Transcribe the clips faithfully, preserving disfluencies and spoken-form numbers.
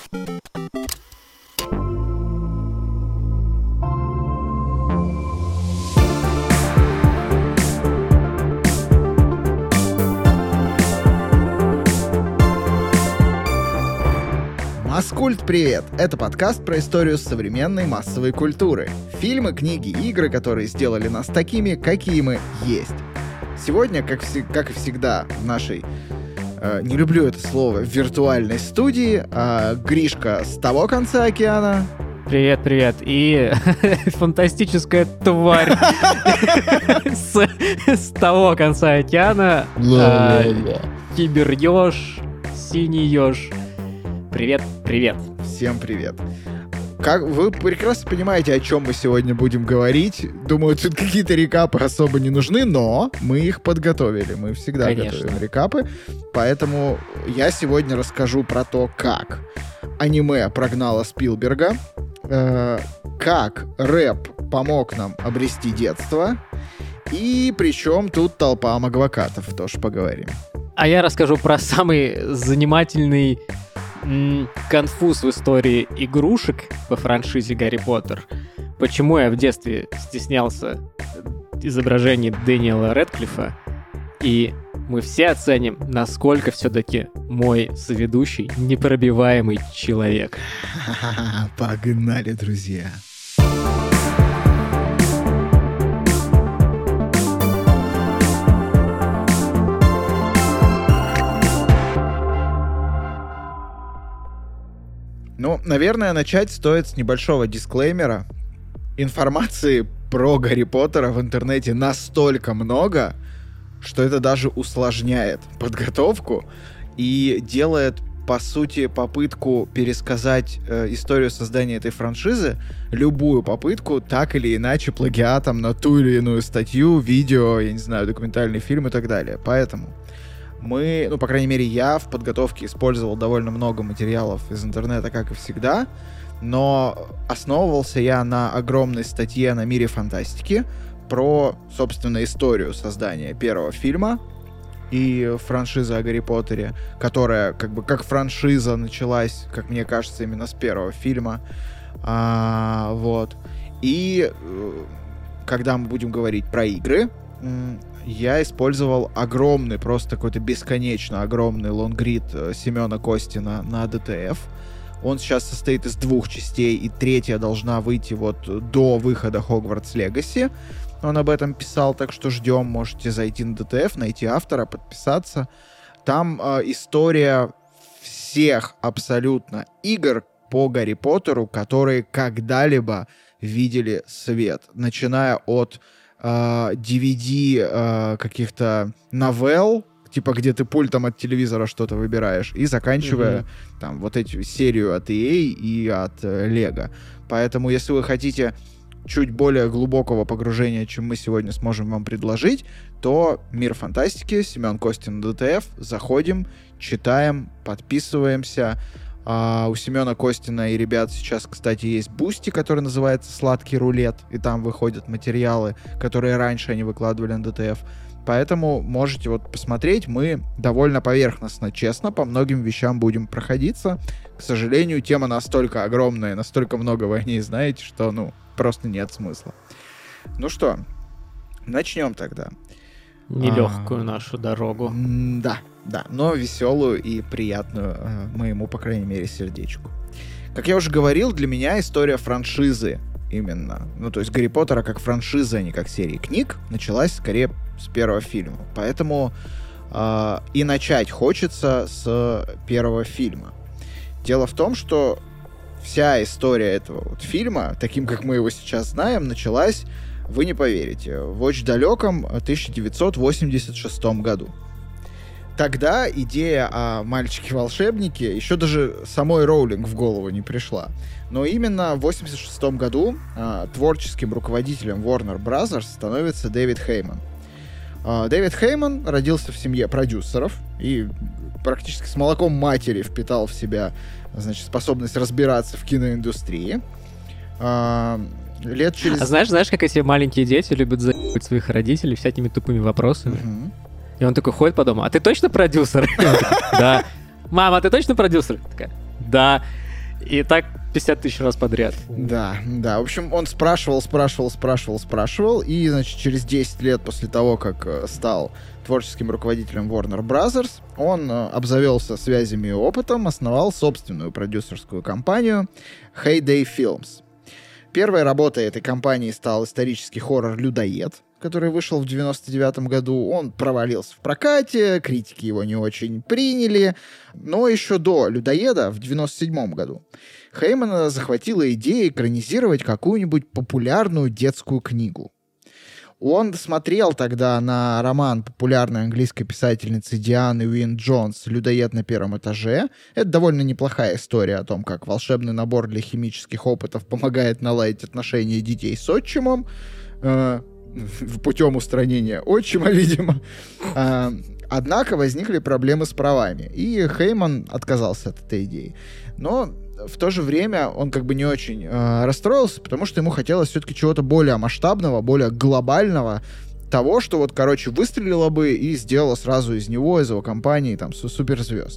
Маскульт, привет! Это подкаст про историю современной массовой культуры. Фильмы, книги, игры, которые сделали нас такими, какие мы есть. Сегодня, как, вс- как и всегда, в нашей, э, не люблю это слово, виртуальной студии, э, Гришка с того конца океана. Привет, привет. И фантастическая тварь с того конца океана. Кибер-еж, синий еж. Привет, привет. Всем привет. Как вы прекрасно понимаете, о чем мы сегодня будем говорить. Думаю, тут какие-то рекапы особо не нужны, но мы их подготовили. Мы всегда Конечно. готовим рекапы. Поэтому я сегодня расскажу про то, как аниме прогнало Спилберга, э, как рэп помог нам обрести детство, и причем тут толпа магвакатов, тоже поговорим. А я расскажу про самый занимательный м, конфуз в истории игрушек по франшизе Гарри Поттер. Почему я в детстве стеснялся изображений Дэниела Рэдклиффа, и мы все оценим, насколько все-таки мой соведущий непробиваемый человек. Погнали, друзья. Ну, наверное, начать стоит с небольшого дисклеймера. Информации про Гарри Поттера в интернете настолько много, что это даже усложняет подготовку и делает, по сути, попытку пересказать э, историю создания этой франшизы, любую попытку, так или иначе, плагиатом на ту или иную статью, видео, я не знаю, документальный фильм и так далее. Поэтому мы, ну, по крайней мере, я в подготовке использовал довольно много материалов из интернета, как и всегда, но основывался я на огромной статье на Мире Фантастики про, собственно, историю создания первого фильма и франшизы о Гарри Поттере, которая, как бы, как франшиза началась, как мне кажется, именно с первого фильма. А, вот. И когда мы будем говорить про игры, я использовал огромный, просто какой-то бесконечно огромный лонгрид Семена Костина на ди ти эф. Он сейчас состоит из двух частей, и третья должна выйти вот до выхода Хогвартс Легаси. Он об этом писал, так что ждем. Можете зайти на ди ти эф, найти автора, подписаться. Там э, история всех абсолютно игр по Гарри Поттеру, которые когда-либо видели свет. Начиная от ди ви ди uh, каких-то новелл, типа где ты пультом от телевизора что-то выбираешь, и заканчивая mm-hmm. там вот эту серию от и эй и от uh, Lego. Поэтому, если вы хотите чуть более глубокого погружения, чем мы сегодня сможем вам предложить, то Мир Фантастики, Семен Костин, ди ти эф, заходим, читаем, подписываемся. Uh, у Семена Костина и ребят сейчас, кстати, есть Бусти, который называется «Сладкий рулет», и там выходят материалы, которые раньше они выкладывали на ди ти эф. Поэтому можете вот посмотреть. Мы довольно поверхностно, честно, по многим вещам будем проходиться. К сожалению, тема настолько огромная, настолько много вы о ней знаете, что, ну, просто нет смысла. Ну что, начнем тогда. Нелегкую а, нашу дорогу. М- да. Да, но веселую и приятную э, моему, по крайней мере, сердечку. Как я уже говорил, для меня история франшизы именно, ну, то есть Гарри Поттера как франшизы, а не как серии книг, началась скорее с первого фильма. Поэтому э, и начать хочется с первого фильма. Дело в том, что вся история этого вот фильма, таким, как мы его сейчас знаем, началась, вы не поверите, в очень далеком тысяча девятьсот восемьдесят шестом году. Тогда идея о мальчике-волшебнике еще даже самой Роулинг в голову не пришла. Но именно в восемьдесят шестом году а, творческим руководителем Warner Bros. Становится Дэвид Хейман. А, Дэвид Хейман родился в семье продюсеров и практически с молоком матери впитал в себя, значит, способность разбираться в киноиндустрии. А, лет через... А знаешь, знаешь, как эти маленькие дети любят заебать своих родителей всякими тупыми вопросами? Угу. И он такой ходит по дому: а ты точно продюсер? Да. Мама, ты точно продюсер? Такая: да. И так пятьдесят тысяч раз подряд. Да, да. В общем, он спрашивал, спрашивал, спрашивал, спрашивал. И, значит, через десять лет после того, как стал творческим руководителем Warner Brothers, он обзавелся связями и опытом, основал собственную продюсерскую компанию Heyday Films. Первой работой этой компании стал исторический хоррор «Людоед», который вышел в девяносто девятом году. Он провалился в прокате, критики его не очень приняли. Но еще до «Людоеда» в девяносто седьмом году Хеймана захватила идея экранизировать какую-нибудь популярную детскую книгу. Он смотрел тогда на роман популярной английской писательницы Дианы Уин Джонс «Людоед на первом этаже». Это довольно неплохая история о том, как волшебный набор для химических опытов помогает наладить отношения детей с отчимом, э, путем устранения отчима, видимо. Э, однако возникли проблемы с правами, и Хейман отказался от этой идеи. Но в то же время он как бы не очень э, расстроился, потому что ему хотелось все-таки чего-то более масштабного, более глобального, того, что вот, короче, выстрелило бы и сделало сразу из него, из его компании, там, суперзвезд.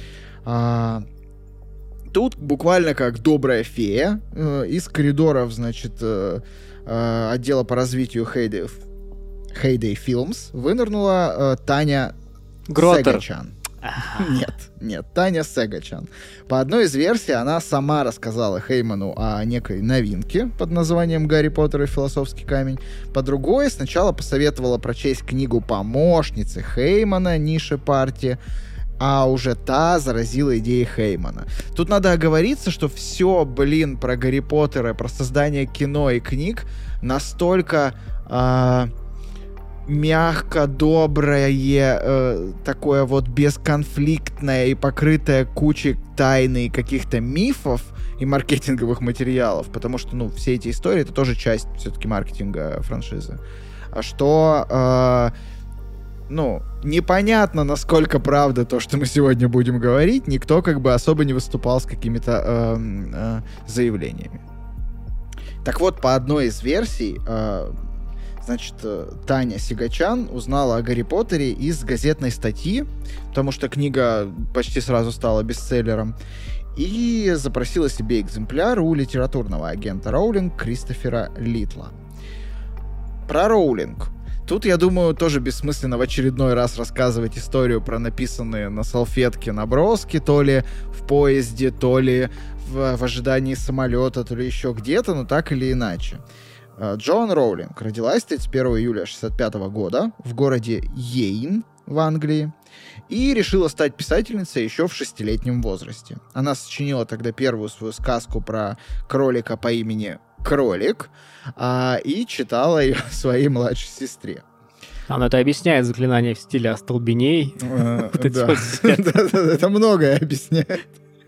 А, тут буквально как добрая фея э, из коридоров, значит, э, э, отдела по развитию Heyday, Heyday Films вынырнула э, Таня Сегачан. Нет, нет, Таня Сегачан. По одной из версий, она сама рассказала Хейману о некой новинке под названием «Гарри Поттер и философский камень». По другой, сначала посоветовала прочесть книгу помощницы Хеймана Ниши Парти, а уже та заразила идеей Хеймана. Тут надо оговориться, что все, блин, про Гарри Поттера, про создание кино и книг настолько... Э- мягко, доброе, э, такое вот бесконфликтное и покрытое кучей тайны и каких-то мифов и маркетинговых материалов, потому что, ну, все эти истории — это тоже часть все-таки маркетинга франшизы. А что, э, ну, непонятно, насколько правда то, что мы сегодня будем говорить, никто как бы особо не выступал с какими-то э, э, заявлениями. Так вот, по одной из версий, э, значит, Таня Сегачан узнала о Гарри Поттере из газетной статьи, потому что книга почти сразу стала бестселлером, и запросила себе экземпляр у литературного агента Роулинг Кристофера Литла. Про Роулинг. Тут, я думаю, тоже бессмысленно в очередной раз рассказывать историю про написанные на салфетке наброски, то ли в поезде, то ли в, в ожидании самолета, то ли еще где-то, но так или иначе. Джоан Роулинг родилась тридцать первого июля шестьдесят пятого года в городе Йейн в Англии и решила стать писательницей еще в шестилетнем возрасте. Она сочинила тогда первую свою сказку про кролика по имени Кролик а, и читала ее своей младшей сестре. А, ну это объясняет заклинание в стиле остолбеней. Это многое объясняет.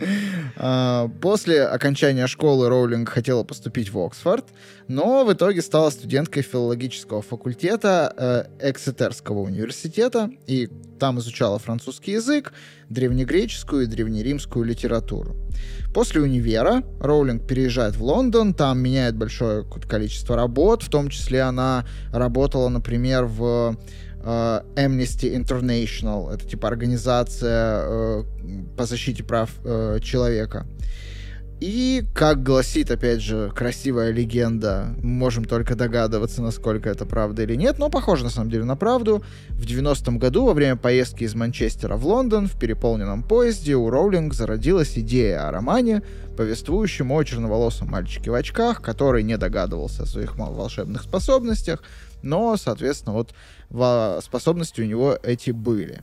После окончания школы Роулинг хотела поступить в Оксфорд, но в итоге стала студенткой филологического факультета э, Эксетерского университета, и там изучала французский язык, древнегреческую и древнеримскую литературу. После универа Роулинг переезжает в Лондон, там меняет большое количество работ, в том числе она работала, например, в Uh, Amnesty International, это типа организация uh, по защите прав uh, человека. И, как гласит, опять же, красивая легенда, мы можем только догадываться, насколько это правда или нет, но похоже, на самом деле, на правду. В девяностом году, во время поездки из Манчестера в Лондон, в переполненном поезде у Роулинг зародилась идея о романе, повествующем о черноволосом мальчике в очках, который не догадывался о своих волшебных способностях, но, соответственно, вот способности у него эти были.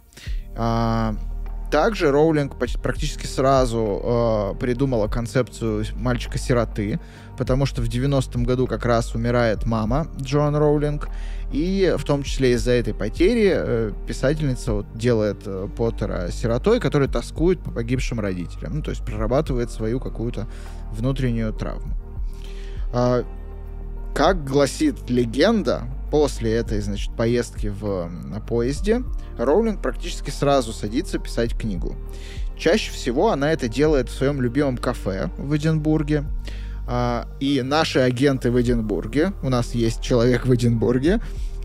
Также Роулинг практически сразу э, придумала концепцию мальчика-сироты, потому что в девяностом году как раз умирает мама Джоан Роулинг, и в том числе из-за этой потери э, писательница вот, делает э, Поттера сиротой, который тоскует по погибшим родителям, ну, то есть прорабатывает свою какую-то внутреннюю травму. Э, как гласит легенда, после этой, значит, поездки в, на поезде Роулинг практически сразу садится писать книгу. Чаще всего она это делает в своем любимом кафе в Эдинбурге. А, и наши агенты в Эдинбурге, у нас есть человек в Эдинбурге,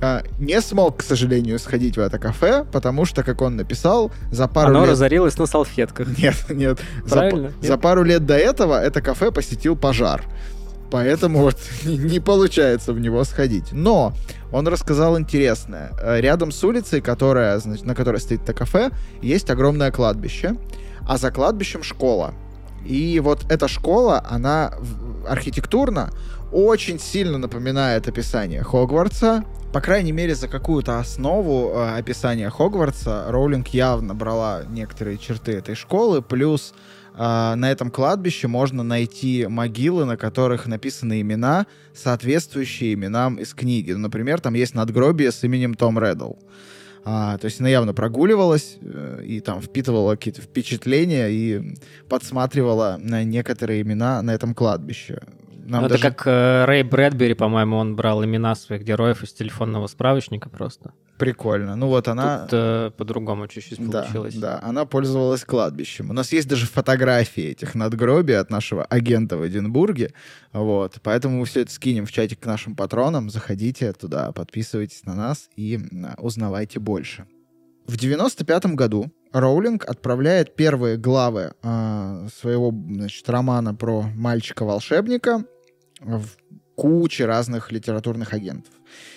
а, не смог, к сожалению, сходить в это кафе, потому что, как он написал, за пару Оно лет... разорилось на салфетках. Нет, нет. Правильно? За, Нет? за пару лет до этого это кафе посетил пожар. Поэтому вот не, не получается в него сходить. Но он рассказал интересное. Рядом с улицей, которая, значит, на которой стоит это кафе, есть огромное кладбище, а за кладбищем школа. И вот эта школа, она архитектурно очень сильно напоминает описание Хогвартса. По крайней мере, за какую-то основу э, описания Хогвартса Роулинг явно брала некоторые черты этой школы, плюс э, на этом кладбище можно найти могилы, на которых написаны имена, соответствующие именам из книги. Ну, например, там есть надгробие с именем Том Реддл. А, то есть она явно прогуливалась э, и там впитывала какие-то впечатления и подсматривала на некоторые имена на этом кладбище. Нам Ну, это даже... как э, Рэй Брэдбери, по-моему, он брал имена своих героев из телефонного справочника просто. Прикольно. Ну вот она... Тут э, по-другому чуть-чуть получилось. Да, да, она пользовалась кладбищем. У нас есть даже фотографии этих надгробий от нашего агента в Эдинбурге. Вот. Поэтому мы все это скинем в чатик к нашим патронам. Заходите туда, подписывайтесь на нас и узнавайте больше. В девяносто пятом году Роулинг отправляет первые главы э, своего, значит, романа про мальчика-волшебника в куче разных литературных агентов.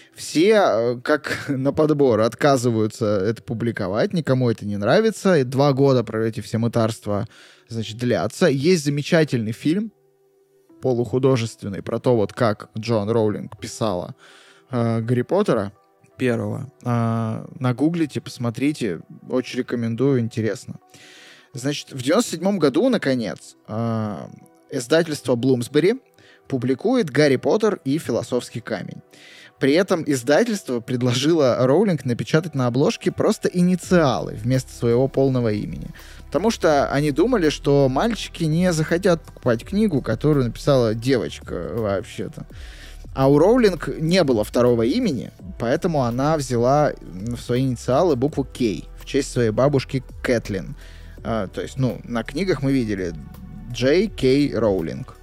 Все, как на подбор, отказываются это публиковать, никому это не нравится. И два года про эти все мытарства, значит, длятся. Есть замечательный фильм, полухудожественный, про то, вот как Джоан Роулинг писала э, Гарри Поттера первого. Э, нагуглите, посмотрите, очень рекомендую, интересно. Значит, в девяносто седьмом году, наконец, э, издательство Блумсбери публикует «Гарри Поттер и философский камень». При этом издательство предложило Роулинг напечатать на обложке просто инициалы вместо своего полного имени. Потому что они думали, что мальчики не захотят покупать книгу, которую написала девочка вообще-то. А у Роулинг не было второго имени, поэтому она взяла в свои инициалы букву К в честь своей бабушки Кэтлин. А, то есть, ну, на книгах мы видели Джей Кей Роулинг.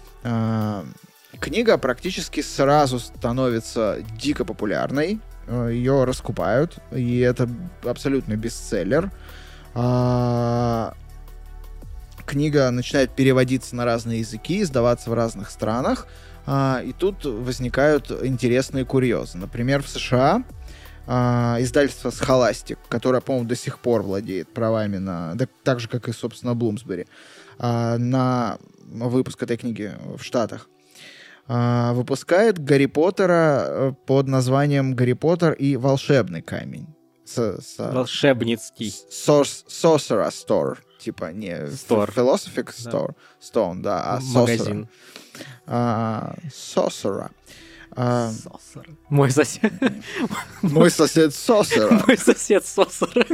А, книга практически сразу становится дико популярной. Ее раскупают, и это абсолютно бестселлер. А, книга начинает переводиться на разные языки, издаваться в разных странах. А, и тут возникают интересные курьезы. Например, в США а, издательство Scholastic, которое, по-моему, до сих пор владеет правами на... Да, так же, как и, собственно, Блумсбери, а, на выпуск этой книги в Штатах, а, выпускает Гарри Поттера под названием «Гарри Поттер и волшебный камень». С, с, Волшебницкий. Source, Sorcerer Store. Типа не Store. Philosophic Store, да. Stone, да, а Магазин. Uh, Sorcerer. Uh, Сосер. Мой сосед. Мой сосед Сосера. Мой сосед Сосер.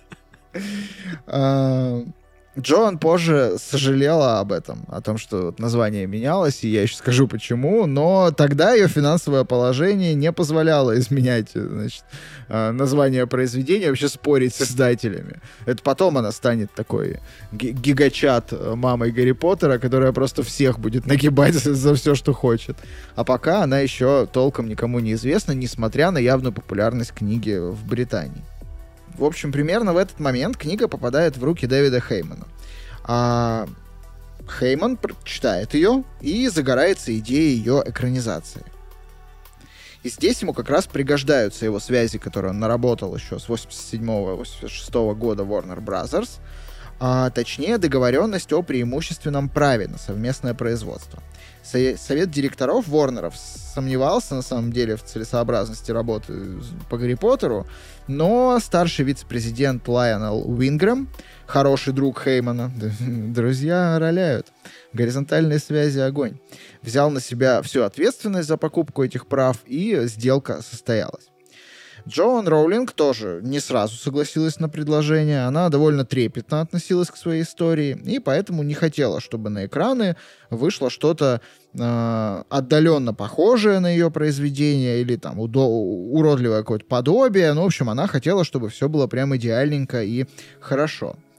Uh, Джоан позже сожалела об этом, о том, что название менялось, и я еще скажу почему, но тогда ее финансовое положение не позволяло изменять, значит, название произведения, вообще спорить с издателями. Это потом она станет такой гигачат мамой Гарри Поттера, которая просто всех будет нагибать за, за все, что хочет. А пока она еще толком никому не известна, несмотря на явную популярность книги в Британии. В общем, примерно в этот момент книга попадает в руки Дэвида Хеймана. А Хейман читает ее и загорается идеей ее экранизации. И здесь ему как раз пригождаются его связи, которые он наработал еще с восемьдесят седьмого — восемьдесят шестого года Warner Brothers, а точнее договоренность о преимущественном праве на совместное производство. Совет директоров Ворнеров сомневался на самом деле в целесообразности работы по Гарри Поттеру, но старший вице-президент Лайонел Уингрэм, хороший друг Хеймана, друзья роляют, горизонтальные связи — огонь, взял на себя всю ответственность за покупку этих прав, и сделка состоялась. Джоан Роулинг тоже не сразу согласилась на предложение, она довольно трепетно относилась к своей истории, и поэтому не хотела, чтобы на экраны вышло что-то э, отдаленно похожее на ее произведение, или там удо- уродливое какое-то подобие. Ну, в общем, она хотела, чтобы все было прям идеальненько и хорошо.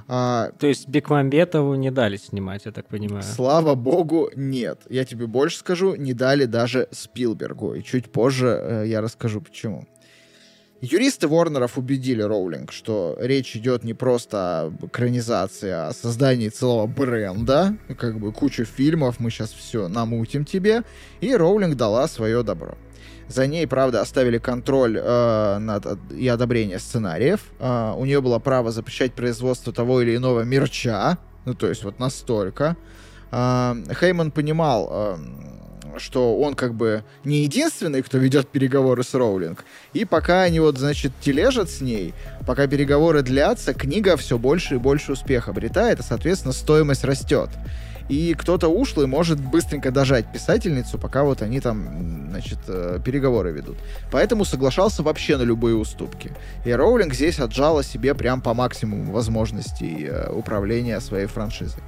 А, То есть Бекмамбетову не дали снимать, я так понимаю? Слава богу, нет. Я тебе больше скажу, не дали даже Спилбергу. И чуть позже э, я расскажу, почему. Юристы Ворнеров убедили Роулинг, что речь идет не просто об экранизации, а о создании целого бренда, как бы кучу фильмов, мы сейчас все намутим тебе, и Роулинг дала свое добро. За ней, правда, оставили контроль э, над, и одобрение сценариев. Э, у нее было право запрещать производство того или иного мерча, ну то есть вот настолько. Э, Хейман понимал, э, что он как бы не единственный, кто ведет переговоры с Роулинг. И пока они вот, значит, тележат с ней, пока переговоры длятся, книга все больше и больше успеха обретает, и, соответственно, стоимость растет. И кто-то ушлый может быстренько дожать писательницу, пока вот они там, значит, переговоры ведут. Поэтому соглашался вообще на любые уступки. И Роулинг здесь отжала себе прям по максимуму возможностей управления своей франшизой.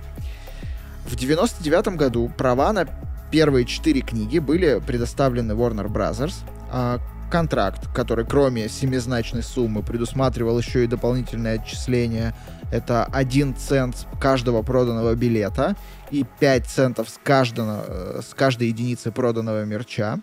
В девяносто девятом году права на первые четыре книги были предоставлены Warner Brothers. А контракт, который кроме семизначной суммы предусматривал еще и дополнительное отчисление, это один цент с каждого проданного билета и пять центов с, каждого, с каждой единицы проданного мерча,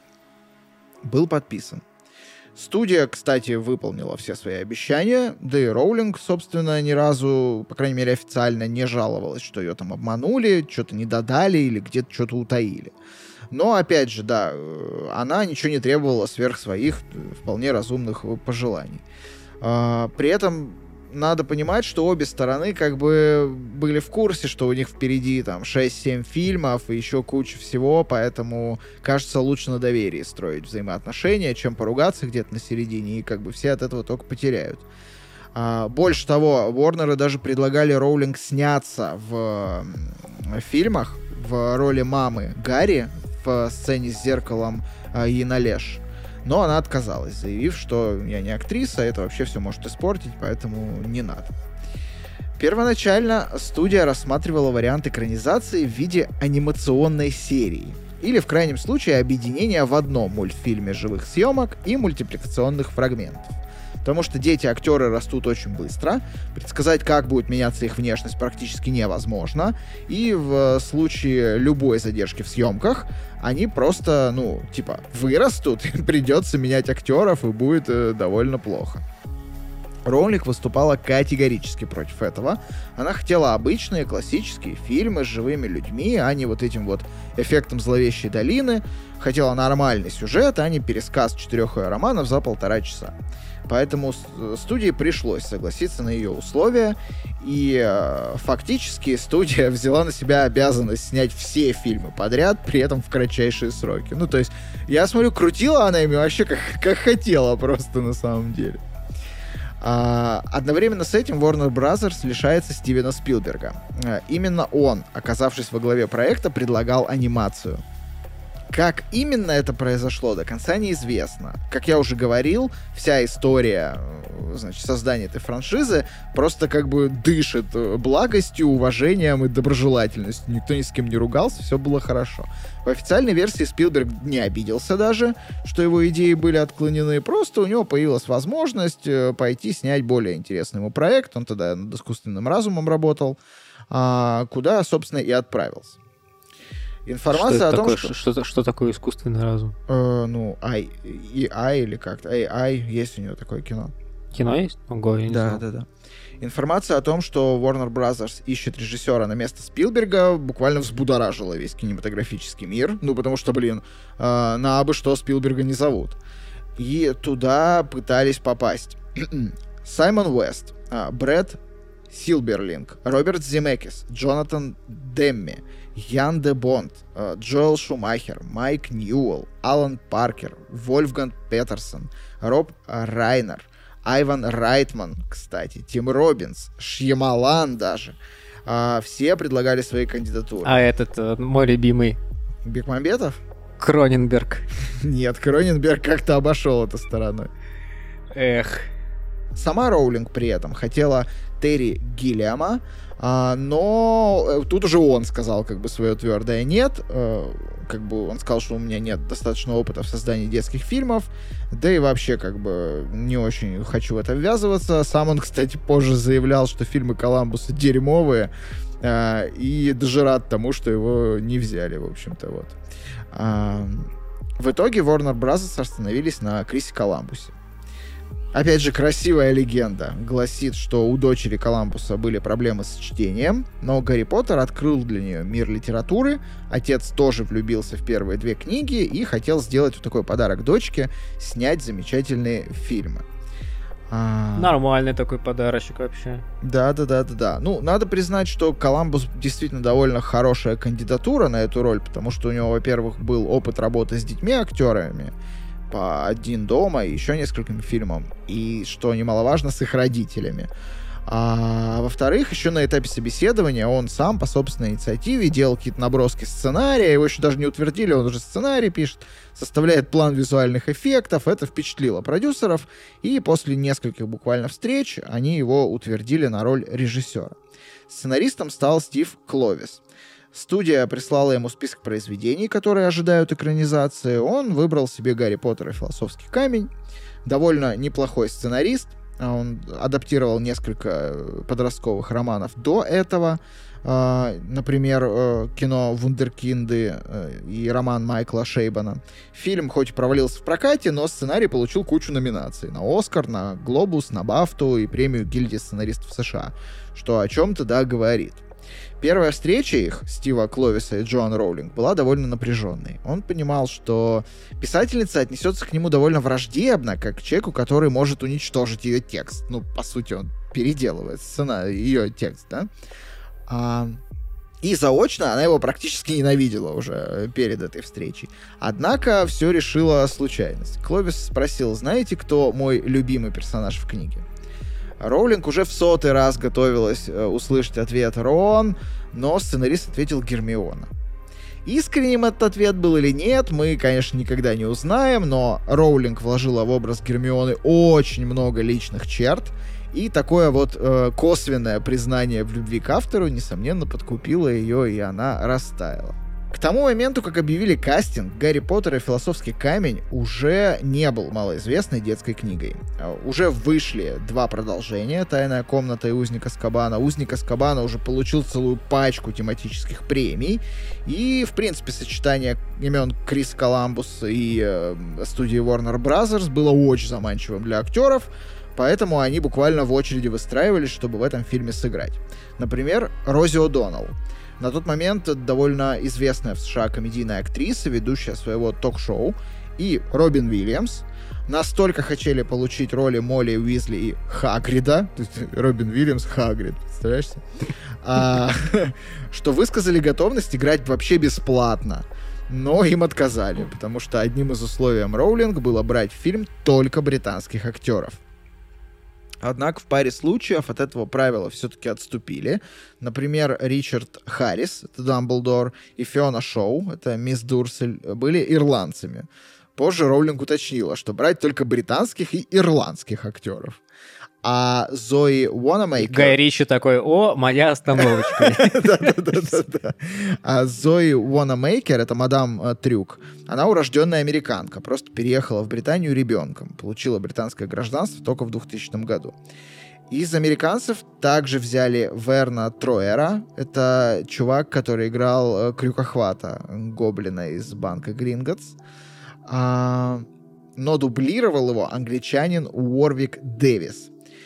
был подписан. Студия, кстати, выполнила все свои обещания, да и Роулинг, собственно, ни разу, по крайней мере, официально не жаловалась, что ее там обманули, что-то не додали или где-то что-то утаили. Но, опять же, да, она ничего не требовала сверх своих вполне разумных пожеланий. При этом надо понимать, что обе стороны как бы были в курсе, что у них впереди там шесть-семь фильмов и еще куча всего, поэтому, кажется, лучше на доверии строить взаимоотношения, чем поругаться где-то на середине, и как бы все от этого только потеряют. А, больше того, Уорнеры даже предлагали Роулинг сняться в, в фильмах в роли мамы Гарри в сцене с зеркалом а, Енолеш. Но она отказалась, заявив, что я не актриса, это вообще все может испортить, поэтому не надо. Первоначально студия рассматривала вариант экранизации в виде анимационной серии. Или, в крайнем случае, объединения в одном мультфильме живых съемок и мультипликационных фрагментов. Потому что дети-актеры растут очень быстро, предсказать, как будет меняться их внешность, практически невозможно, и в случае любой задержки в съемках они просто, ну, типа, вырастут, и придется менять актеров, и будет э, довольно плохо. Роулинг выступала категорически против этого. Она хотела обычные классические фильмы с живыми людьми, а не вот этим вот эффектом зловещей долины. Хотела нормальный сюжет, а не пересказ четырех ее романов за полтора часа. Поэтому студии пришлось согласиться на ее условия, и э, фактически студия взяла на себя обязанность снять все фильмы подряд, при этом в кратчайшие сроки. Ну, то есть, я смотрю, крутила она ими вообще как, как хотела просто на самом деле. А, одновременно с этим Warner Brothers лишается Стивена Спилберга. А, именно он, оказавшись во главе проекта, предлагал анимацию. Как именно это произошло, до конца неизвестно. Как я уже говорил, вся история, значит, создания этой франшизы просто как бы дышит благостью, уважением и доброжелательностью. Никто ни с кем не ругался, все было хорошо. В официальной версии Спилберг не обиделся даже, что его идеи были отклонены. Просто у него появилась возможность пойти снять более интересный ему проект. Он тогда над искусственным разумом работал, куда, собственно, и отправился. Информация что о том, такое, что... Что, что, что такое искусственный разум? Э, ну, эй ай или как-то. эй ай, есть у него такое кино. Кино есть? Ого, я не да, знал. да, да. Информация о том, что Warner Brothers ищет режиссера на место Спилберга, буквально взбудоражила весь кинематографический мир. Ну, потому что, блин, э, на абы что Спилберга не зовут. И туда пытались попасть Саймон Уэст, э, Брэд Силберлинг, Роберт Земекис, Джонатан Демми, Ян де Бонд, Джоэл Шумахер, Майк Ньюэлл, Алан Паркер, Вольфганг Петерсон, Роб Райнер, Айван Райтман, кстати, Тим Роббинс, Шьямалан даже. А, все предлагали свои кандидатуры. А этот, э, мой любимый... Бекмамбетов? Кроненберг. Нет, Кроненберг как-то обошел это стороной. Эх. Сама Роулинг при этом хотела Терри Гиллиама, а, но тут уже он сказал как бы свое твердое «нет». как бы он сказал, что у меня нет достаточно опыта в создании детских фильмов, да и вообще как бы не очень хочу в это ввязываться. Сам он, кстати, позже заявлял, что фильмы Коламбуса дерьмовые, э, и даже рад тому, что его не взяли, в общем-то, вот. А, в итоге Warner Bros. Остановились на Крисе Коламбусе. Опять же, красивая легенда гласит, что у дочери Коламбуса были проблемы с чтением, но Гарри Поттер открыл для нее мир литературы, отец тоже влюбился в первые две книги и хотел сделать вот такой подарок дочке — снять замечательные фильмы. А... Нормальный такой подарочек вообще. Да-да-да-да-да. Ну, надо признать, что Коламбус действительно довольно хорошая кандидатура на эту роль, потому что у него, во-первых, был опыт работы с детьми-актерами, по «Один дома» и еще нескольким фильмам, и, что немаловажно, с их родителями. А во-вторых, еще на этапе собеседования он сам по собственной инициативе делал какие-то наброски сценария, его еще даже не утвердили, он уже сценарий пишет, составляет план визуальных эффектов, это впечатлило продюсеров, и после нескольких буквально встреч они его утвердили на роль режиссера. Сценаристом стал Стив Кловис. Студия прислала ему список произведений, которые ожидают экранизации. Он выбрал себе «Гарри Поттер и философский камень». Довольно неплохой сценарист. Он адаптировал несколько подростковых романов до этого. Например, кино «Вундеркинды» и роман Майкла Шейбана. Фильм хоть и провалился в прокате, но сценарий получил кучу номинаций. На «Оскар», на «Глобус», на «Бафту» и премию гильдии сценаристов США. Что о чем-то, да, говорит. Первая встреча их, Стива Кловиса и Джоан Роулинг, была довольно напряженной. Он понимал, что писательница отнесется к нему довольно враждебно, как к человеку, который может уничтожить ее текст. Ну, по сути, он переделывает сценарий, ее текст, да? А... И заочно она его практически ненавидела уже перед этой встречей. Однако все решила случайность. Кловис спросил: знаете, кто мой любимый персонаж в книге? Роулинг уже в сотый раз готовилась э, услышать ответ Рон, но сценарист ответил Гермиона. Искренним этот ответ был или нет, мы, конечно, никогда не узнаем, но Роулинг вложила в образ Гермионы очень много личных черт, и такое вот э, косвенное признание в любви к автору, несомненно, подкупило ее, и она растаяла. К тому моменту, как объявили кастинг, «Гарри Поттер и философский камень» уже не был малоизвестной детской книгой. Уже вышли два продолжения: «Тайная комната» и «Узник Азкабана». «Узник Азкабана» уже получил целую пачку тематических премий. И, в принципе, сочетание имен Крис Коламбус и э, студии Warner Bros. Было очень заманчивым для актеров, поэтому они буквально в очереди выстраивались, чтобы в этом фильме сыграть. Например, Рози О'Доннелл. На тот момент довольно известная в США комедийная актриса, ведущая своего ток-шоу, и Робин Уильямс настолько хотели получить роли Молли Уизли и Хагрида, то есть Робин Уильямс, Хагрид, представляешь себе? А, что высказали готовность играть вообще бесплатно. Но им отказали, потому что одним из условий Роулинг было брать в фильм только британских актеров. Однако в паре случаев от этого правила все-таки отступили. Например, Ричард Харрис, это Дамблдор, и Фиона Шоу, это мисс Дурсель, были ирландцами. Позже Роулинг уточнила, что брать только британских и ирландских актеров. А Зои Уанамейкер... Гай Ричи такой: о, моя остановочка. Да-да-да. А Зои Уанамейкер, это мадам Трюк, она урожденная американка, просто переехала в Британию ребенком, получила британское гражданство только в двухтысячном году. Из американцев также взяли Верна Троера, это чувак, который играл крюкохвата, гоблина из банка Гринготс, а... но дублировал его англичанин Уорвик Дэвис.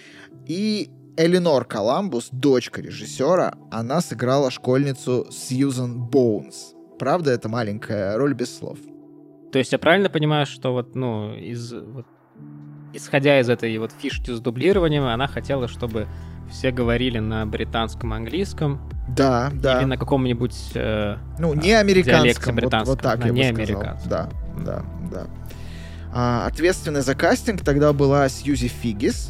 И Эленор Коламбус, дочка режиссера, она сыграла школьницу Сьюзан Боунс. Правда, это маленькая роль без слов. То есть я правильно понимаю, что вот, ну, из, вот, исходя из этой вот фишки с дублированием, она хотела, чтобы все говорили на британском английском? Да, да. Или на каком-нибудь э, ну, не американском, диалекте британском. Вот, вот так я не бы сказал. американском. Да, да, да. А, ответственной за кастинг тогда была Сьюзи Фиггис.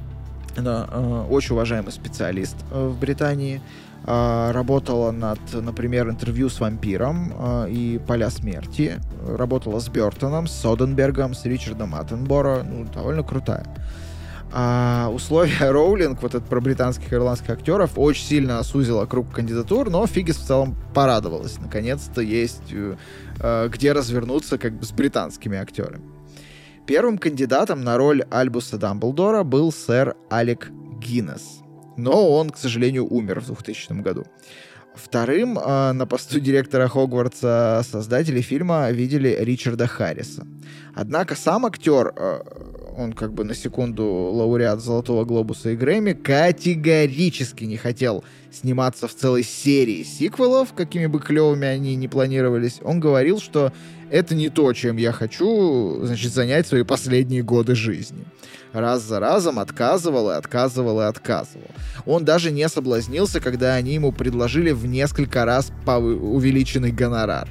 Она э, очень уважаемый специалист э, в Британии. Э, работала над, например, «Интервью с вампиром» э, и «Поля смерти». Работала с Бёртоном, с Соденбергом, с Ричардом Аттенборо. Ну, довольно крутая. А условия Роулинг, вот это про британских и ирландских актеров, очень сильно сузило круг кандидатур, но Фиггис в целом порадовалась. Наконец-то есть э, где развернуться как бы с британскими актерами. Первым кандидатом на роль Альбуса Дамблдора был сэр Алек Гиннес, но он, к сожалению, умер в двухтысячном году. Вторым э, на посту директора Хогвартса создатели фильма видели Ричарда Харриса. Однако сам актер, э, он как бы на секунду лауреат Золотого глобуса и Грэмми, категорически не хотел сниматься в целой серии сиквелов, какими бы клевыми они ни планировались. Он говорил, что это не то, чем я хочу, значит, занять свои последние годы жизни. Раз за разом отказывал и отказывал и отказывал. Он даже не соблазнился, когда они ему предложили в несколько раз увеличенный гонорар.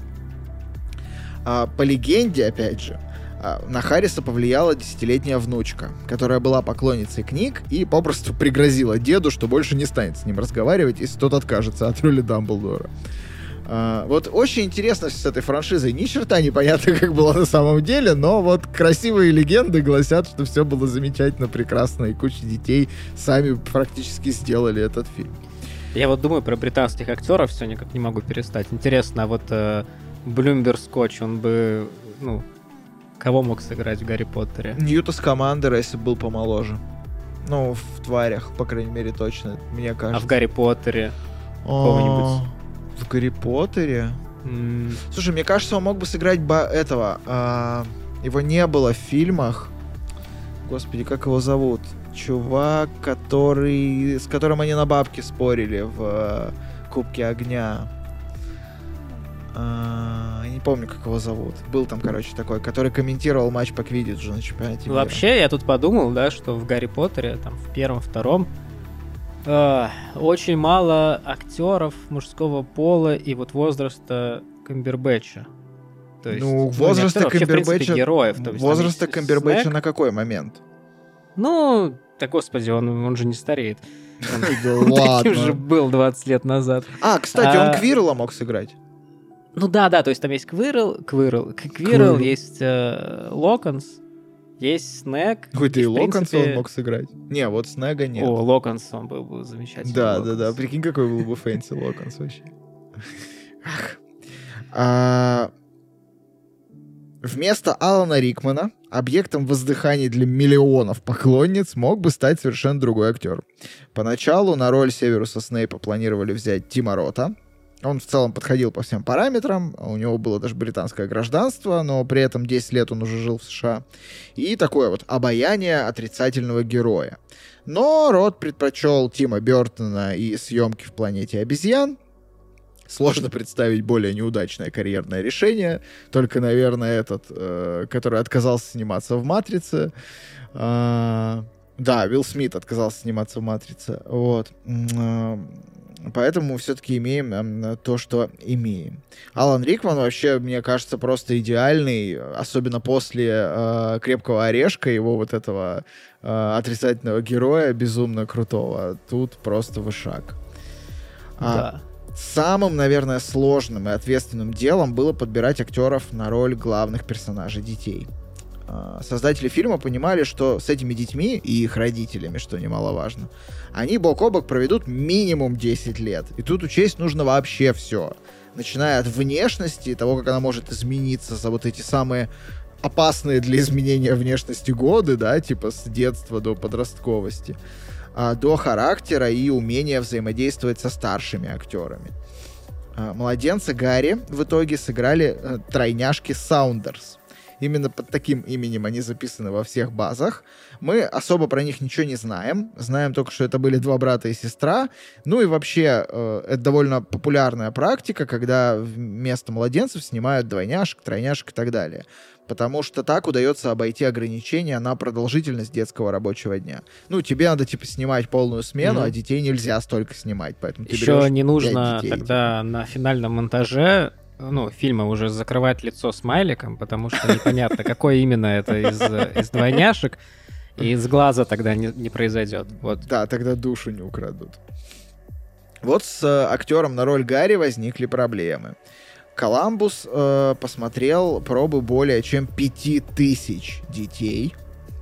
А, по легенде, опять же, на Харриса повлияла десятилетняя внучка, которая была поклонницей книг и попросту пригрозила деду, что больше не станет с ним разговаривать, если тот откажется от роли Дамблдора. Uh, вот очень интересно с этой франшизой. Ни черта непонятно, как было на самом деле, но вот красивые легенды гласят, что все было замечательно, прекрасно, и куча детей сами практически сделали этот фильм. Я вот думаю про британских актеров, все никак не могу перестать. Интересно, а вот э, Блюмберг Скотч, он бы, ну, кого мог сыграть в Гарри Поттере? Ньюта Скамандера, если бы был помоложе. Ну, в «Тварях», по крайней мере, точно, мне кажется. А в Гарри Поттере какого-нибудь? В Гарри Поттере? Mm. Слушай, мне кажется, он мог бы сыграть ба- этого. А, его не было в фильмах. Господи, как его зовут? Чувак, который, с которым они на бабки спорили в uh, Кубке огня. А, я не помню, как его зовут. Был там, короче, такой, который комментировал матч по квиддиджу на чемпионате мира. Вообще, я тут подумал, да, что в Гарри Поттере, там, в первом, втором, Uh, очень мало актеров мужского пола и вот возраста Камбербэтча. То есть, ну, возраста актеров, Камбербэтча... вообще, в принципе, героев. То есть, возраста Камбербэтча Снег. На какой момент? Ну, да господи, он, он же не стареет. Он таким же был двадцать лет назад. А, кстати, он Квирла мог сыграть. Ну да, да, то есть там есть Квирл, Квирл, Квирл, есть Локонс. Есть Снег. Какой-то и Локонса он мог сыграть. Не, вот Снега нет. О, Локонс, он был бы замечательный. Да, Локонс. да, да. Прикинь, какой был бы фэнси Локонс вообще. а... Вместо Алана Рикмана объектом воздыханий для миллионов поклонниц мог бы стать совершенно другой актер. Поначалу на роль Северуса Снейпа планировали взять Тима Рота. Он в целом подходил по всем параметрам, у него было даже британское гражданство, но при этом десять лет он уже жил в США. И такое вот обаяние отрицательного героя. Но Рот предпочел Тима Бёртона и съемки в «Планете обезьян». Сложно представить более неудачное карьерное решение, только, наверное, этот, э, который отказался сниматься в «Матрице». Э, да, Уилл Смит отказался сниматься в «Матрице». Вот. Поэтому все-таки имеем э, то, что имеем. Алан Рикман вообще, мне кажется, просто идеальный, особенно после э, «Крепкого орешка», его вот этого э, отрицательного героя, безумно крутого. Тут просто вышаг. Да. А, самым, наверное, сложным и ответственным делом было подбирать актеров на роль главных персонажей детей. Создатели фильма понимали, что с этими детьми и их родителями, что немаловажно, они бок о бок проведут минимум десять лет. И тут учесть нужно вообще все. Начиная от внешности, того, как она может измениться за вот эти самые опасные для изменения внешности годы, да, типа с детства до подростковости, до характера и умения взаимодействовать со старшими актерами. Младенца Гарри в итоге сыграли тройняшки Саундерс. Именно под таким именем они записаны во всех базах. Мы особо про них ничего не знаем. Знаем только, что это были два брата и сестра. Ну и вообще, э, это довольно популярная практика, когда вместо младенцев снимают двойняшек, тройняшек и так далее. Потому что так удается обойти ограничения на продолжительность детского рабочего дня. Ну, тебе надо, типа, снимать полную смену, mm-hmm. а детей нельзя столько снимать. Поэтому ты Еще не нужно детей, тогда типа. На финальном монтаже ну, фильма уже закрывать лицо смайликом, потому что непонятно, какой именно это из, из двойняшек, и из глаза тогда не, не произойдет. Вот. Да, тогда душу не украдут. Вот с э, актером на роль Гарри возникли проблемы. Коламбус э, посмотрел пробы более чем пяти тысяч детей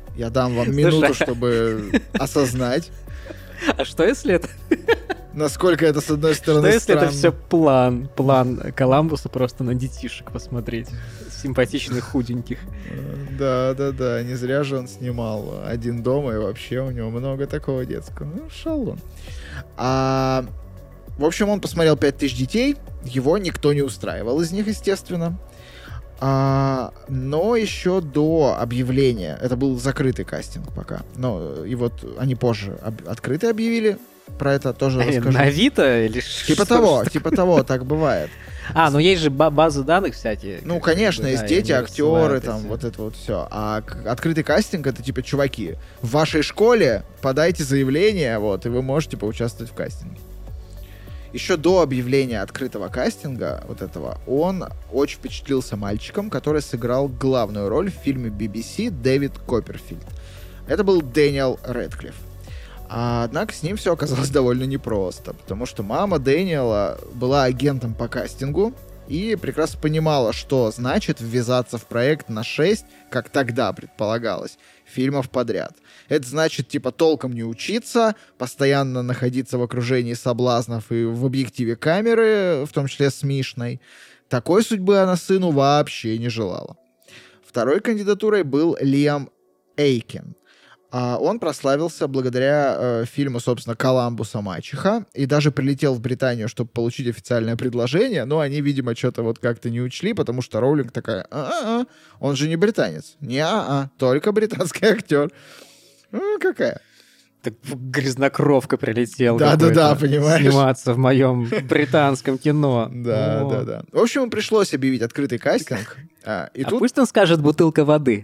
Я дам вам минуту, чтобы осознать. А что если это... Насколько это, с одной стороны, Что если странно. это все план, план Коламбуса просто на детишек посмотреть, симпатичных, худеньких. Да, да, да, не зря же он снимал «Один дома», и вообще у него много такого детского. Ну, шалун. А, в общем, он посмотрел пять тысяч детей, его никто не устраивал из них, естественно. А, но еще до объявления, это был закрытый кастинг пока, но и вот они позже об, открытый объявили, про это тоже расскажу. На Авито или Типа того, типа того, так бывает. А, ну есть же базы данных всякие. Ну, конечно, да, есть дети, актеры, там, эти. вот это вот все. А к- открытый кастинг — это типа, чуваки, в вашей школе подайте заявление, вот, и вы можете поучаствовать в кастинге. Еще до объявления открытого кастинга вот этого он очень впечатлился мальчиком, который сыграл главную роль в фильме би би си «Дэвид Копперфильд». Это был Дэниел Рэдклифф. А, однако с ним все оказалось довольно непросто, потому что мама Дэниела была агентом по кастингу и прекрасно понимала, что значит ввязаться в проект на шесть, как тогда предполагалось, фильмов подряд. Это значит, типа, толком не учиться, постоянно находиться в окружении соблазнов и в объективе камеры, в том числе смешной. Такой судьбы она сыну вообще не желала. Второй кандидатурой был Лиам Эйкен. А он прославился благодаря э, фильму, собственно, «Коламбуса. Мачеха», и даже прилетел в Британию, чтобы получить официальное предложение, но они, видимо, что-то вот как-то не учли, потому что Роулинг такая: а-а-а, он же не британец. Не-а-а, только британский актер. Ну, какая? Так грязнокровка прилетел. Да-да-да, понимаешь? Сниматься в моем британском кино. Да, да, да. В общем, им пришлось объявить открытый кастинг. А, и а тут... пусть он скажет «бутылка воды».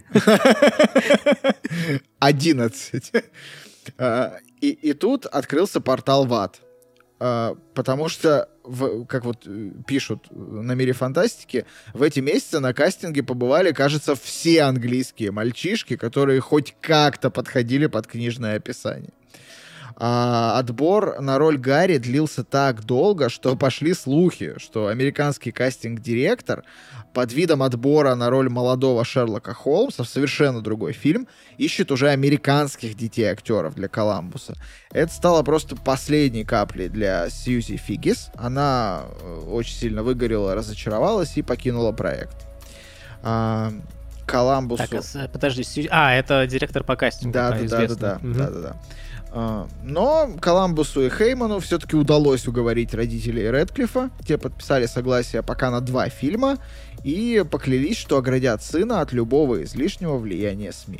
одиннадцать. И, и тут открылся портал в ад. А, потому что, в, как вот пишут на Мире Фантастики, в эти месяцы на кастинге побывали, кажется, все английские мальчишки, которые хоть как-то подходили под книжное описание. А отбор на роль Гарри длился так долго, что пошли слухи, что американский кастинг-директор под видом отбора на роль молодого Шерлока Холмса в совершенно другой фильм ищет уже американских детей-актеров для Коламбуса. Это стало просто последней каплей для Сьюзи Фиггис. Она очень сильно выгорела, разочаровалась и покинула проект. А, Коламбусу... Так, подожди, Сью... а, это директор по кастингу. Да, да, да, да, да, да, да, да. Но Коламбусу и Хейману все-таки удалось уговорить родителей Рэдклиффа. Те подписали согласие пока на два фильма и поклялись, что оградят сына от любого излишнего влияния СМИ.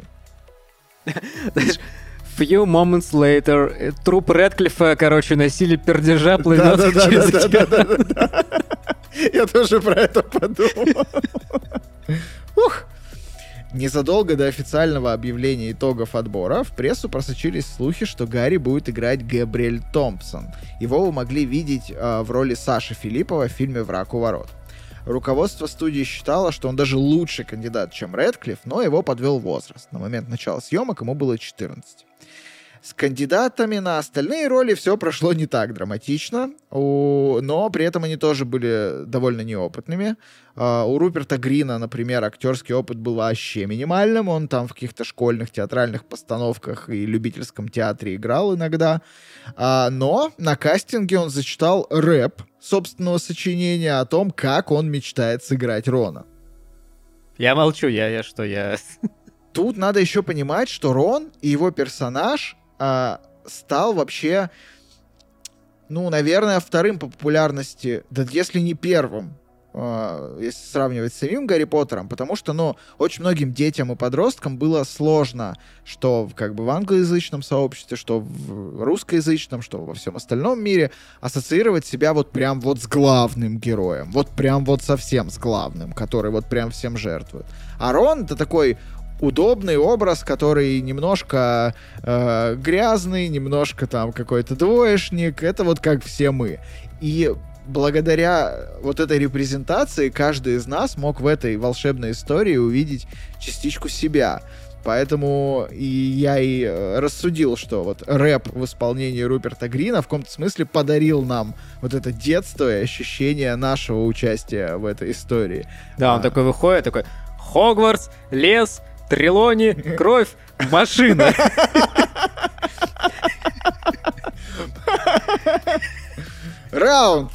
Few moments later, труп Рэдклиффа, короче, носили пердежа, плывет через океан. Я тоже про это подумал. Ух! Незадолго до официального объявления итогов отбора в прессу просочились слухи, что Гарри будет играть Гэбриэль Томпсон. Его вы могли видеть э, в роли Саши Филиппова в фильме «Враг у ворот». Руководство студии считало, что он даже лучший кандидат, чем Рэдклифф, но его подвел возраст. На момент начала съемок ему было четырнадцать. С кандидатами на остальные роли все прошло не так драматично, но при этом они тоже были довольно неопытными. У Руперта Грина, например, актерский опыт был вообще минимальным. Он там в каких-то школьных театральных постановках и любительском театре играл иногда. Но на кастинге он зачитал рэп собственного сочинения о том, как он мечтает сыграть Рона. Я молчу, я, я что, я... Тут надо еще понимать, что Рон и его персонаж а, стал вообще, ну, наверное, вторым по популярности, да если не первым, а, если сравнивать с самим Гарри Поттером, потому что, ну, очень многим детям и подросткам было сложно, что как бы в англоязычном сообществе, что в русскоязычном, что во всем остальном мире, ассоциировать себя вот прям вот с главным героем, вот прям вот совсем с главным, который вот прям всем жертвует. А Рон — это такой удобный образ, который немножко э, грязный, немножко там какой-то двоечник. Это вот как все мы. И благодаря вот этой репрезентации каждый из нас мог в этой волшебной истории увидеть частичку себя. Поэтому и я и рассудил, что вот рэп в исполнении Руперта Грина в каком-то смысле подарил нам вот это детство и ощущение нашего участия в этой истории. Да, он а... такой выходит, такой: Хогвартс, лес, Трелони, кровь, машина. Раунд!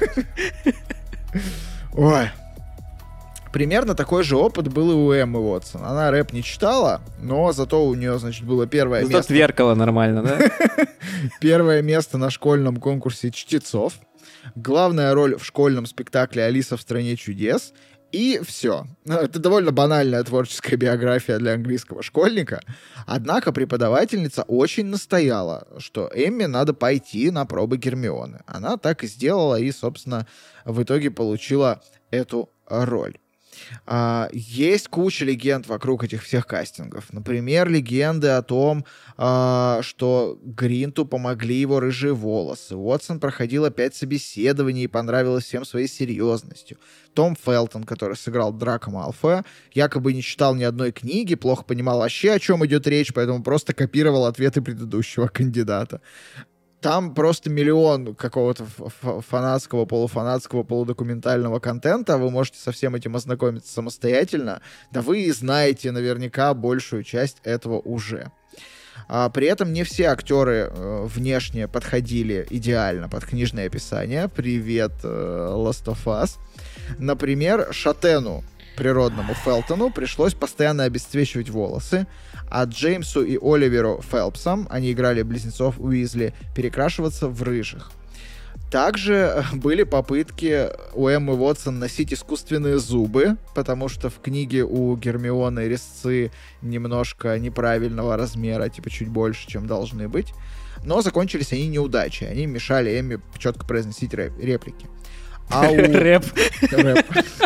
Ой. Примерно такой же опыт был и у Эммы Уотсон. Она рэп не читала, но зато у нее, значит, было первое Зато место. тверкало нормально, да? Первое место на школьном конкурсе чтецов. Главная роль в школьном спектакле «Алиса в стране чудес». И все. Это довольно банальная творческая биография для английского школьника. Однако преподавательница очень настояла, что Эмме надо пойти на пробы Гермионы. Она так и сделала и, собственно, в итоге получила эту роль. А, есть куча легенд вокруг этих всех кастингов. Например, легенды о том, а, что Гринту помогли его рыжие волосы. Уотсон проходила пять собеседований и понравилась всем своей серьезностью. Том Фелтон, который сыграл Драко Малфоя, якобы не читал ни одной книги, плохо понимал вообще, о чем идет речь, поэтому просто копировал ответы предыдущего кандидата. Там просто миллион какого-то фанатского, полуфанатского, полудокументального контента. Вы можете со всем этим ознакомиться самостоятельно. Да вы и знаете наверняка большую часть этого уже. А при этом не все актеры э, внешне подходили идеально под книжное описание. Привет, э, Last of Us. Например, Шатену, природному Фелтону, пришлось постоянно обесцвечивать волосы, а Джеймсу и Оливеру Фелпсам, они играли близнецов Уизли, перекрашиваться в рыжих. Также были попытки у Эммы Уотсон носить искусственные зубы, потому что в книге у Гермионы резцы немножко неправильного размера, типа чуть больше, чем должны быть. Но закончились они неудачей, они мешали Эмме четко произносить реплики. А у... Рэп. Рэп.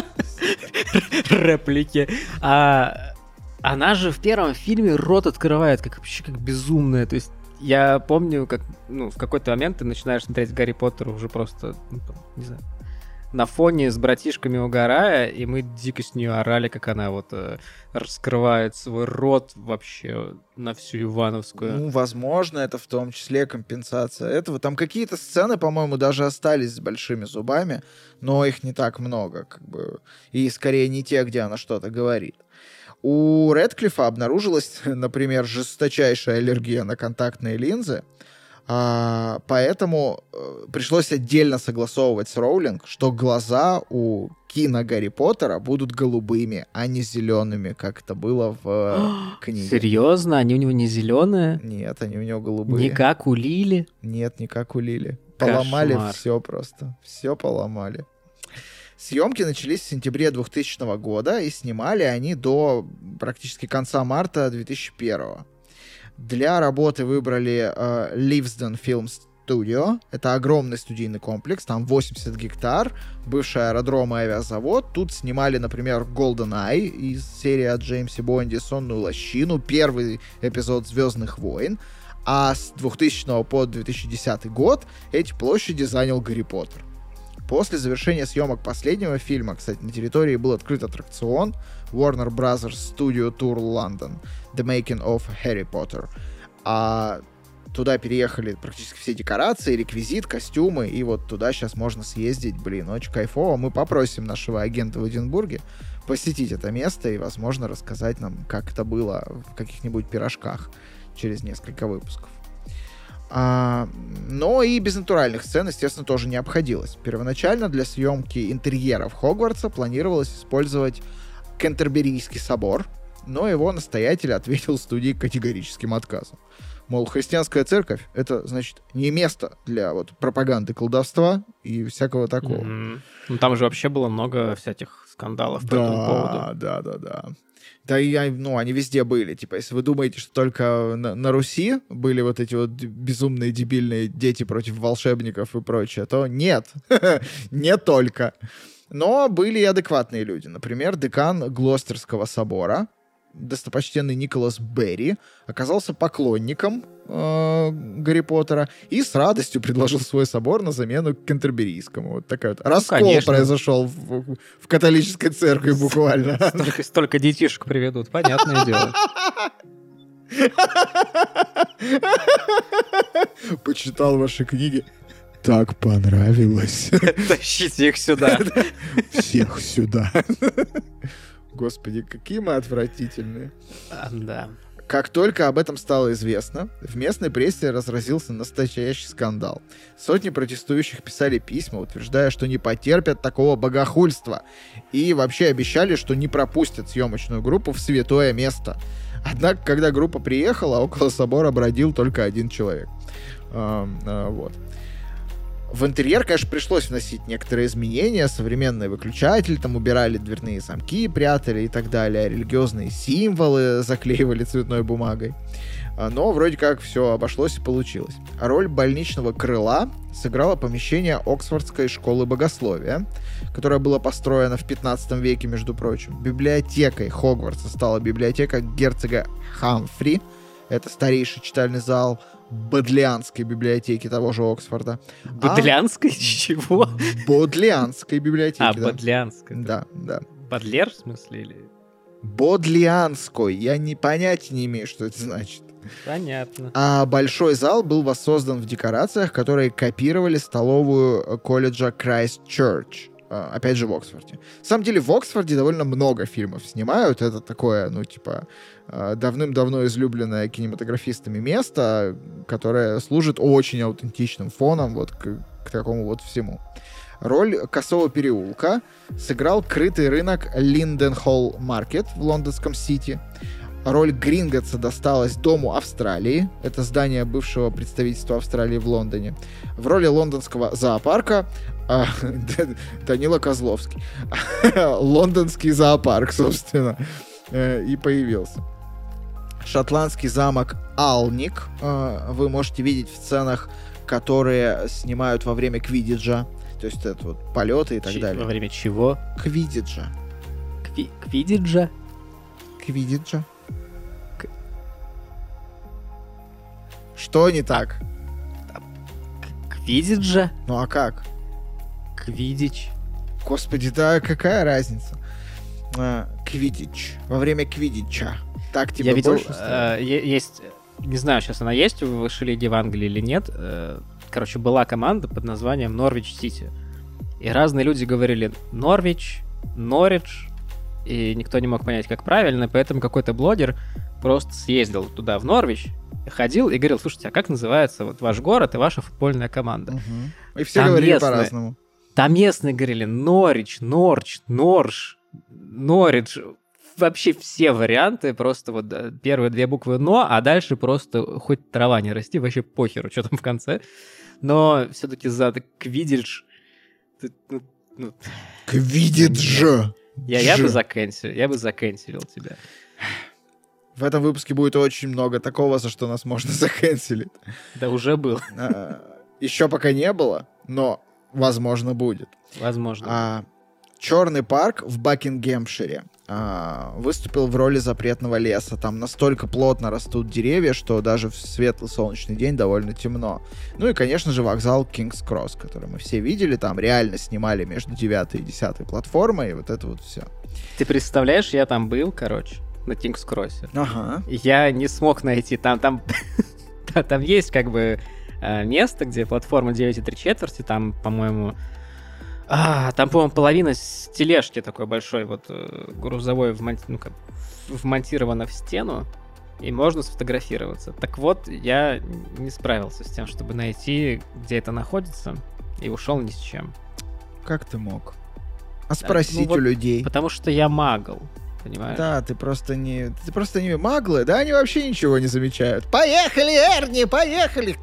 Реплики. А она же в первом фильме рот открывает как вообще как безумная. То есть я помню, как ну, в какой-то момент ты начинаешь смотреть Гарри Поттера уже просто, ну, не знаю, на фоне с братишками угорая, и мы дико с нее орали, как она вот э, раскрывает свой рот вообще на всю Ивановскую. Ну, возможно, это в том числе компенсация этого. Там какие-то сцены, по-моему, даже остались с большими зубами, но их не так много, как бы, и скорее не те, где она что-то говорит. У Рэдклиффа обнаружилась, например, жесточайшая аллергия на контактные линзы, а, поэтому э, пришлось отдельно согласовывать с Роулинг, что глаза у кино Гарри Поттера будут голубыми, а не зелеными, как это было в э, книге. Серьезно? Они у него не зеленые? Нет, они у него голубые. Не как у Лили? Нет, не как у Лили. Поломали все просто. Все поломали. Съемки начались в сентябре двухтысячного года, и снимали они до практически конца марта две тысячи первого. Для работы выбрали э, Leavesden Film Studio. Это огромный студийный комплекс, там восемьдесят гектар, бывший аэродром и авиазавод. Тут снимали, например, GoldenEye из серии о Джеймсе Бонде, Сонную лощину, первый эпизод «Звездных войн». А с двухтысячного по две тысячи десятый год эти площади занял Гарри Поттер. После завершения съемок последнего фильма, кстати, на территории был открыт аттракцион Warner Brothers Studio Tour London The Making of Harry Potter. А туда переехали практически все декорации, реквизит, костюмы, и вот туда сейчас можно съездить. Блин, очень кайфово. Мы попросим нашего агента в Эдинбурге посетить это место и, возможно, рассказать нам, как это было в каких-нибудь пирожках через несколько выпусков. А, но и без натуральных сцен, естественно, тоже не обходилось. Первоначально для съемки интерьеров Хогвартса планировалось использовать Кентерберийский собор, но его настоятель ответил студии категорическим отказом. Мол, христианская церковь — это, значит, не место для вот пропаганды колдовства и всякого такого. Mm-hmm. Ну, там же вообще было много всяких скандалов по да, этому поводу. Да, да, да. Да, и, ну, они везде были. Типа, если вы думаете, что только на, на Руси были вот эти вот безумные, дебильные дети против волшебников и прочее, то нет. Не только. Но были и адекватные люди. Например, декан Глостерского собора, достопочтенный Николас Берри, оказался поклонником э, Гарри Поттера и с радостью предложил свой собор на замену Кентерберийскому. Вот такой вот раскол ну, произошел в, в католической церкви буквально. Столько, столько детишек приведут, понятное дело. Почитал ваши книги. Так понравилось. Тащите их сюда. Всех сюда. Господи, какие мы отвратительные. А, да. Как только об этом стало известно, в местной прессе разразился настоящий скандал. Сотни протестующих писали письма, утверждая, что не потерпят такого богохульства. И вообще обещали, что не пропустят съемочную группу в святое место. Однако, когда группа приехала, около собора бродил только один человек. А, а, вот. В интерьер, конечно, пришлось вносить некоторые изменения. Современные выключатели, там убирали дверные замки, прятали и так далее. Религиозные символы заклеивали цветной бумагой. Но вроде как все обошлось и получилось. Роль больничного крыла сыграло помещение Оксфордской школы богословия, которое было построено в пятнадцатом веке, между прочим. Библиотекой Хогвартса стала библиотека герцога Хамфри. Это старейший читальный зал Бодлианской библиотеки того же Оксфорда. Бодлианской? А... Чего? Бодлианской библиотеки. А, да. Бодлианской. Да, да. Бодлер, в смысле? Или... Бодлианской. Я не понятия не имею, что это значит. Понятно. А большой зал был воссоздан в декорациях, которые копировали столовую колледжа Крайстчерч. Опять же, в Оксфорде. На самом деле, в Оксфорде довольно много фильмов снимают. Это такое, ну, типа, давным-давно излюбленное кинематографистами место, которое служит очень аутентичным фоном вот к, к такому вот всему. Роль Косого переулка сыграл крытый рынок Линденхолл Маркет в лондонском Сити. Роль Гринготса досталась Дому Австралии. Это здание бывшего представительства Австралии в Лондоне. В роли лондонского зоопарка а, Данила Козловский. Лондонский зоопарк, собственно, и появился. Шотландский замок Алник вы можете видеть в сценах, которые снимают во время квиддиджа. То есть это вот полеты и так Ч- далее. Во время чего? Квиддиджа. Кви- квиддиджа? Квиддиджа. Что не так? Квиддиджа? Ну а как? Квиддич. Господи, да какая разница? А, квиддич. Во время квиддича. Так тебе Я видел, больше э, есть, не знаю, сейчас она есть в высшей лиге в Англии или нет. Э, короче, была команда под названием Норвич Сити. И разные люди говорили Норвич, Норридж, и никто не мог понять, как правильно, поэтому какой-то блогер просто съездил туда, в Норвич, ходил и говорил: слушайте, а как называется вот ваш город и ваша футбольная команда? Угу. И все Там говорили местные, по-разному. Там местные говорили Норрич, Норч, Норш, Норридж. Вообще все варианты, просто вот первые две буквы «но», а дальше просто хоть трава не расти, вообще похеру, что там в конце. Но все-таки за Квиддидж... Ну, ну, Квиддидж! Я, я бы закэнсил, я бы закэнсилил тебя. В этом выпуске будет очень много такого, за что нас можно закэнсилить. Да уже был. Еще пока не было, но, возможно, будет. Возможно. А, Черный парк в Бакингемшире а, выступил в роли запретного леса. Там настолько плотно растут деревья, что даже в светлый солнечный день довольно темно. Ну и, конечно же, вокзал Кингс-Кросс, который мы все видели. Там реально снимали между девятой и десятой платформой, и вот это вот все. Ты представляешь, я там был, короче, на Кингс-Кроссе. Ага. Я не смог найти. Там, там, там есть как бы место, где платформа девять и три четверти, там, по-моему... А, там, по-моему, половина с тележки такой большой, вот, грузовой, вмонти... ну, как, вмонтирована в стену, и можно сфотографироваться. Так вот, я не справился с тем, чтобы найти, где это находится, и ушел ни с чем. Как ты мог? А спросить ну, вот, у людей? Потому что я магл, понимаешь? Да, ты просто не... Ты просто не маглы, да? Они вообще ничего не замечают. Поехали, Эрни, поехали!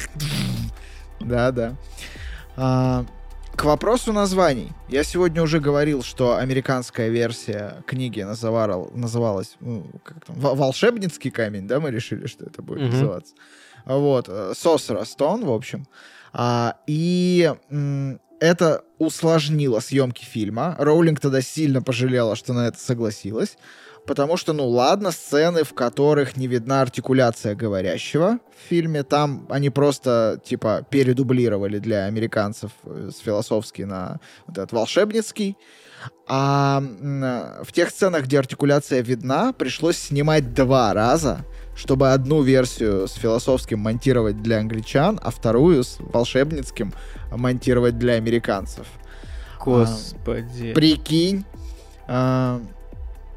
Да-да. А... К вопросу названий. Я сегодня уже говорил, что американская версия книги называла, называлась ну, как там, «Волшебницкий камень», да, мы решили, что это будет mm-hmm. называться. Вот, Sorcerer's Stone, в общем. А, и м, это усложнило съемки фильма. Роулинг тогда сильно пожалела, что на это согласилась. Потому что, ну ладно, сцены, в которых не видна артикуляция говорящего в фильме, там они просто, типа, передублировали для американцев с философский на вот этот волшебницкий. А в тех сценах, где артикуляция видна, пришлось снимать два раза, чтобы одну версию с философским монтировать для англичан, а вторую с волшебницким монтировать для американцев. Господи. А, прикинь... А,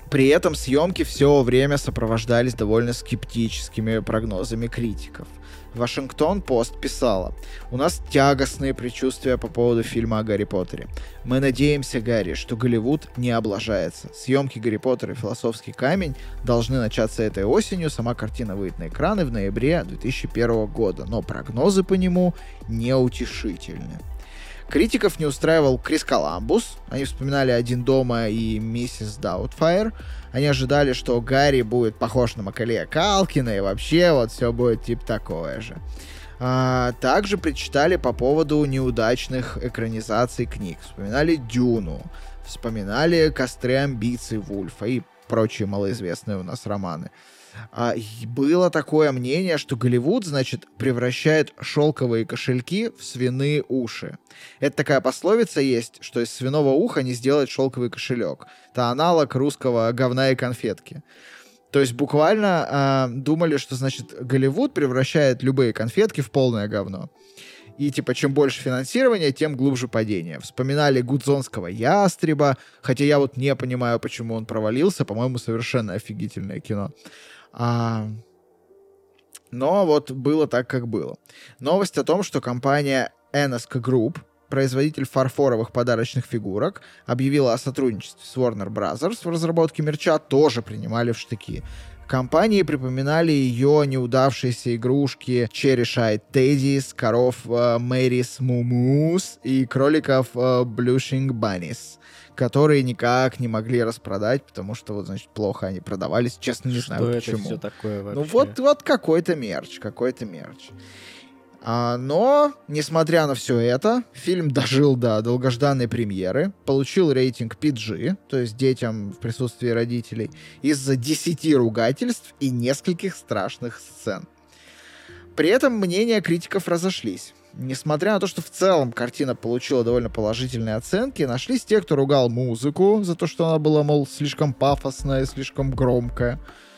При этом съемки все время сопровождались довольно скептическими прогнозами критиков. Вашингтон-Пост писала: «У нас тягостные предчувствия по поводу фильма о Гарри Поттере. Мы надеемся, Гарри, что Голливуд не облажается. Съемки Гарри Поттера и Философский камень должны начаться этой осенью. Сама картина выйдет на экраны в ноябре две тысячи первого года, но прогнозы по нему неутешительны». Критиков не устраивал Крис Коламбус. Они вспоминали «Один дома» и «Миссис Даутфайр». Они ожидали, что Гарри будет похож на Маколея Калкина, и вообще вот все будет типа такое же. А, также причитали по поводу неудачных экранизаций книг. Вспоминали «Дюну», вспоминали «Костры амбиций» Вульфа и прочие малоизвестные у нас романы. А, было такое мнение, что Голливуд, значит, превращает шелковые кошельки в свиные уши. Это такая пословица есть, что из свиного уха не сделать шелковый кошелек. Это аналог русского говна и конфетки. То есть буквально а, думали, что, значит, Голливуд превращает любые конфетки в полное говно. И, типа, чем больше финансирования, тем глубже падение. Вспоминали «Гудзонского ястреба», хотя я вот не понимаю, почему он провалился. По-моему, совершенно офигительное кино. А... Но вот было так, как было. Новость о том, что компания эн эс кей Group, производитель фарфоровых подарочных фигурок, объявила о сотрудничестве с Warner Brothers в разработке мерча, тоже принимали в штыки. Компании припоминали ее неудавшиеся игрушки Cherish Eyed Teddies, коров uh, Mary's Moo Moos и кроликов uh, Blushing Bunnies, которые никак не могли распродать, потому что, вот, значит, плохо они продавались. Честно, не что знаю, это почему. Все такое вообще? Ну, вот, вот какой-то мерч, какой-то мерч. А, но, несмотря на все это, фильм дожил до долгожданной премьеры, получил рейтинг пи джи, то есть детям в присутствии родителей, из-за десяти ругательств и нескольких страшных сцен. При этом мнения критиков разошлись. Несмотря на то, что в целом картина получила довольно положительные оценки, нашлись те, кто ругал музыку за то, что она была, мол, слишком пафосная, слишком громкая.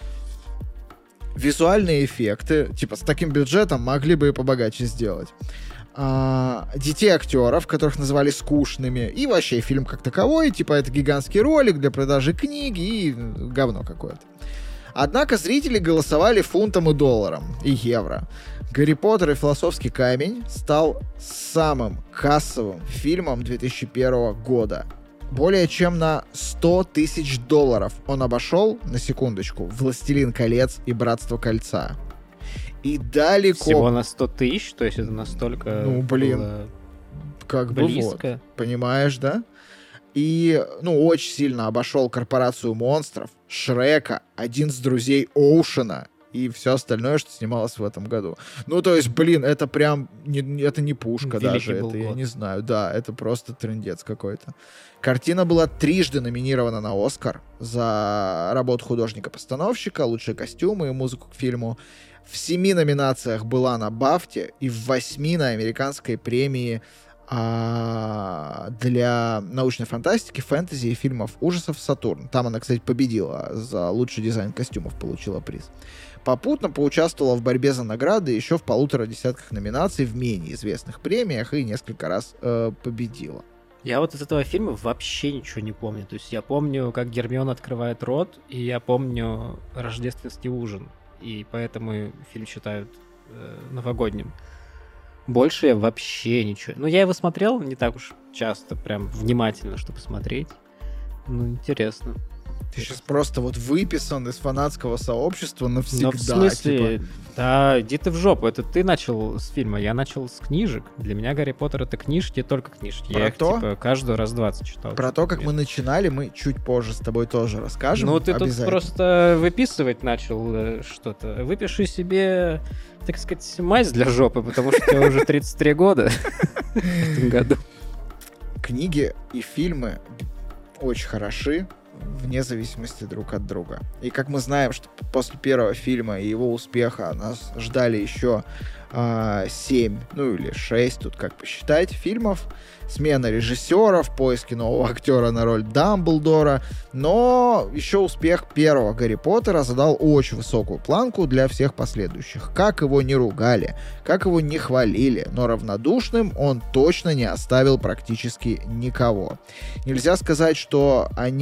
Визуальные эффекты, типа, с таким бюджетом могли бы и побогаче сделать. А, детей актеров, которых называли скучными, и вообще фильм как таковой, типа, это гигантский ролик для продажи книги и говно какое-то. Однако зрители голосовали фунтом и долларом, и евро. «Гарри Поттер и Философский камень» стал самым кассовым фильмом две тысячи первого года. Более чем на сто тысяч долларов он обошел, на секундочку, «Властелин колец» и «Братство кольца». И далеко... Всего на сто тысяч? То есть это настолько... Ну, блин, было как близко. бы вот, понимаешь, да? И, ну, очень сильно обошел «Корпорацию монстров», «Шрека», «Один из друзей Оушена» и все остальное, что снималось в этом году. Ну, то есть, блин, это прям, не, это не пушка. Великий даже, это год. Я не знаю, да, это просто трындец какой-то. Картина была трижды номинирована на «Оскар» за работу художника-постановщика, лучшие костюмы и музыку к фильму. В семи номинациях была на «Бафте» и в восьми на американской премии а, для научной фантастики, фэнтези и фильмов ужасов «Сатурн». Там она, кстати, победила, за лучший дизайн костюмов получила приз. Попутно поучаствовала в борьбе за награды еще в полутора десятках номинаций в менее известных премиях и несколько раз э, победила. Я вот из этого фильма вообще ничего не помню. То есть я помню, как Гермиона открывает рот, и я помню рождественский ужин. И поэтому фильм считают э, новогодним. Больше я вообще ничего. Ну, я его смотрел не так уж часто, прям внимательно, чтобы смотреть. Ну, интересно. Ты сейчас просто вот выписан из фанатского сообщества навсегда. Ну, в смысле, типа... да, иди ты в жопу. Это ты начал с фильма, я начал с книжек. Для меня Гарри Поттер — это книжки, только книжки. Про я их, то? типа, каждую раз двадцать читал. Про то, как мы начинали, мы чуть позже с тобой тоже расскажем. Ну, ты тут просто выписывать начал что-то. Выпиши себе, так сказать, мазь для жопы, потому что тебе уже тридцать три года в этом году. Книги и фильмы очень хороши, вне зависимости друг от друга. И как мы знаем, что после первого фильма и его успеха нас ждали еще э, семь, ну или шесть, тут как посчитать, фильмов, смена режиссеров, поиски нового актера на роль Дамблдора, но еще успех первого Гарри Поттера задал очень высокую планку для всех последующих. Как его не ругали, как его не хвалили, но равнодушным он точно не оставил практически никого. Нельзя сказать, что они сильно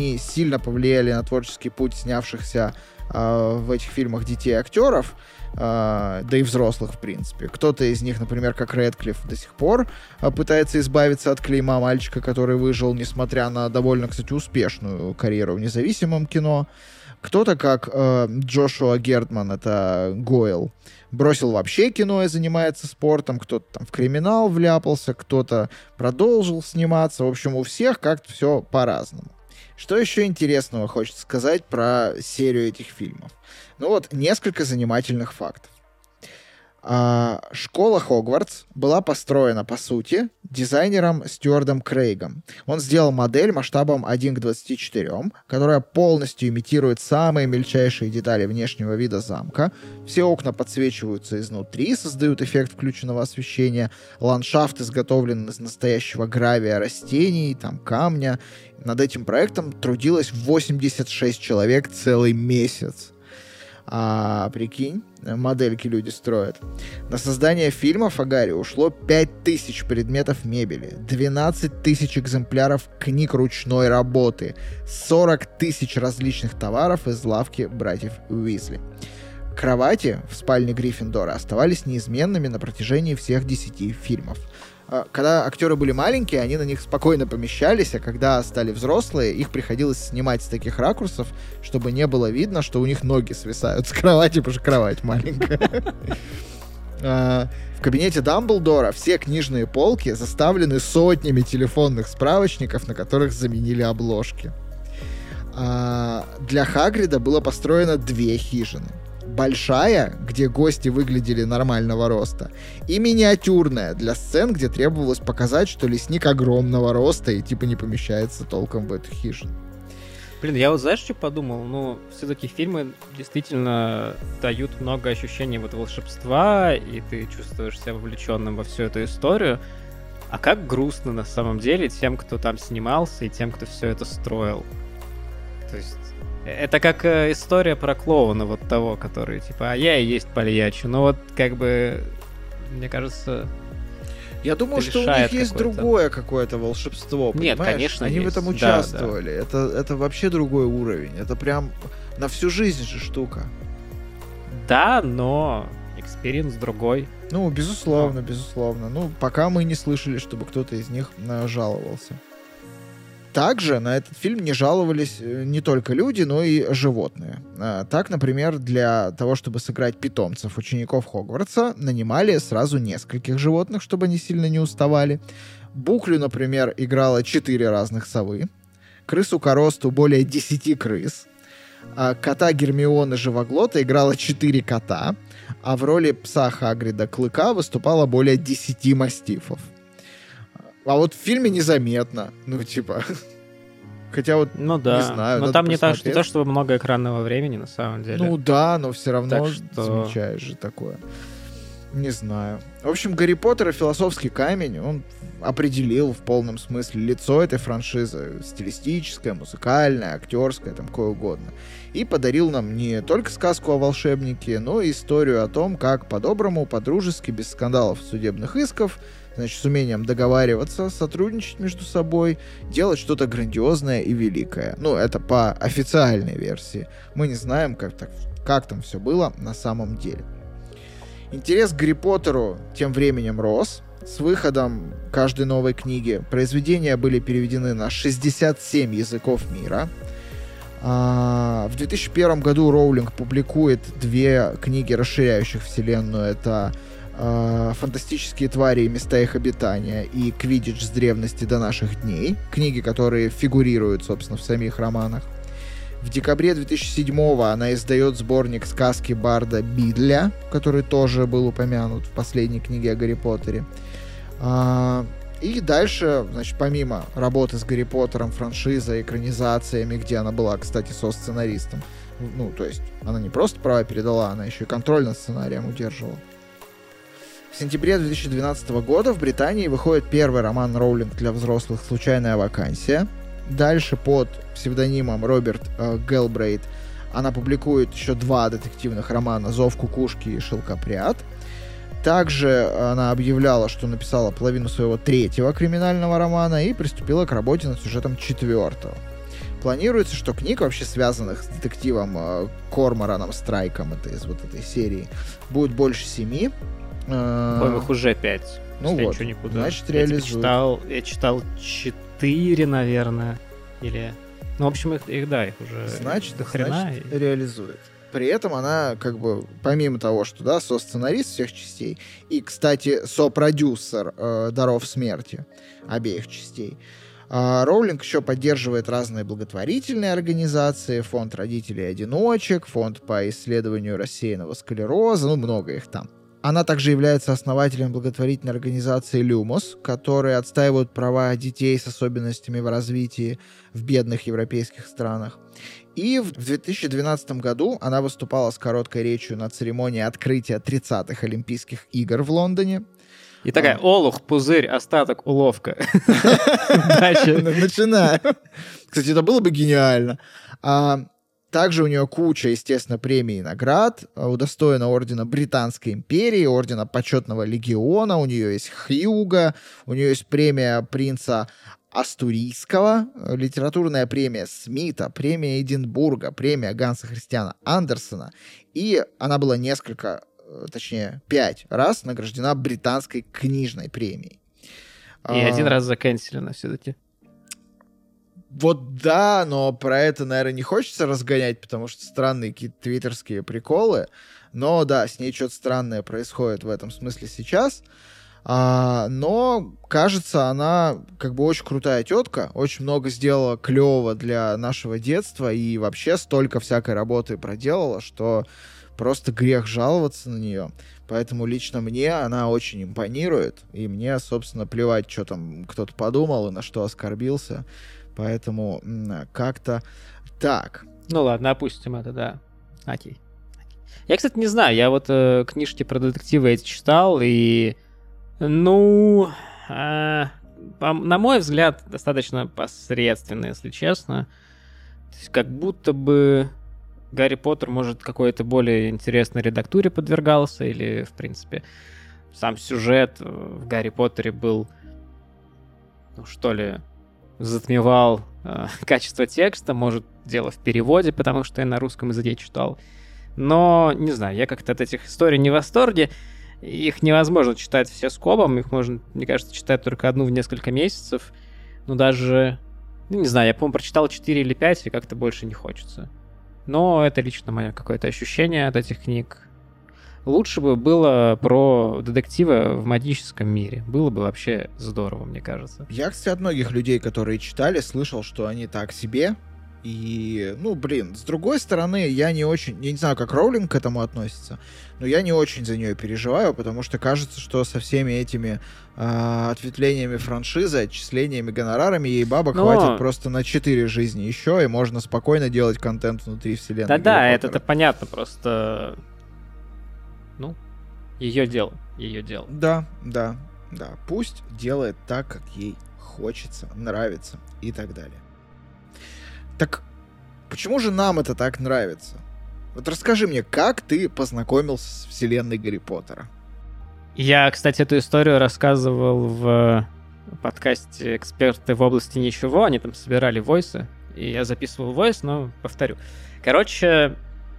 сильно повлияли на творческий путь снявшихся э, в этих фильмах детей-актеров, э, да и взрослых, в принципе. Кто-то из них, например, как Рэдклифф, до сих пор э, пытается избавиться от клейма мальчика, который выжил, несмотря на довольно, кстати, успешную карьеру в независимом кино. Кто-то, как э, Джошуа Гердман, это Гойл, бросил вообще кино и занимается спортом, кто-то там в криминал вляпался, кто-то продолжил сниматься. В общем, у всех как-то все по-разному. Что еще интересного хочется сказать про серию этих фильмов? Ну вот, несколько занимательных фактов. А, школа Хогвартс была построена, по сути, дизайнером Стюартом Крейгом. Он сделал модель масштабом один к двадцати четырем, которая полностью имитирует самые мельчайшие детали внешнего вида замка. Все окна подсвечиваются изнутри, создают эффект включенного освещения. Ландшафт изготовлен из настоящего гравия, растений, там, камня. Над этим проектом трудилось восемьдесят шесть человек целый месяц. А прикинь, модельки люди строят. На создание фильмов о Гарри ушло пять тысяч предметов мебели, двенадцать тысяч экземпляров книг ручной работы, сорок тысяч различных товаров из лавки братьев Уизли. Кровати в спальне Гриффиндора оставались неизменными на протяжении всех десяти фильмов. Когда актеры были маленькие, они на них спокойно помещались, а когда стали взрослые, их приходилось снимать с таких ракурсов, чтобы не было видно, что у них ноги свисают с кровати, потому что кровать маленькая. В кабинете Дамблдора все книжные полки заставлены сотнями телефонных справочников, на которых заменили обложки. Для Хагрида было построено две хижины. Большая, где гости выглядели нормального роста, и миниатюрная, для сцен, где требовалось показать, что лесник огромного роста и типа не помещается толком в эту хижину. Блин, я вот знаешь, что подумал? Ну, все-таки фильмы действительно дают много ощущений вот волшебства, и ты чувствуешь себя вовлеченным во всю эту историю. А как грустно на самом деле тем, кто там снимался, и тем, кто все это строил. То есть это как э, история про клоуна вот того, который, типа, а я и есть Пальячо. Ну вот, как бы, мне кажется... Я думаю, что у них есть какое-то другое какое-то волшебство, понимаешь? Нет, конечно, Они есть. в этом участвовали. Да, да. Это, это вообще другой уровень. Это прям на всю жизнь же штука. Да, но экспириенс другой. Ну, безусловно, но. безусловно. Ну, пока мы не слышали, чтобы кто-то из них э, жаловался. Также на этот фильм не жаловались не только люди, но и животные. Так, например, для того, чтобы сыграть питомцев учеников Хогвартса, нанимали сразу нескольких животных, чтобы они сильно не уставали. Буклю, например, играло четыре разных совы, крысу-коросту более десяти крыс, а кота Гермионы Живоглота играло четыре кота, а в роли пса Хагрида Клыка выступало более десяти мастифов. А вот в фильме незаметно. Ну, типа... Хотя вот, ну, да. не знаю. Но там не, так, не то, чтобы много экранного времени, на самом деле. Ну да, но все равно что... замечаешь же такое. Не знаю. В общем, Гарри Поттер и философский камень, он определил в полном смысле лицо этой франшизы. Стилистическое, музыкальное, актерское, там, какое угодно. И подарил нам не только сказку о волшебнике, но и историю о том, как по-доброму, по-дружески, без скандалов и судебных исков, значит, с умением договариваться, сотрудничать между собой, делать что-то грандиозное и великое. Ну, это по официальной версии. Мы не знаем, как, так, как там все было на самом деле. Интерес к Гарри Поттеру тем временем рос. С выходом каждой новой книги произведения были переведены на шестьдесят семь языков мира. А, в две тысячи первом году Роулинг публикует две книги, расширяющих вселенную. Это «Фантастические твари и места их обитания» и «Квиддич с древности до наших дней». Книги, которые фигурируют, собственно, в самих романах. В декабре две тысячи седьмого она издает сборник сказки Барда Бидля, который тоже был упомянут в последней книге о Гарри Поттере. И дальше, значит, помимо работы с Гарри Поттером, франшизой, экранизациями, где она была, кстати, со-сценаристом, ну, то есть она не просто права передала, она еще и контроль над сценарием удерживала. В сентябре две тысячи двенадцатого года в Британии выходит первый роман Роулинг для взрослых «Случайная вакансия». Дальше под псевдонимом Роберт э, Гелбрейт она публикует еще два детективных романа «Зов кукушки» и «Шелкопряд». Также она объявляла, что написала половину своего третьего криминального романа и приступила к работе над сюжетом четвертого. планируется, что книг, вообще связанных с детективом э, Кормораном Страйком, это из вот этой серии, будет больше семи. По-моему, их уже пять. Ну вот, не буду. значит, я реализуют. Читал, я читал четыре, наверное, или... Ну, в общем, их, их да, их уже значит, до хрена. Значит, и... реализует. При этом она, как бы, помимо того, что, да, со-сценарист всех частей, и, кстати, со-продюсер э, «Даров смерти» обеих частей, э, Роулинг еще поддерживает разные благотворительные организации, фонд родителей-одиночек, фонд по исследованию рассеянного склероза, ну, много их там. Она также является основателем благотворительной организации «Люмос», которые отстаивают права детей с особенностями в развитии в бедных европейских странах. И в две тысячи двенадцатом году она выступала с короткой речью на церемонии открытия тридцатых Олимпийских игр в Лондоне. И такая: олух, пузырь, остаток, уловка. Начинаю. Кстати, это было бы гениально. Также у нее куча, естественно, премий и наград. Удостоена ордена Британской империи, ордена Почетного легиона, у нее есть Хьюго, у нее есть премия принца Астурийского, литературная премия Смита, премия Эдинбурга, премия Ганса Христиана Андерсена. И она была несколько, точнее, пять раз награждена Британской книжной премией. И а... один раз заканчелена все-таки. Вот да, но про это, наверное, не хочется разгонять, потому что странные какие-то твиттерские приколы. Но да, с ней что-то странное происходит в этом смысле сейчас. А, но, кажется, она как бы очень крутая тетка, очень много сделала клевого для нашего детства и вообще столько всякой работы проделала, что просто грех жаловаться на нее. Поэтому лично мне она очень импонирует, и мне, собственно, плевать, что там кто-то подумал и на что оскорбился. Поэтому как-то так. Ну ладно, опустим это, да. Окей. Я, кстати, не знаю, я вот э, книжки про детективы эти читал, и, ну, э, по, на мой взгляд, достаточно посредственно, если честно. То есть как будто бы Гарри Поттер, может, какой-то более интересной редактуре подвергался, или, в принципе, сам сюжет в Гарри Поттере был, ну, что ли... затмевал э, качество текста, может, дело в переводе, потому что я на русском языке читал. Но, не знаю, я как-то от этих историй не в восторге. Их невозможно читать все скопом, их можно, мне кажется, читать только одну в несколько месяцев. Ну, даже, ну, не знаю, я, по-моему, прочитал четыре или пять, и как-то больше не хочется. Но это лично мое какое-то ощущение от этих книг. Лучше бы было про детектива в магическом мире. Было бы вообще здорово, мне кажется. Я, кстати, от многих людей, которые читали, слышал, что они так себе. И, ну, блин, с другой стороны, я не очень... Я не знаю, как Роулинг к этому относится, но я не очень за нее переживаю, потому что кажется, что со всеми этими э, ответвлениями франшизы, отчислениями, гонорарами ей бабок но... хватит просто на четыре жизни еще, и можно спокойно делать контент внутри вселенной. Да-да, это-то понятно, просто... Ну, ее дело, ее дело. Да, да, да. Пусть делает так, как ей хочется, нравится и так далее. Так почему же нам это так нравится? Вот расскажи мне, как ты познакомился с вселенной Гарри Поттера? Я, кстати, эту историю рассказывал в подкасте «Эксперты в области ничего». Они там собирали войсы, и я записывал войс, но повторю. Короче...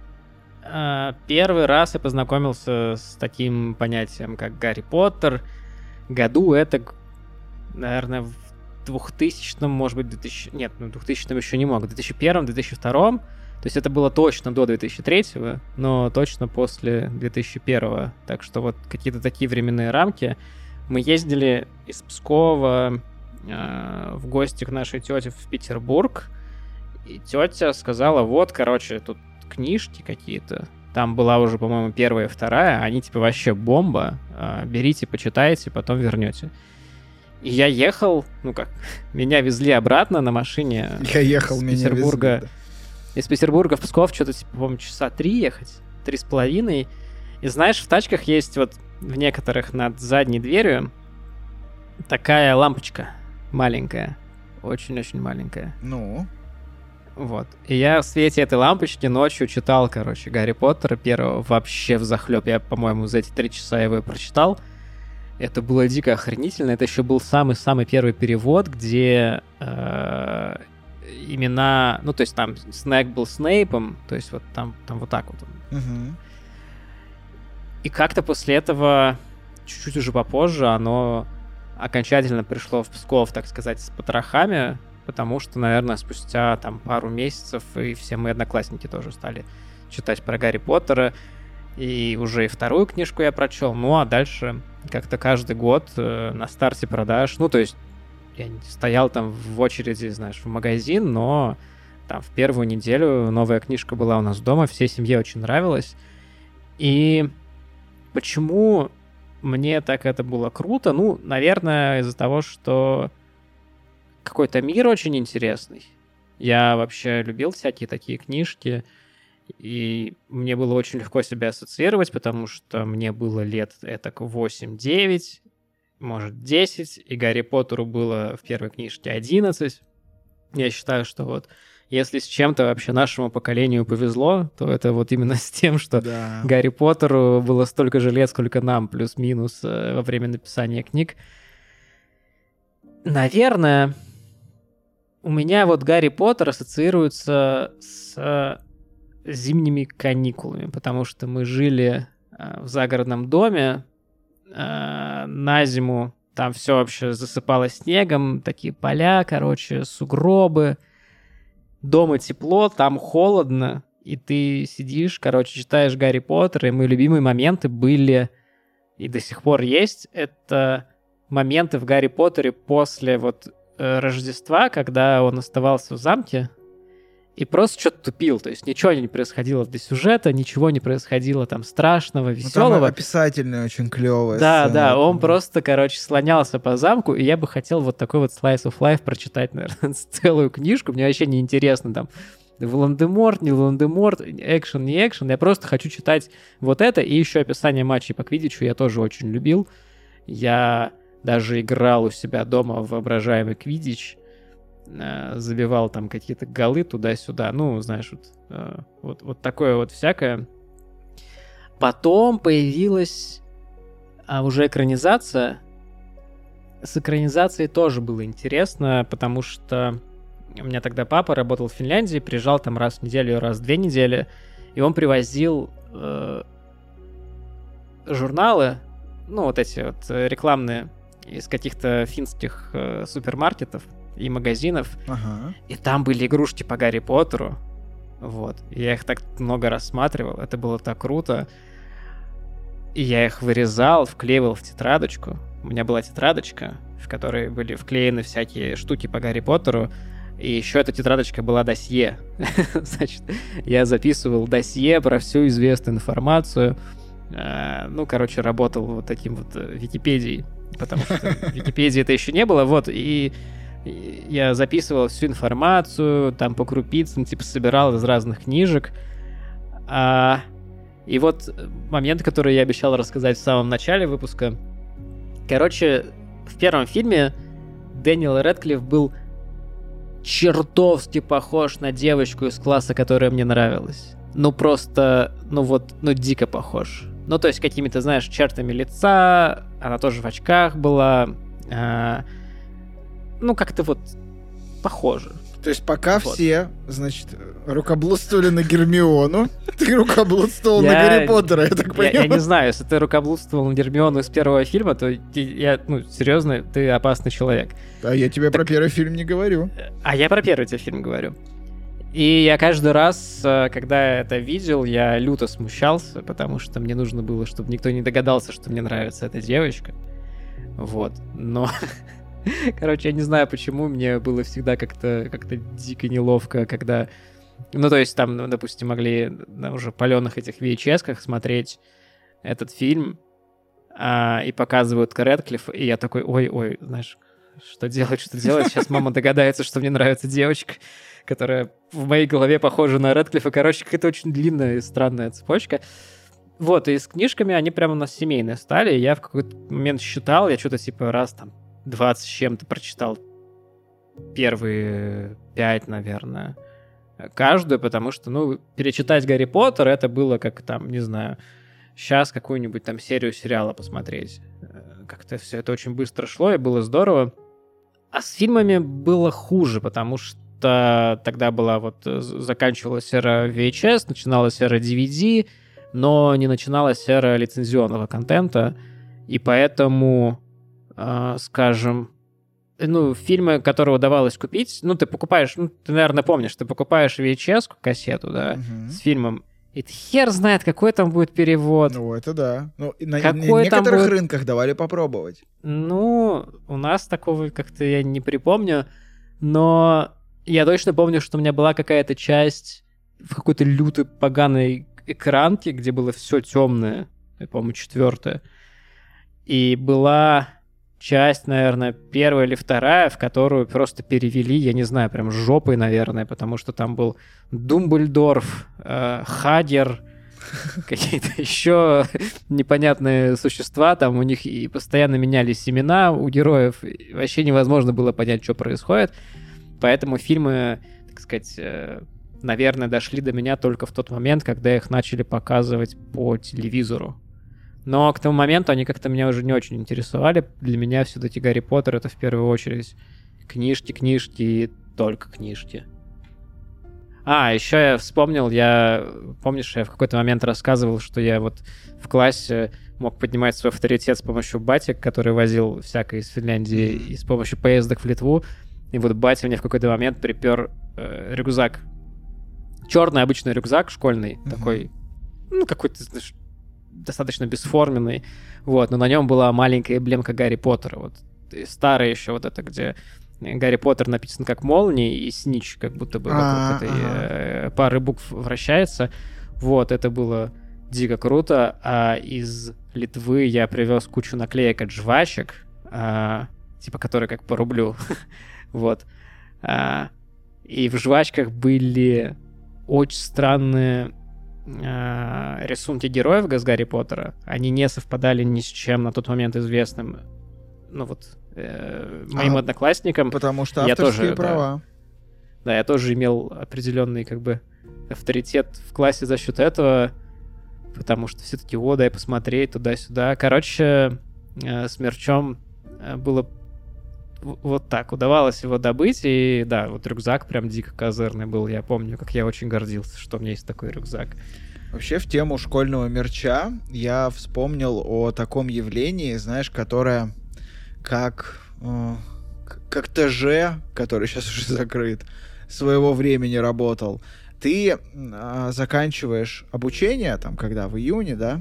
Первый раз я познакомился с таким понятием, как Гарри Поттер. Году это, наверное, в двухтысячном, может быть, две тысячи... Нет, ну, в двухтысячном еще не мог. В две тысячи первом, две тысячи втором. То есть это было точно до две тысячи третьего, но точно после две тысячи первого. Так что вот какие-то такие временные рамки. Мы ездили из Пскова э, в гости к нашей тете в Петербург. И тетя сказала, вот, короче, тут книжки какие-то. Там была уже, по-моему, первая и вторая. Они типа вообще бомба. Берите, почитайте, потом вернете. И я ехал, ну как, меня везли обратно на машине. Я ехал, из меня Петербурга, везли, да. Из Петербурга в Псков что-то, типа, по-моему, часа три ехать. Три с половиной. И знаешь, в тачках есть вот в некоторых над задней дверью такая лампочка маленькая. Очень-очень маленькая. Ну... Вот. И я в свете этой лампочки ночью читал, короче, Гарри Поттера первого вообще взахлеб. Я, по-моему, за эти три часа его и прочитал. Это было дико охренительно. Это еще был самый-самый первый перевод, где э, имена... Ну, то есть там Снэк был Снейпом, то есть вот там, там вот так вот. Угу. И как-то после этого, чуть-чуть уже попозже, оно окончательно пришло в Псков, так сказать, с потрохами, потому что, наверное, спустя там пару месяцев и все мои одноклассники тоже стали читать про Гарри Поттера, и уже и вторую книжку я прочел, ну а дальше как-то каждый год э, на старте продаж, ну то есть я не стоял там в очереди, знаешь, в магазин, но там в первую неделю новая книжка была у нас дома, всей семье очень нравилась. И почему мне так это было круто? Ну, наверное, из-за того, что какой-то мир очень интересный. Я вообще любил всякие такие книжки, и мне было очень легко себя ассоциировать, потому что мне было лет этак восемь-девять, может, десять, и Гарри Поттеру было в первой книжке одиннадцать. Я считаю, что вот если с чем-то вообще нашему поколению повезло, то это вот именно с тем, что Да. Гарри Поттеру было столько же лет, сколько нам, плюс-минус, во время написания книг. Наверное, у меня вот Гарри Поттер ассоциируется с зимними каникулами, потому что мы жили в загородном доме, на зиму там все вообще засыпало снегом, такие поля, короче, сугробы. Дома тепло, там холодно, и ты сидишь, короче, читаешь Гарри Поттера, и мои любимые моменты были, и до сих пор есть, это моменты в Гарри Поттере после вот э, Рождества, когда он оставался в замке и просто что-то тупил, то есть ничего не происходило до сюжета, ничего не происходило там страшного, веселого. Ну, там описательная очень клевая Да, сцена. да, он просто, короче, слонялся по замку, и я бы хотел вот такой вот Slice of Life прочитать, наверное, целую книжку. Мне вообще не интересно там Волан-де-Морт, не Волан-де-Морт, экшен, не экшен. Я просто хочу читать вот это, и еще описание матчей по квиддичу я тоже очень любил. Я даже играл у себя дома в воображаемый квиддич, забивал там какие-то голы туда-сюда, ну, знаешь, вот, вот, вот такое вот всякое. Потом появилась а, уже экранизация. С экранизацией тоже было интересно, потому что у меня тогда папа работал в Финляндии, приезжал там раз в неделю, раз в две недели, и он привозил э, журналы, ну, вот эти вот рекламные из каких-то финских э, супермаркетов и магазинов, Ага. и там были игрушки по Гарри Поттеру, вот, я их так много рассматривал, это было так круто, и я их вырезал, вклеивал в тетрадочку, у меня была тетрадочка, в которой были вклеены всякие штуки по Гарри Поттеру, и еще эта тетрадочка была досье, значит, я записывал досье про всю известную информацию, ну, короче, работал вот таким вот Википедией, потому что Википедии это еще не было, вот, и я записывал всю информацию, там по крупицам, типа собирал из разных книжек. А, и вот момент, который я обещал рассказать в самом начале выпуска. Короче, в первом фильме Дэниел Рэдклифф был чертовски похож на девочку из класса, которая мне нравилась. Ну просто, ну вот, ну дико похож. Ну то есть какими-то, знаешь, чертами лица, она тоже в очках была. А, ну, как-то вот похоже. То есть пока Вот. все, значит, рукоблудствовали на Гермиону, ты рукоблудствовал на Я- Гарри Поттера, я так Я, понимаю. я не знаю, если ты рукоблудствовал на Гермиону из первого фильма, то я, ну, серьезно, ты опасный человек. А я тебе про первый фильм не говорю. А я про первый тебе фильм говорю. И я каждый раз, э, когда это видел, я люто смущался, потому что мне нужно было, чтобы никто не догадался, что мне нравится эта девочка. Вот. Но, короче, я не знаю, почему мне было всегда как-то как-то дико неловко, когда... Ну, то есть там, ну, допустим, могли на уже паленых этих ви эйч эс-ках смотреть этот фильм, а, и показывают Рэдклиффа, и я такой, ой-ой, знаешь, что делать, что делать? Сейчас мама догадается, что мне нравится девочка, которая в моей голове похожа на Рэдклиффа. Короче, какая-то очень длинная и странная цепочка. Вот, и с книжками они прямо у нас семейные стали. И я в какой-то момент считал, я что-то типа раз там двадцать с чем-то прочитал первые пять, наверное, каждую, потому что, ну, перечитать Гарри Поттер это было как там, не знаю, сейчас какую-нибудь там серию сериала посмотреть. Как-то все это очень быстро шло, и было здорово. А с фильмами было хуже, потому что что тогда была вот, заканчивалась эра ви эйч эс, начиналась эра ди ви ди, но не начиналась эра лицензионного контента, и поэтому, э, скажем, ну, фильмы, которые удавалось купить, ну, ты покупаешь, ну, ты, наверное, помнишь, ты покупаешь ви эйч эс-ку, кассету, да, Мгм. с фильмом, и ты хер знает, какой там будет перевод. Ну, это да. Ну, и на, Какой на там некоторых будет- рынках давали попробовать. Ну, у нас такого как-то я не припомню, но я точно помню, что у меня была какая-то часть в какой-то лютой поганой экранке, где было все темное, я помню, четвертая, и была часть, наверное, первая или вторая, в которую просто перевели, я не знаю, прям жопой, наверное, потому что там был Думблдорф, э, Хадер, какие-то еще непонятные существа, там у них и постоянно менялись имена у героев, и вообще невозможно было понять, что происходит, поэтому фильмы, так сказать, э, наверное, дошли до меня только в тот момент, когда их начали показывать по телевизору. Но к тому моменту они как-то меня уже не очень интересовали. Для меня все-таки Гарри Поттер — это в первую очередь книжки, книжки и только книжки. А, еще я вспомнил, я... Помнишь, я в какой-то момент рассказывал, что я вот в классе мог поднимать свой авторитет с помощью батик, который возил всякое из Финляндии, и с помощью поездок в Литву. И вот батя мне в какой-то момент припер э, рюкзак. Черный обычный рюкзак школьный, Мгм. такой, ну, какой-то, знаешь, достаточно бесформенный, вот, но на нем была маленькая эмблемка Гарри Поттера, вот, и старая еще вот это, где Гарри Поттер написан как молния, и Снич как будто бы А, вокруг этой ага. э, пары букв вращается, вот, это было дико круто, а из Литвы я привез кучу наклеек от жвачек, а, типа, которые как по рублю, вот, а, и в жвачках были очень странные э, рисунки героев с Гарри Поттера. Они не совпадали ни с чем на тот момент известным, ну вот, э, моим А, одноклассникам. Потому что Я авторские тоже, да. права. Да, я тоже имел определенный как бы авторитет в классе за счет этого, потому что все-таки, о, дай посмотреть туда-сюда. Короче, э, с мерчом э, было в- вот так. Удавалось его добыть, и да, вот рюкзак прям дико козырный был. Я помню, как я очень гордился, что у меня есть такой рюкзак. Вообще, в тему школьного мерча я вспомнил о таком явлении, знаешь, которое как, э, к- как ТЖ, который сейчас уже закрыт, своего времени работал. Ты э, заканчиваешь обучение, там, когда в июне, да,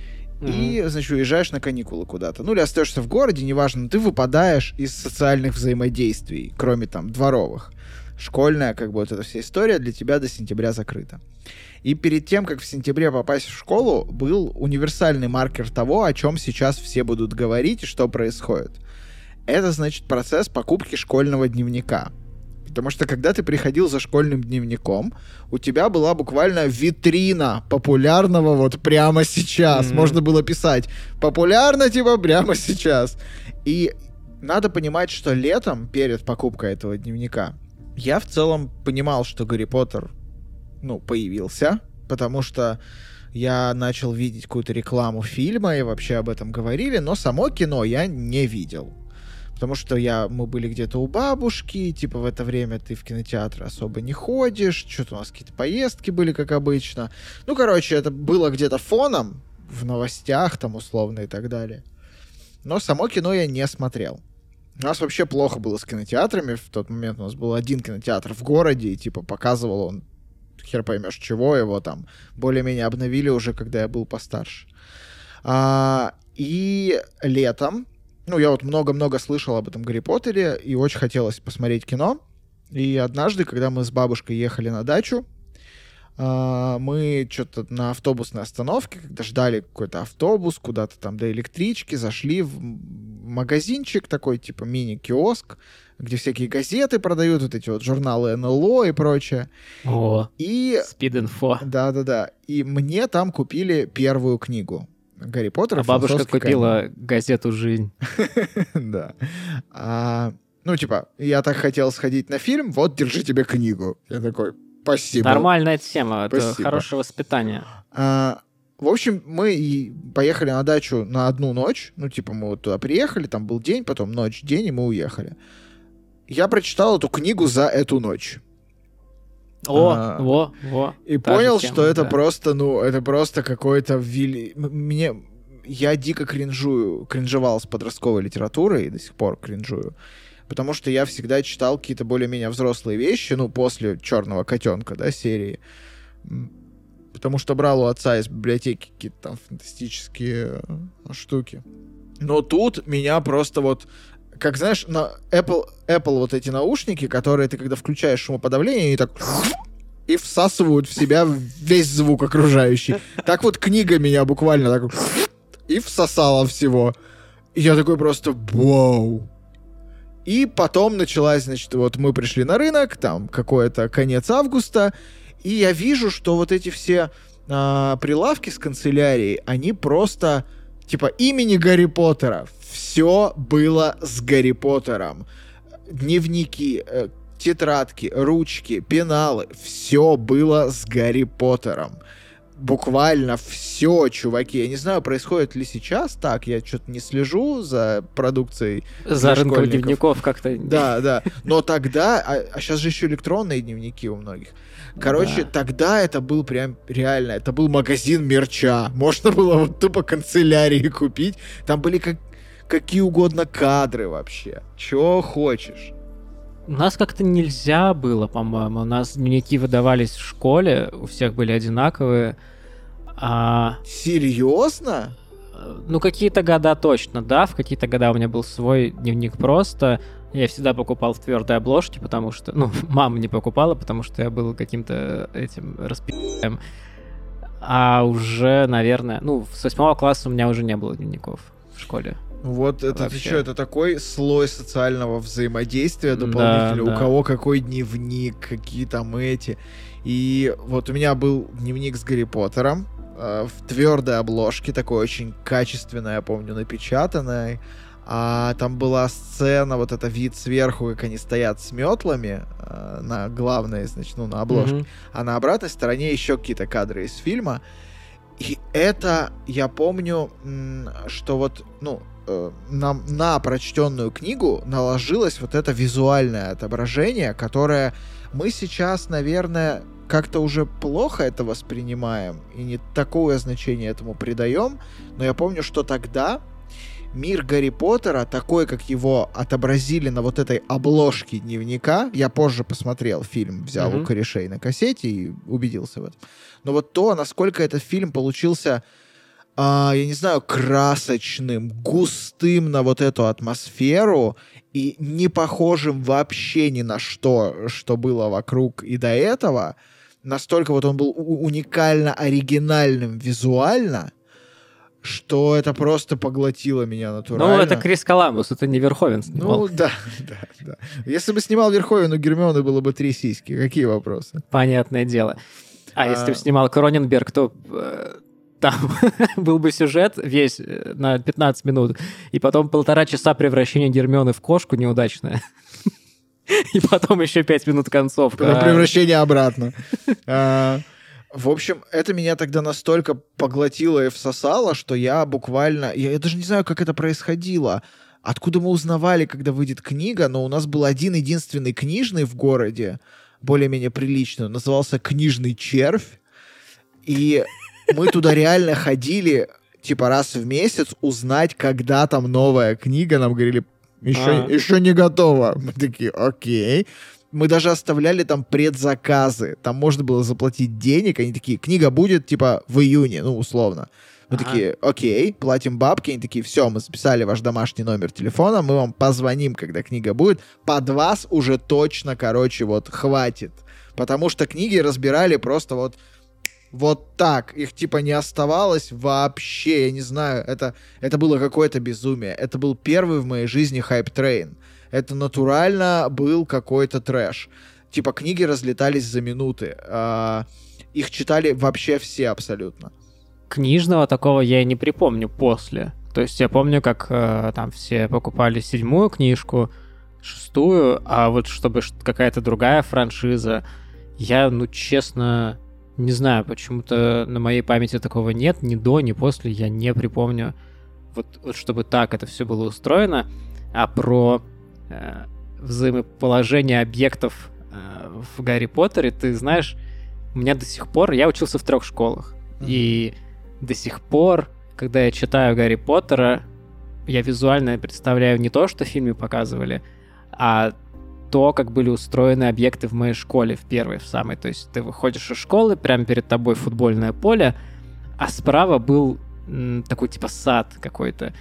и, значит, уезжаешь на каникулы куда-то. Ну, или остаешься в городе, неважно, но ты выпадаешь из социальных взаимодействий, кроме там дворовых. Школьная, как бы, вот эта вся история для тебя до сентября закрыта. И перед тем, как в сентябре попасть в школу, был универсальный маркер того, о чем сейчас все будут говорить и что происходит. Это, значит, процесс покупки школьного дневника. Потому что, когда ты приходил за школьным дневником, у тебя была буквально витрина популярного вот прямо сейчас. Мгм. Можно было писать «популярно, типа, прямо сейчас». И надо понимать, что летом, перед покупкой этого дневника, я в целом понимал, что Гарри Поттер, ну, появился, потому что я начал видеть какую-то рекламу фильма, и вообще об этом говорили, но само кино я не видел. Потому что я, мы были где-то у бабушки, типа в это время ты в кинотеатр особо не ходишь, что-то у нас какие-то поездки были, как обычно. Ну, короче, это было где-то фоном, в новостях там условно и так далее. Но само кино я не смотрел. У нас вообще плохо было с кинотеатрами. В тот момент у нас был один кинотеатр в городе, и типа показывал он, хер поймешь чего, его там более-менее обновили уже, когда я был постарше. А, и летом, ну, я вот много-много слышал об этом Гарри Поттере, и очень хотелось посмотреть кино. И однажды, когда мы с бабушкой ехали на дачу, а, мы что-то на автобусной остановке, когда ждали какой-то автобус, куда-то там до электрички, зашли в магазинчик такой, типа мини-киоск, где всякие газеты продают, вот эти вот журналы эн эл о и прочее. О, И спид-инфо. да-да-да. И мне там купили первую книгу Гарри Поттера. А бабушка «Философский купила газету «Жизнь». камень». Да. А, ну, типа, я так хотел сходить на фильм, вот, держи тебе книгу. Я такой, спасибо. Нормальная тема, это Спасибо. хорошее воспитание. А, в общем, мы и поехали на дачу на одну ночь. Ну, типа, мы вот туда приехали, там был день, потом ночь, день, и мы уехали. я прочитал эту книгу за эту ночь. О, а, во, во. И понял, тема, что это да. просто, ну, это просто какой-то вели... Мне... Я дико кринжую, кринжевал с подростковой литературой и до сих пор кринжую. Потому что я всегда читал какие-то более-менее взрослые вещи, ну, после «Черного котенка», да, серии. Потому что брал у отца из библиотеки какие-то там фантастические штуки. Но тут меня просто вот... Как, знаешь, на Apple, Apple вот эти наушники, которые ты, когда включаешь шумоподавление, они так... и всасывают в себя весь звук окружающий. Так вот книга меня буквально так... и всосала всего. И я такой просто... Вау! И потом началась, значит, вот мы пришли на рынок, там какой-то конец августа, и я вижу, что вот эти все а, прилавки с канцелярией, они просто, типа, имени Гарри Поттера. Все было с Гарри Поттером. Дневники, э, тетрадки, ручки, пеналы, все было с Гарри Поттером. Буквально все, чуваки. Я не знаю, происходит ли сейчас так. Я что-то не слежу за продукцией. За рынком дневников как-то. Да, да. Но тогда... А, а сейчас же еще электронные дневники у многих. Короче, да. Тогда это был прям реально... Это был магазин мерча. Можно было вот тупо канцелярии купить. Там были как, какие угодно кадры вообще. Чего хочешь. У нас как-то нельзя было, по-моему. У нас дневники выдавались в школе, у всех были одинаковые. А... Серьезно? Ну, какие-то года точно, да. В какие-то года у меня был свой дневник просто. Я всегда покупал в твердой обложке, потому что... Ну, мама не покупала, потому что я был каким-то этим распи***ем. А уже, наверное... Ну, с восьмого класса у меня уже не было дневников в школе. Вот это, ты что, это такой слой социального взаимодействия дополнительно, да, у да. кого какой дневник, какие там эти. И вот у меня был дневник с Гарри Поттером э, в твердой обложке, такой очень качественной, я помню, напечатанной. А там была сцена, вот это вид сверху, как они стоят с метлами э, на главной, значит, ну, на обложке. Mm-hmm. А на обратной стороне еще какие-то кадры из фильма. И это, я помню, что вот, ну, на, на прочтенную книгу наложилось вот это визуальное отображение, которое мы сейчас, наверное, как-то уже плохо это воспринимаем и не такое значение этому придаем, но я помню, что тогда мир Гарри Поттера, такой, как его отобразили на вот этой обложке дневника, я позже посмотрел фильм, взял mm-hmm. у корешей на кассете и убедился в этом, но вот то, насколько этот фильм получился... Uh, я не знаю, красочным, густым на вот эту атмосферу и не похожим вообще ни на что, что было вокруг и до этого. Настолько вот он был у- уникально оригинальным визуально, что это просто поглотило меня натурально. Ну, это Крис Коламбус, это не Верховен снимал. Ну, да, да, да. Если бы снимал Верховен, у Гермионы было бы три сиськи. Какие вопросы? Понятное дело. А, а... если бы снимал Кроненберг, то... Там был бы сюжет весь на пятнадцать минут, и потом полтора часа превращения Гермионы в кошку неудачное. И потом еще пять минут концовка. Потом превращение обратно. В общем, это меня тогда настолько поглотило и всосало, что я буквально... Я даже не знаю, как это происходило. Откуда мы узнавали, когда выйдет книга, но у нас был один единственный книжный в городе, более-менее приличный, назывался «Книжный червь». И... мы туда реально ходили, типа, раз в месяц узнать, когда там новая книга. Нам говорили, еще, еще не готова. Мы такие, окей. Мы даже оставляли там предзаказы. Там можно было заплатить денег. Они такие, книга будет, типа, в июне, ну, условно. Мы ага. такие, окей, платим бабки. Они такие, все, мы записали ваш домашний номер телефона, мы вам позвоним, когда книга будет. Под вас уже точно, короче, вот, хватит. Потому что книги разбирали просто вот... Вот так. Их типа не оставалось вообще. Я не знаю. Это, это было какое-то безумие. Это был первый в моей жизни хайп-трейн. Это натурально был какой-то трэш. Типа книги разлетались за минуты. А, их читали вообще все абсолютно. Книжного такого я и не припомню после. То есть я помню, как э, там все покупали седьмую книжку, шестую, а вот чтобы какая-то другая франшиза, я, ну, честно... Не знаю, почему-то на моей памяти такого нет, ни до, ни после, я не припомню, вот, вот чтобы так это все было устроено. А про э, взаимоположение объектов э, в Гарри Поттере, ты знаешь, у меня до сих пор... Я учился в трех школах. Mm-hmm. И до сих пор, когда я читаю Гарри Поттера, я визуально представляю не то, что в фильме показывали, а то, как были устроены объекты в моей школе, в первой, в самой. То есть ты выходишь из школы, прямо перед тобой футбольное поле, а справа был м, такой типа сад какой-то.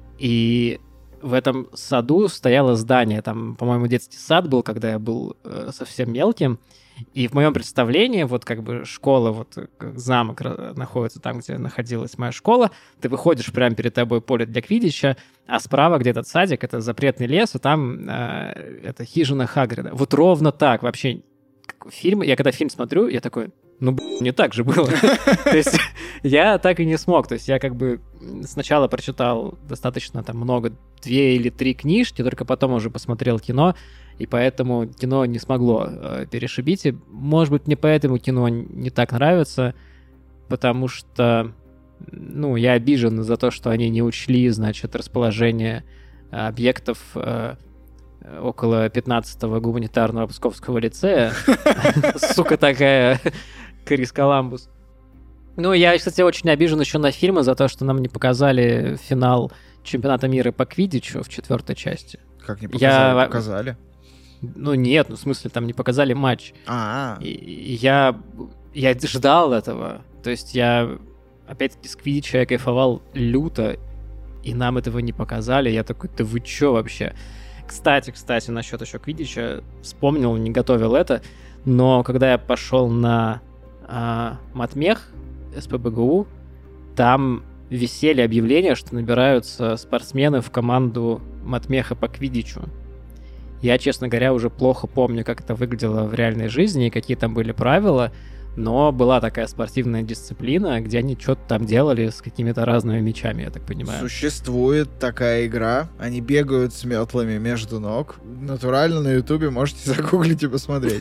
И в этом саду стояло здание. Там, по-моему, детский сад был, когда я был э, совсем мелким. И в моем представлении, вот как бы школа, вот как замок находится там, где находилась моя школа, ты выходишь прямо перед тобой поле для квиддича, а справа, где этот садик, это запретный лес, и там э, это хижина Хагрида. Вот ровно так вообще. Фильм, я когда фильм смотрю, я такой, ну, блин, не так же было. То есть я так и не смог. То есть я как бы сначала прочитал достаточно там много, две или три книжки, только потом уже посмотрел кино, и поэтому кино не смогло э, перешибить. И, может быть, мне поэтому кино не так нравится, потому что, ну, я обижен за то, что они не учли, значит, расположение объектов э, около пятнадцатого гуманитарного Псковского лицея. Сука такая, Крис Коламбус. Ну, я, кстати, очень обижен еще на фильмы за то, что нам не показали финал чемпионата мира по квиддичу в четвертой части. Как не показали? Показали. Ну нет, ну в смысле, там не показали матч. А-а-а. И, и я, я ждал этого. То есть я, опять-таки, с квиддича я кайфовал люто, и нам этого не показали. Я такой, да вы чё вообще? Кстати, кстати, насчет еще квиддича, вспомнил, не готовил это, но когда я пошел на а, матмех эс пэ бэ гэ у, там висели объявления, что набираются спортсмены в команду матмеха по квиддичу. Я, честно говоря, уже плохо помню, как это выглядело в реальной жизни и какие там были правила, но была такая спортивная дисциплина, где они что-то там делали с какими-то разными мячами, я так понимаю. Существует такая игра, они бегают с метлами между ног. Натурально на Ютубе можете загуглить и посмотреть.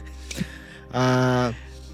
А,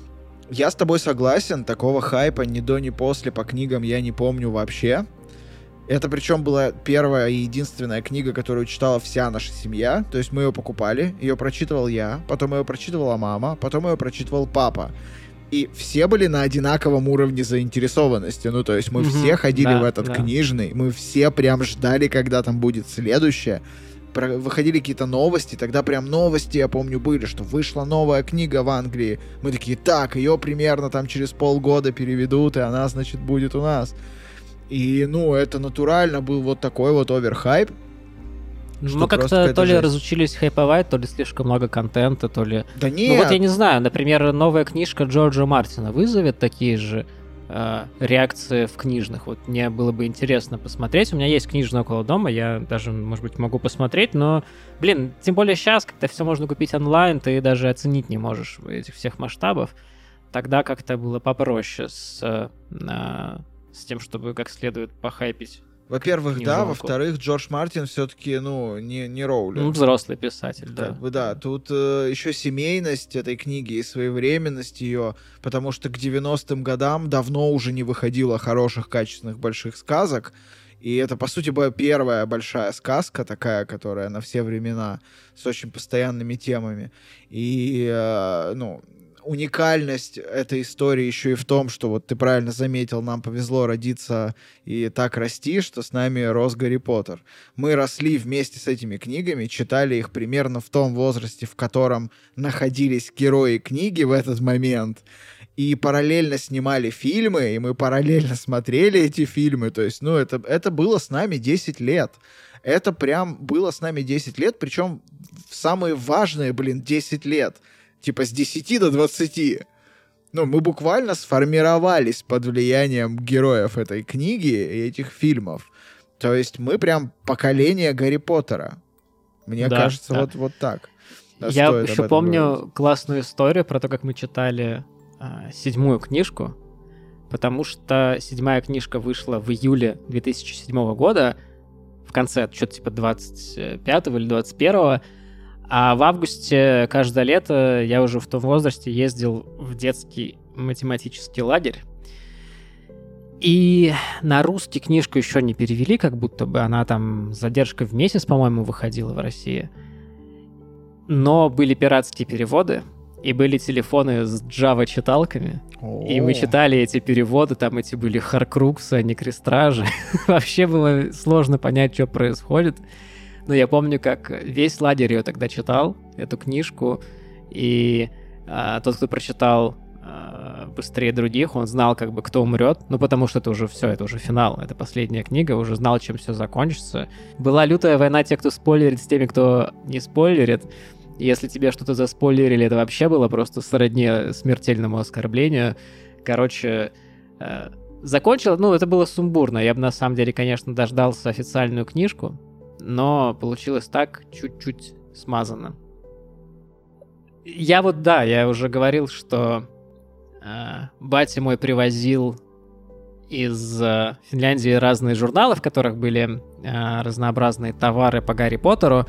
я с тобой согласен, такого хайпа ни до, ни после по книгам я не помню вообще. Это причем была первая и единственная книга, которую читала вся наша семья. То есть мы ее покупали, ее прочитывал я, потом ее прочитывала мама, потом ее прочитывал папа. И все были на одинаковом уровне заинтересованности. Ну, то есть мы mm-hmm, все ходили да, в этот да. книжный, мы все прям ждали, когда там будет следующее. Про- выходили какие-то новости, тогда прям новости, я помню, были, что вышла новая книга в Англии. Мы такие, так, ее примерно там через полгода переведут, и она, значит, будет у нас. И, ну, это натурально был вот такой вот оверхайп. Мы как-то то ли жесть. разучились хайповать, то ли слишком много контента, то ли... Да нет! Ну вот я не знаю, например, новая книжка Джорджа Мартина вызовет такие же э, реакции в книжных. Вот мне было бы интересно посмотреть. У меня есть книжный около дома, я даже, может быть, могу посмотреть, но, блин, тем более сейчас, когда все можно купить онлайн, ты даже оценить не можешь этих всех масштабов. Тогда как-то было попроще с... Э, с тем, чтобы как следует похайпить. Во-первых, книжонку. Да, во-вторых, Джордж Мартин все-таки, ну, не, не Роулинг. Ну, взрослый писатель, да. Как бы, да, тут э, еще семейность этой книги и своевременность ее, потому что к девяностым годам давно уже не выходило хороших, качественных, больших сказок, и это, по сути, была первая большая сказка такая, которая на все времена, с очень постоянными темами. И, э, ну... уникальность этой истории еще и в том, что вот ты правильно заметил, нам повезло родиться и так расти, что с нами рос Гарри Поттер. Мы росли вместе с этими книгами, читали их примерно в том возрасте, в котором находились герои книги в этот момент, и параллельно снимали фильмы, и мы параллельно смотрели эти фильмы. То есть, ну, это, это было с нами десять лет. Это прям было с нами десять лет, причем в самые важные, блин, десять лет. Типа с десяти до двадцати. Ну, мы буквально сформировались под влиянием героев этой книги и этих фильмов. То есть мы прям поколение Гарри Поттера. Мне да, кажется, да. Вот, вот так. Да, я еще помню говорить. Классную историю про то, как мы читали а, седьмую книжку, потому что седьмая книжка вышла в июле две тысячи седьмого года, в конце, что-то типа двадцать пятого или двадцать первого, а в августе каждое лето я уже в том возрасте ездил в детский математический лагерь. И на русский книжку еще не перевели, как будто бы она там с задержкой в месяц, по-моему, выходила в России. Но были пиратские переводы, и были телефоны с Java-читалками. О. И мы читали эти переводы, там эти были Харкруксы, а не Крестражи. Вообще было сложно понять, что происходит. Но я помню, как весь лагерь ее тогда читал, эту книжку, и а, тот, кто прочитал а, быстрее других, он знал, как бы, кто умрет, ну, потому что это уже все, это уже финал, это последняя книга, уже знал, чем все закончится. Была лютая война тех, кто спойлерит, с теми, кто не спойлерит. И если тебе что-то заспойлерили, это вообще было просто сродни смертельному оскорблению. Короче, э, закончил, ну, это было сумбурно. Я бы, на самом деле, конечно, дождался официальную книжку, но получилось так, чуть-чуть смазано. Я вот, да, я уже говорил, что э, батя мой привозил из э, Финляндии разные журналы, в которых были э, разнообразные товары по Гарри Поттеру.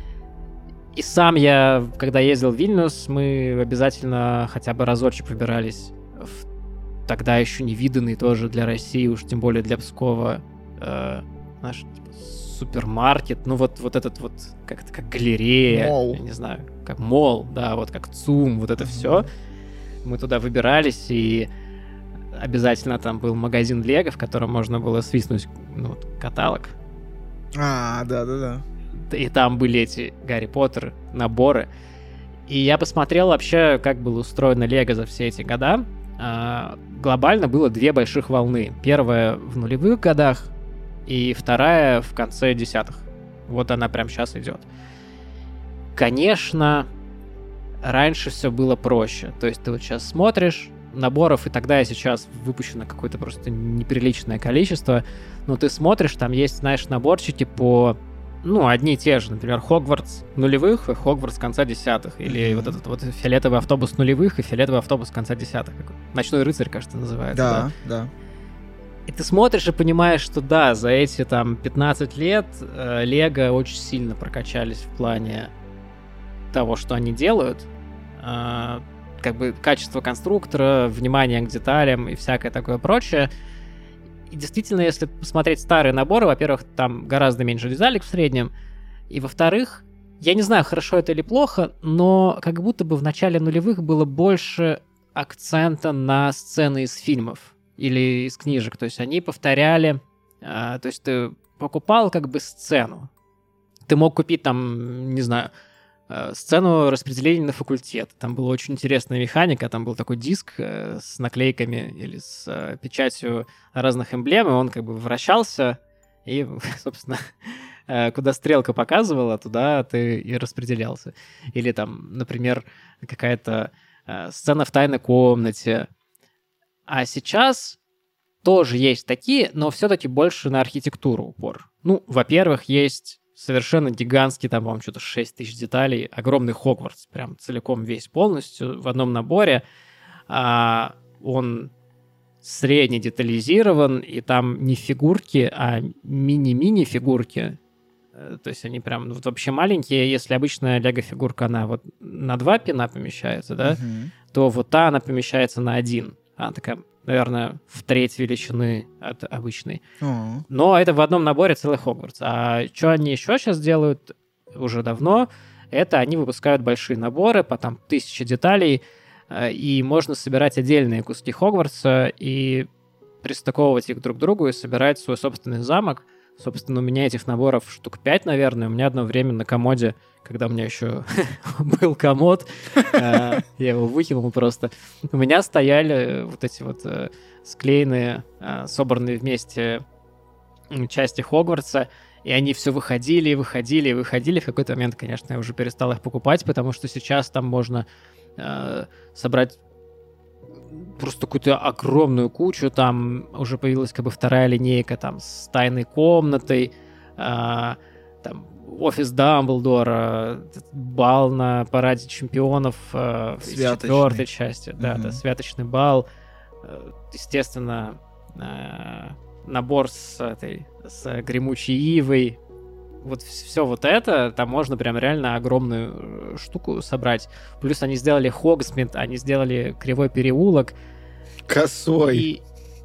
И сам я, когда ездил в Вильнюс, мы обязательно хотя бы разочек выбирались в тогда еще невиданный тоже для России, уж тем более для Пскова, э, наш типа, супермаркет, ну вот, вот этот вот, как это, как галерея, Мол. я не знаю, как мол, да, вот как ЦУМ, вот это mm-hmm. все. Мы туда выбирались, и обязательно там был магазин Лего, в котором можно было свистнуть, ну, вот, каталог. А, да-да-да. И там были эти Гарри Поттер наборы. И я посмотрел вообще, как было устроено Лего за все эти года. А, глобально было две больших волны. Первая в нулевых годах, и вторая в конце десятых. Вот она прямо сейчас идет. Конечно, раньше все было проще. То есть ты вот сейчас смотришь, наборов и тогда и сейчас выпущено какое-то просто неприличное количество, но ты смотришь, там есть, знаешь, наборчики по... Ну, одни и те же, например, Хогвартс нулевых и Хогвартс конца десятых. Или mm-hmm. вот этот вот фиолетовый автобус нулевых и фиолетовый автобус конца десятых. Ночной рыцарь, кажется, называется. Да, да. да. И ты смотришь и понимаешь, что да, за эти там пятнадцать лет э, Лего очень сильно прокачались в плане того, что они делают. Э, как бы качество конструктора, внимание к деталям и всякое такое прочее. И действительно, если посмотреть старые наборы, во-первых, там гораздо меньше деталек в среднем, и во-вторых, я не знаю, хорошо это или плохо, но как будто бы в начале нулевых было больше акцента на сцены из фильмов или из книжек, то есть они повторяли, э, то есть ты покупал как бы сцену, ты мог купить там, не знаю, э, сцену распределения на факультет, там была очень интересная механика, там был такой диск э, с наклейками или с э, печатью разных эмблем, и он как бы вращался, и, собственно, э, куда стрелка показывала, туда ты и распределялся. Или там, например, какая-то э, сцена в тайной комнате. А сейчас тоже есть такие, но все-таки больше на архитектуру упор. Ну, во-первых, есть совершенно гигантский, там, по-моему, что-то шесть тысяч деталей, огромный Хогвартс, прям целиком весь полностью в одном наборе. А, он средне детализирован, и там не фигурки, а мини-мини фигурки. То есть они прям вот вообще маленькие. Если обычная лего-фигурка, она вот на два пина помещается, да, uh-huh. то вот та, она помещается на один. Она такая, наверное, в треть величины от обычной. Uh-huh. Но это в одном наборе целый Хогвартс. А что они еще сейчас делают уже давно, это они выпускают большие наборы по там тысяче деталей, и можно собирать отдельные куски Хогвартса и пристыковывать их друг к другу и собирать свой собственный замок. Собственно, у меня этих наборов штук пять, наверное. У меня одно время на комоде, когда у меня еще был комод, я его выкинул просто, у меня стояли вот эти вот склеенные, собранные вместе части Хогвартса, и они все выходили, выходили, выходили. В какой-то момент, конечно, я уже перестал их покупать, потому что сейчас там можно собрать просто какую-то огромную кучу, там уже появилась как бы вторая линейка там с тайной комнатой, а, там офис Дамблдора, бал на параде чемпионов а, из четвертой части, да, угу. да, святочный бал, естественно, а, набор с этой, с гремучей ивой. Вот все вот это, там можно прям реально огромную штуку собрать. Плюс они сделали Хогсмит, они сделали Кривой переулок. Косой. И...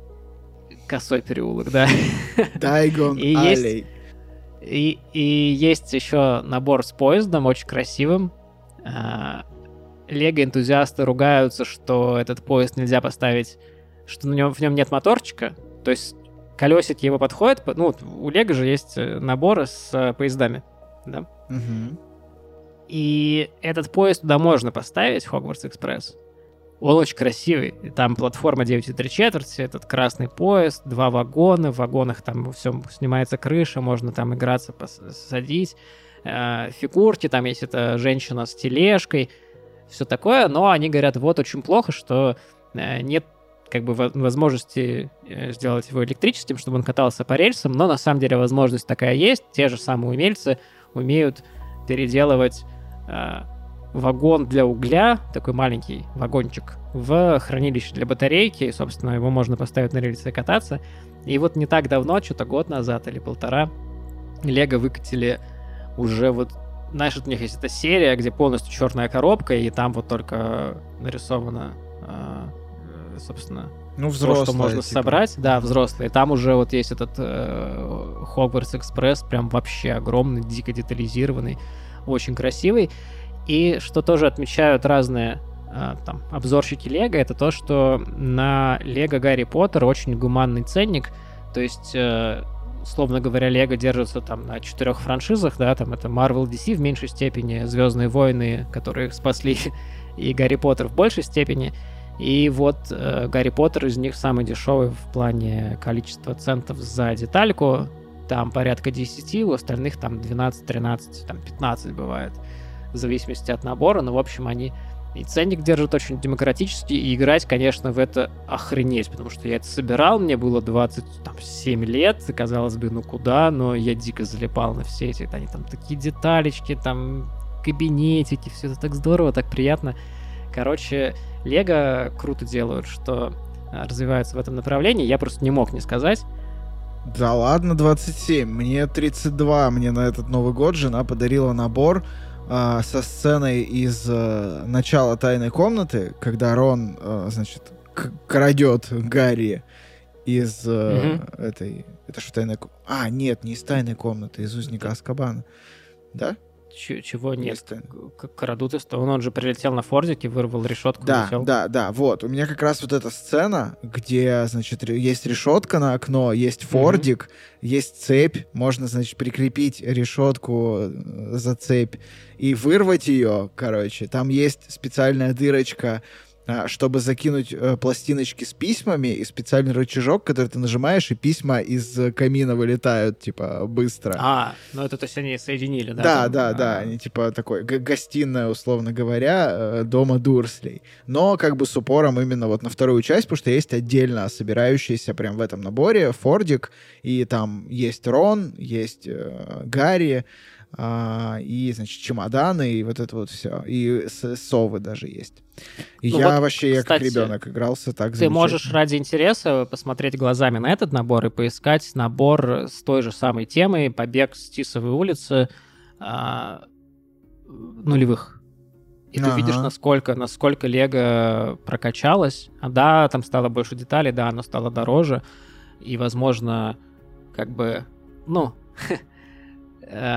Косой переулок, да. Дайгон Аллей. И, и есть еще набор с поездом, очень красивым. Лего-энтузиасты ругаются, что этот поезд нельзя поставить, что на нем, в нем нет моторчика, то есть колесики его подходят, ну, у Лего же есть наборы с поездами, да? Угу. И этот поезд туда можно поставить, Хогвартс Экспресс. Он очень красивый. Там платформа девять и три четверти, этот красный поезд, два вагона, в вагонах там все снимается крыша, можно там играться, посадить. Фигурки, там есть эта женщина с тележкой, все такое, но они говорят, вот очень плохо, что нет как бы возможности сделать его электрическим, чтобы он катался по рельсам, но на самом деле возможность такая есть. Те же самые умельцы умеют переделывать э, вагон для угля, такой маленький вагончик, в хранилище для батарейки, и, собственно, его можно поставить на рельсы и кататься. И вот не так давно, что-то год назад или полтора, Лего выкатили уже вот, знаешь, вот у них есть эта серия, где полностью черная коробка, и там вот только нарисовано, э, собственно, ну, взрослые, то, что можно типа. собрать. Да, взрослые. Там уже вот есть этот э, Хогвартс Экспресс, прям вообще огромный, дико детализированный, очень красивый. И что тоже отмечают разные э, там обзорщики Лего, это то, что на Лего Гарри Поттер очень гуманный ценник. То есть, э, условно говоря, Лего держится там на четырех франшизах, да, там это Marvel, ди си в меньшей степени, Звездные войны, которые их спасли, и Гарри Поттер в большей степени. И вот э, Гарри Поттер из них самый дешевый в плане количества центов за детальку. Там порядка десять, у остальных там двенадцать, тринадцать, там пятнадцать бывает. В зависимости от набора. Но, в общем, они и ценник держат очень демократически. И играть, конечно, в это охренеть. Потому что я это собирал, мне было двадцать семь лет. И, казалось бы, ну куда? Но я дико залипал на все эти. Они там такие деталечки, там кабинетики. Все это так здорово, так приятно. Короче, Лего круто делают, что развиваются в этом направлении. Я просто не мог не сказать. Да ладно, двадцать семь. Мне тридцать два. Мне на этот Новый год жена подарила набор э, со сценой из э, начала «Тайной комнаты», когда Рон, э, значит, к- крадет Гарри из э, Мгм. этой... Это что, «Тайная комната»? А, нет, не из «Тайной комнаты», из «Узника Азкабана». Да? Ч- чего нет? Есть тайна. К- Крадут из того. Он же прилетел на фордике, вырвал решетку, Да, улетел. да, да, вот. У меня как раз вот эта сцена, где, значит, ре- есть решетка на окно, есть фордик, есть цепь, можно, значит, прикрепить решетку э, за цепь и вырвать ее, короче. Там есть специальная дырочка, а, чтобы закинуть э, пластиночки с письмами, и специальный рычажок, который ты нажимаешь, и письма из э, камина вылетают, типа, быстро. А, ну это то есть они соединили, да? Да, там? да, А, да, они типа такой г- гостиная, условно говоря, э, дома Дурслей. Но как бы с упором именно вот на вторую часть, потому что есть отдельно собирающийся прям в этом наборе фордик, и там есть Рон, есть э, Гарри, а, и, значит, чемоданы, и вот это вот все. И с- совы даже есть. И Ну я вот, вообще, я как кстати, ребенок игрался так Ты замечательно. можешь ради интереса посмотреть глазами на этот набор и поискать набор с той же самой темой «Побег с Тисовой улицы» а, нулевых. И ты Ага. увидишь, насколько, насколько Лего прокачалось. А да, там стало больше деталей, да, оно стало дороже. И, возможно, как бы, ну, э,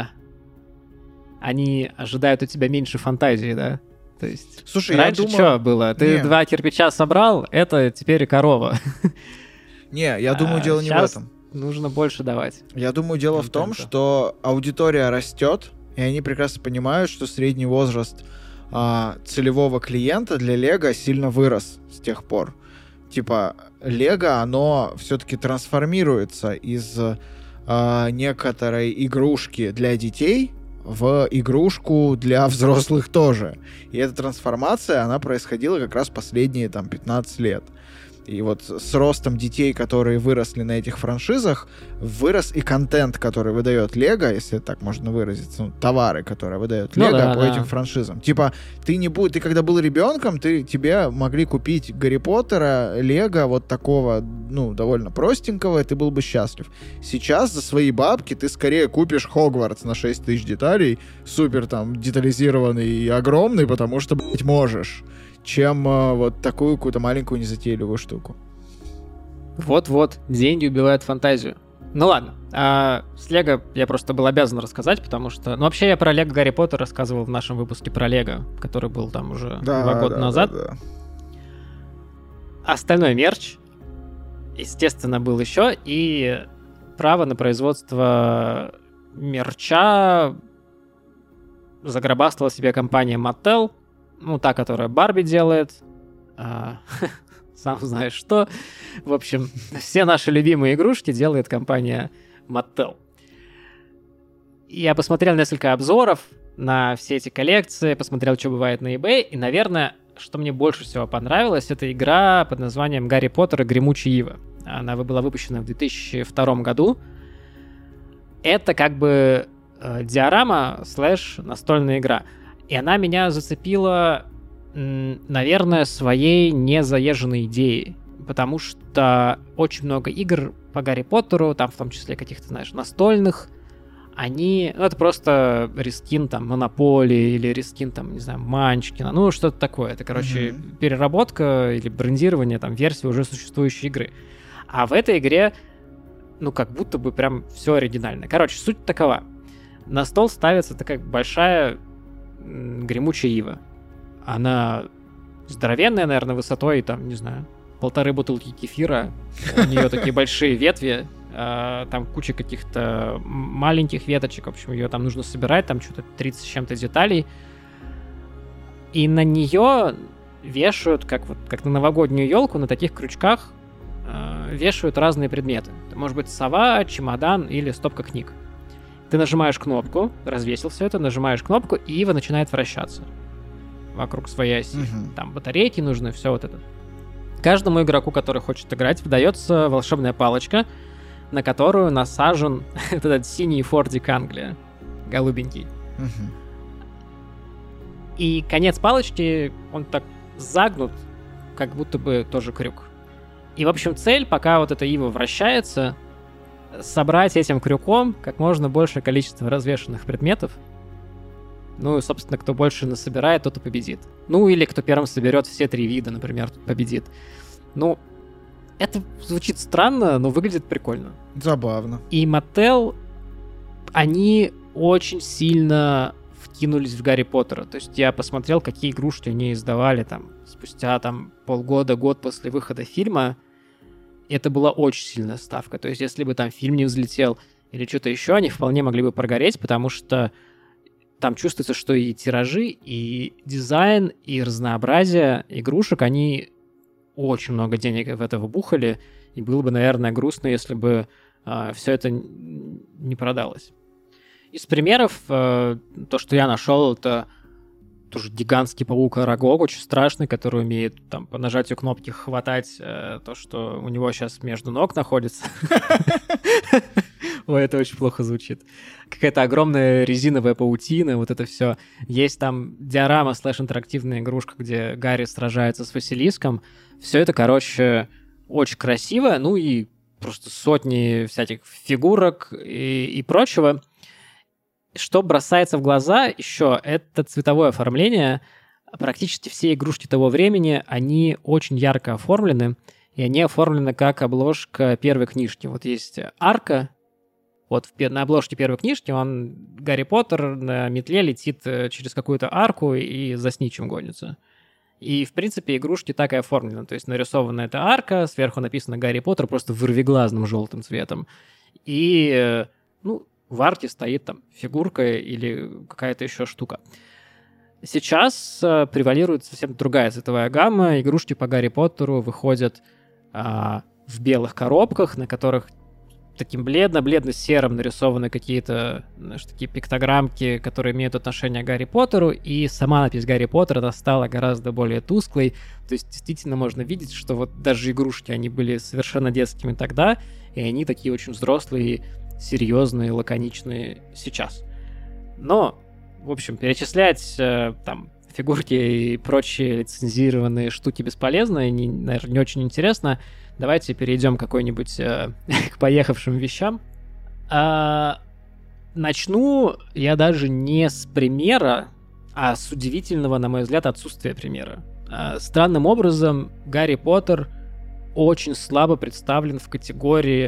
они ожидают от тебя меньше фантазии, да? То есть Слушай, раньше я думаю... что было? Ты Не. два кирпича собрал, это теперь и корова. Не, я думаю, А, дело не в щас этом. нужно больше давать. Я думаю, дело в том, контента. что аудитория растет, и они прекрасно понимают, что средний возраст а, целевого клиента для Лего сильно вырос с тех пор. Типа, Лего, оно все-таки трансформируется из а, некоторой игрушки для детей в игрушку для взрослых тоже. И эта трансформация, она происходила как раз последние там пятнадцать лет. И вот с ростом детей, которые выросли на этих франшизах, вырос и контент, который выдает Лего, если так можно выразиться, ну, товары, которые выдает Ну Лего да, по да. этим франшизам. Типа, ты не будь, ты когда был ребенком, ты, тебе могли купить Гарри Поттера, Лего, вот такого, ну, довольно простенького, и ты был бы счастлив. Сейчас за свои бабки ты скорее купишь Хогвартс на шесть тысяч деталей, супер там детализированный и огромный, потому что, блядь, можешь, чем э, вот такую какую-то маленькую незатейливую штуку. Вот-вот, деньги убивают фантазию. Ну ладно, а с Лего я просто был обязан рассказать, потому что... Ну вообще я про Лего Гарри Поттер рассказывал в нашем выпуске про Лего, который был там уже Да, два года да, назад. да, да. Остальной мерч, естественно, был еще, и право на производство мерча загробастала себе компания Mattel, ну, та, которая Барби делает, а, сам знаешь что. В общем, все наши любимые игрушки делает компания Mattel. Я посмотрел несколько обзоров на все эти коллекции, посмотрел, что бывает на eBay, и, наверное, что мне больше всего понравилось, это игра под названием «Гарри Поттер и Гремучая Ива». Она была выпущена в две тысячи втором году. Это как бы э, диорама слэш настольная игра. И она меня зацепила, м, наверное, своей незаезженной идеей. Потому что очень много игр по Гарри Поттеру, там в том числе каких-то, знаешь, настольных, они... Ну, это просто рескин, там, Монополии или рескин, там, не знаю, Манчкина. Ну, что-то такое. Это, короче, mm-hmm. переработка или брендирование, там, версии уже существующей игры. А в этой игре, ну, как будто бы прям все оригинально. Короче, суть такова. На стол ставится такая большая м, гремучая ива. Она здоровенная, наверное, высотой, там, не знаю, полторы бутылки кефира. У нее такие большие ветви. Там куча каких-то маленьких веточек, в общем, ее там нужно собирать, там что-то тридцать с чем-то деталей. И на нее вешают, как вот как на новогоднюю елку, на таких крючках э, вешают разные предметы. Это может быть сова, чемодан или стопка книг. Ты нажимаешь кнопку, развесил все это, нажимаешь кнопку, и ива начинает вращаться вокруг своей оси. Mm-hmm. Там батарейки нужны, все вот это. Каждому игроку, который хочет играть, выдается волшебная палочка, на которую насажен этот синий фордик Англия, голубенький. Uh-huh. И конец палочки, он так загнут, как будто бы тоже крюк. И, в общем, цель, пока вот эта ива вращается, собрать этим крюком как можно большее количество развешанных предметов. Ну и, собственно, кто больше насобирает, тот и победит. Ну или кто первым соберет все три вида, например, тот победит. Ну, это звучит странно, но выглядит прикольно. Забавно. И Mattel, они очень сильно вкинулись в Гарри Поттера. То есть я посмотрел, какие игрушки они издавали там спустя там полгода, год после выхода фильма. Это была очень сильная ставка. То есть если бы там фильм не взлетел или что-то еще, они вполне могли бы прогореть, потому что там чувствуется, что и тиражи, и дизайн, и разнообразие игрушек, они очень много денег в это вбухали, и было бы, наверное, грустно, если бы э, все это не продалось. Из примеров, э, то, что я нашел, это тоже гигантский паук Арагог, очень страшный, который умеет там по нажатию кнопки хватать э, то, что у него сейчас между ног находится. Ой, это очень плохо звучит. Какая-то огромная резиновая паутина, вот это все. Есть там диорама слэш-интерактивная игрушка, где Гарри сражается с Василиском. Все это, короче, очень красиво, ну и просто сотни всяких фигурок и, и прочего. Что бросается в глаза еще, это цветовое оформление. Практически все игрушки того времени, они очень ярко оформлены, и они оформлены как обложка первой книжки. Вот есть арка. Вот в, на обложке первой книжки он, Гарри Поттер, на метле летит через какую-то арку и за снитчем гонится. И, в принципе, игрушки так и оформлены. То есть нарисована эта арка, сверху написано «Гарри Поттер» просто вырвиглазным желтым цветом. И, ну, в арке стоит там фигурка или какая-то еще штука. Сейчас э, превалирует совсем другая цветовая гамма. Игрушки по Гарри Поттеру выходят э, в белых коробках, на которых таким бледно-бледно-серым нарисованы какие-то, знаешь, такие пиктограммки, которые имеют отношение к Гарри Поттеру, и сама надпись Гарри Поттер, она стала гораздо более тусклой. То есть действительно можно видеть, что вот даже игрушки, они были совершенно детскими тогда, и они такие очень взрослые, серьезные, лаконичные сейчас. Но, в общем, перечислять э, там фигурки и прочие лицензированные штуки бесполезно и, не, наверное, не очень интересно. Давайте перейдем к какой-нибудь э, к поехавшим вещам. А, начну я даже не с примера, а с удивительного, на мой взгляд, отсутствия примера. А, странным образом Гарри Поттер очень слабо представлен в категории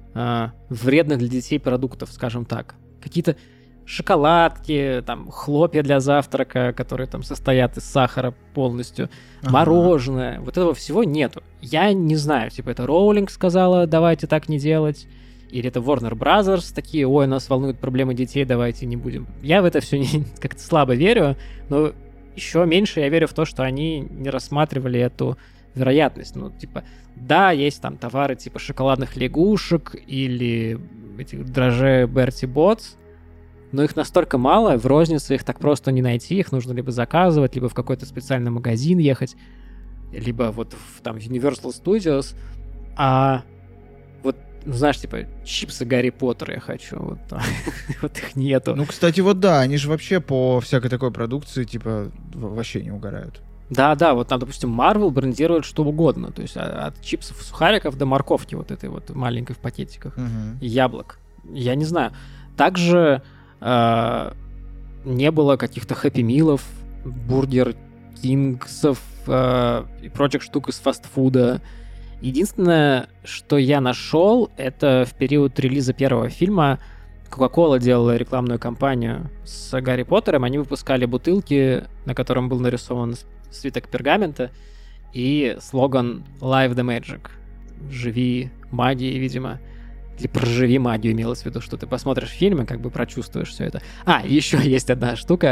э, вредных для детей продуктов, скажем так. Какие-то шоколадки, там, хлопья для завтрака, которые там состоят из сахара полностью, ага. мороженое. Вот этого всего нету. Я не знаю, типа, это Роулинг сказала, давайте так не делать, или это Warner Brothers такие, ой, нас волнуют проблемы детей, давайте не будем. Я в это все не, как-то слабо верю, но еще меньше я верю в то, что они не рассматривали эту вероятность. Ну, типа, да, есть там товары типа шоколадных лягушек или этих дрожжей Берти Ботс, но их настолько мало, в рознице их так просто не найти, их нужно либо заказывать, либо в какой-то специальный магазин ехать, либо вот в, там, Universal Studios, а вот, ну, знаешь, типа, чипсы Гарри Поттера я хочу, вот, вот их нету. Ну, кстати, вот да, они же вообще по всякой такой продукции, типа, вообще не угорают. Да-да, вот там, допустим, Marvel брендирует что угодно, то есть от чипсов, сухариков до морковки вот этой вот маленькой в пакетиках, uh-huh. и яблок. Я не знаю. Также Uh, не было каких-то хэппи-милов, бургер кингсов uh, и прочих штук из фастфуда. Единственное, что я нашел, это в период релиза первого фильма Coca-Cola делала рекламную кампанию с Гарри Поттером. Они выпускали бутылки, на котором был нарисован свиток пергамента и слоган «Live the Magic». «Живи магией», видимо. Или «Проживи магию» имелось в виду, что ты посмотришь фильм и как бы прочувствуешь все это. А, еще есть одна штука.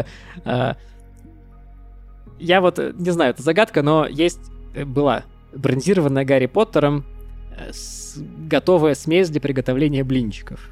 Я вот, не знаю, это загадка, но есть, была брендированная Гарри Поттером готовая смесь для приготовления блинчиков.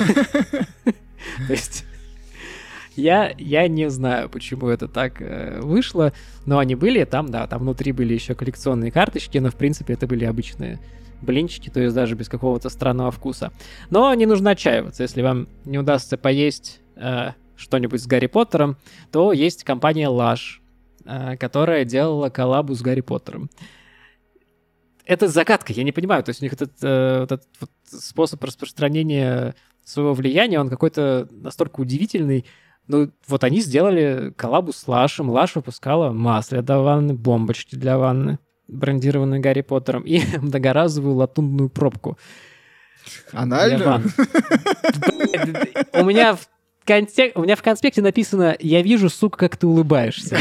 То есть я, я не знаю, почему это так вышло, но они были там, да, там внутри были еще коллекционные карточки, но в принципе это были обычные блинчики, то есть даже без какого-то странного вкуса. Но не нужно отчаиваться, если вам не удастся поесть э, что-нибудь с Гарри Поттером, то есть компания Lush, э, которая делала коллабу с Гарри Поттером. Это загадка, я не понимаю, то есть у них этот, э, этот вот способ распространения своего влияния, он какой-то настолько удивительный. Ну, вот они сделали коллабу с Lush, Lush выпускала масло для ванны, бомбочки для ванны, брендированную Гарри Поттером, и многоразовую латунную пробку. Анально? У меня в контек... у меня в конспекте написано «Я вижу, сука, как ты улыбаешься».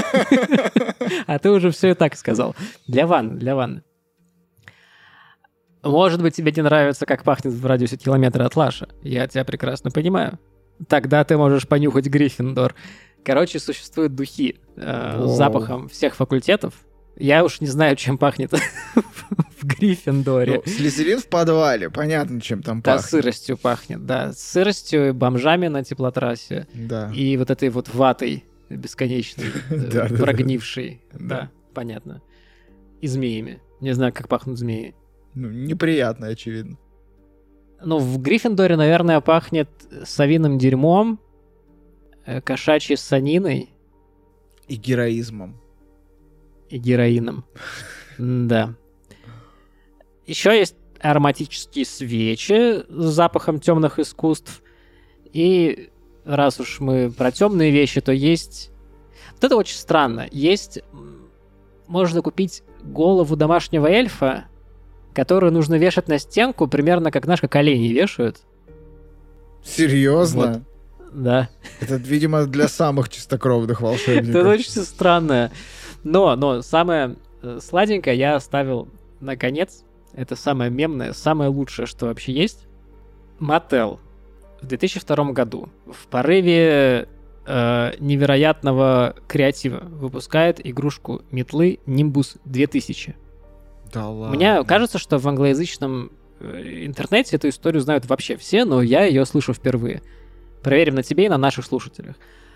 А ты уже все и так сказал. Для ванны, для ванны. Может быть, тебе не нравится, как пахнет в радиусе километра от Лаша. Я тебя прекрасно понимаю. Тогда ты можешь понюхать Гриффиндор. Короче, существуют духи э, с запахом всех факультетов. Я уж не знаю, чем пахнет в Гриффиндоре. Ну, Слизерин в подвале, понятно, чем там пахнет. Да, сыростью пахнет, да. Сыростью и бомжами на теплотрассе. Да. И вот этой вот ватой бесконечной, прогнившей. Да, понятно. И змеями. Не знаю, как пахнут змеи. Ну, неприятно, очевидно. Ну, в Гриффиндоре, наверное, пахнет совиным дерьмом, кошачьей саниной. И героизмом. И героином. Да. Еще есть ароматические свечи с запахом темных искусств. И раз уж мы про темные вещи, то есть... Вот это очень странно. Есть... Можно купить голову домашнего эльфа, которую нужно вешать на стенку, примерно как, знаешь, как олени вешают. Серьезно? Вот. Да. Это, видимо, для самых чистокровных волшебников. Это очень странно. Но, но самое сладенькое я оставил наконец. Это самое мемное, самое лучшее, что вообще есть. Mattel в две тысячи втором году в порыве э, невероятного креатива выпускает игрушку метлы Nimbus две тысячи. Да ладно. Мне кажется, что в англоязычном интернете эту историю знают вообще все, но я ее слышу впервые. Проверим на тебе и на наших слушателях.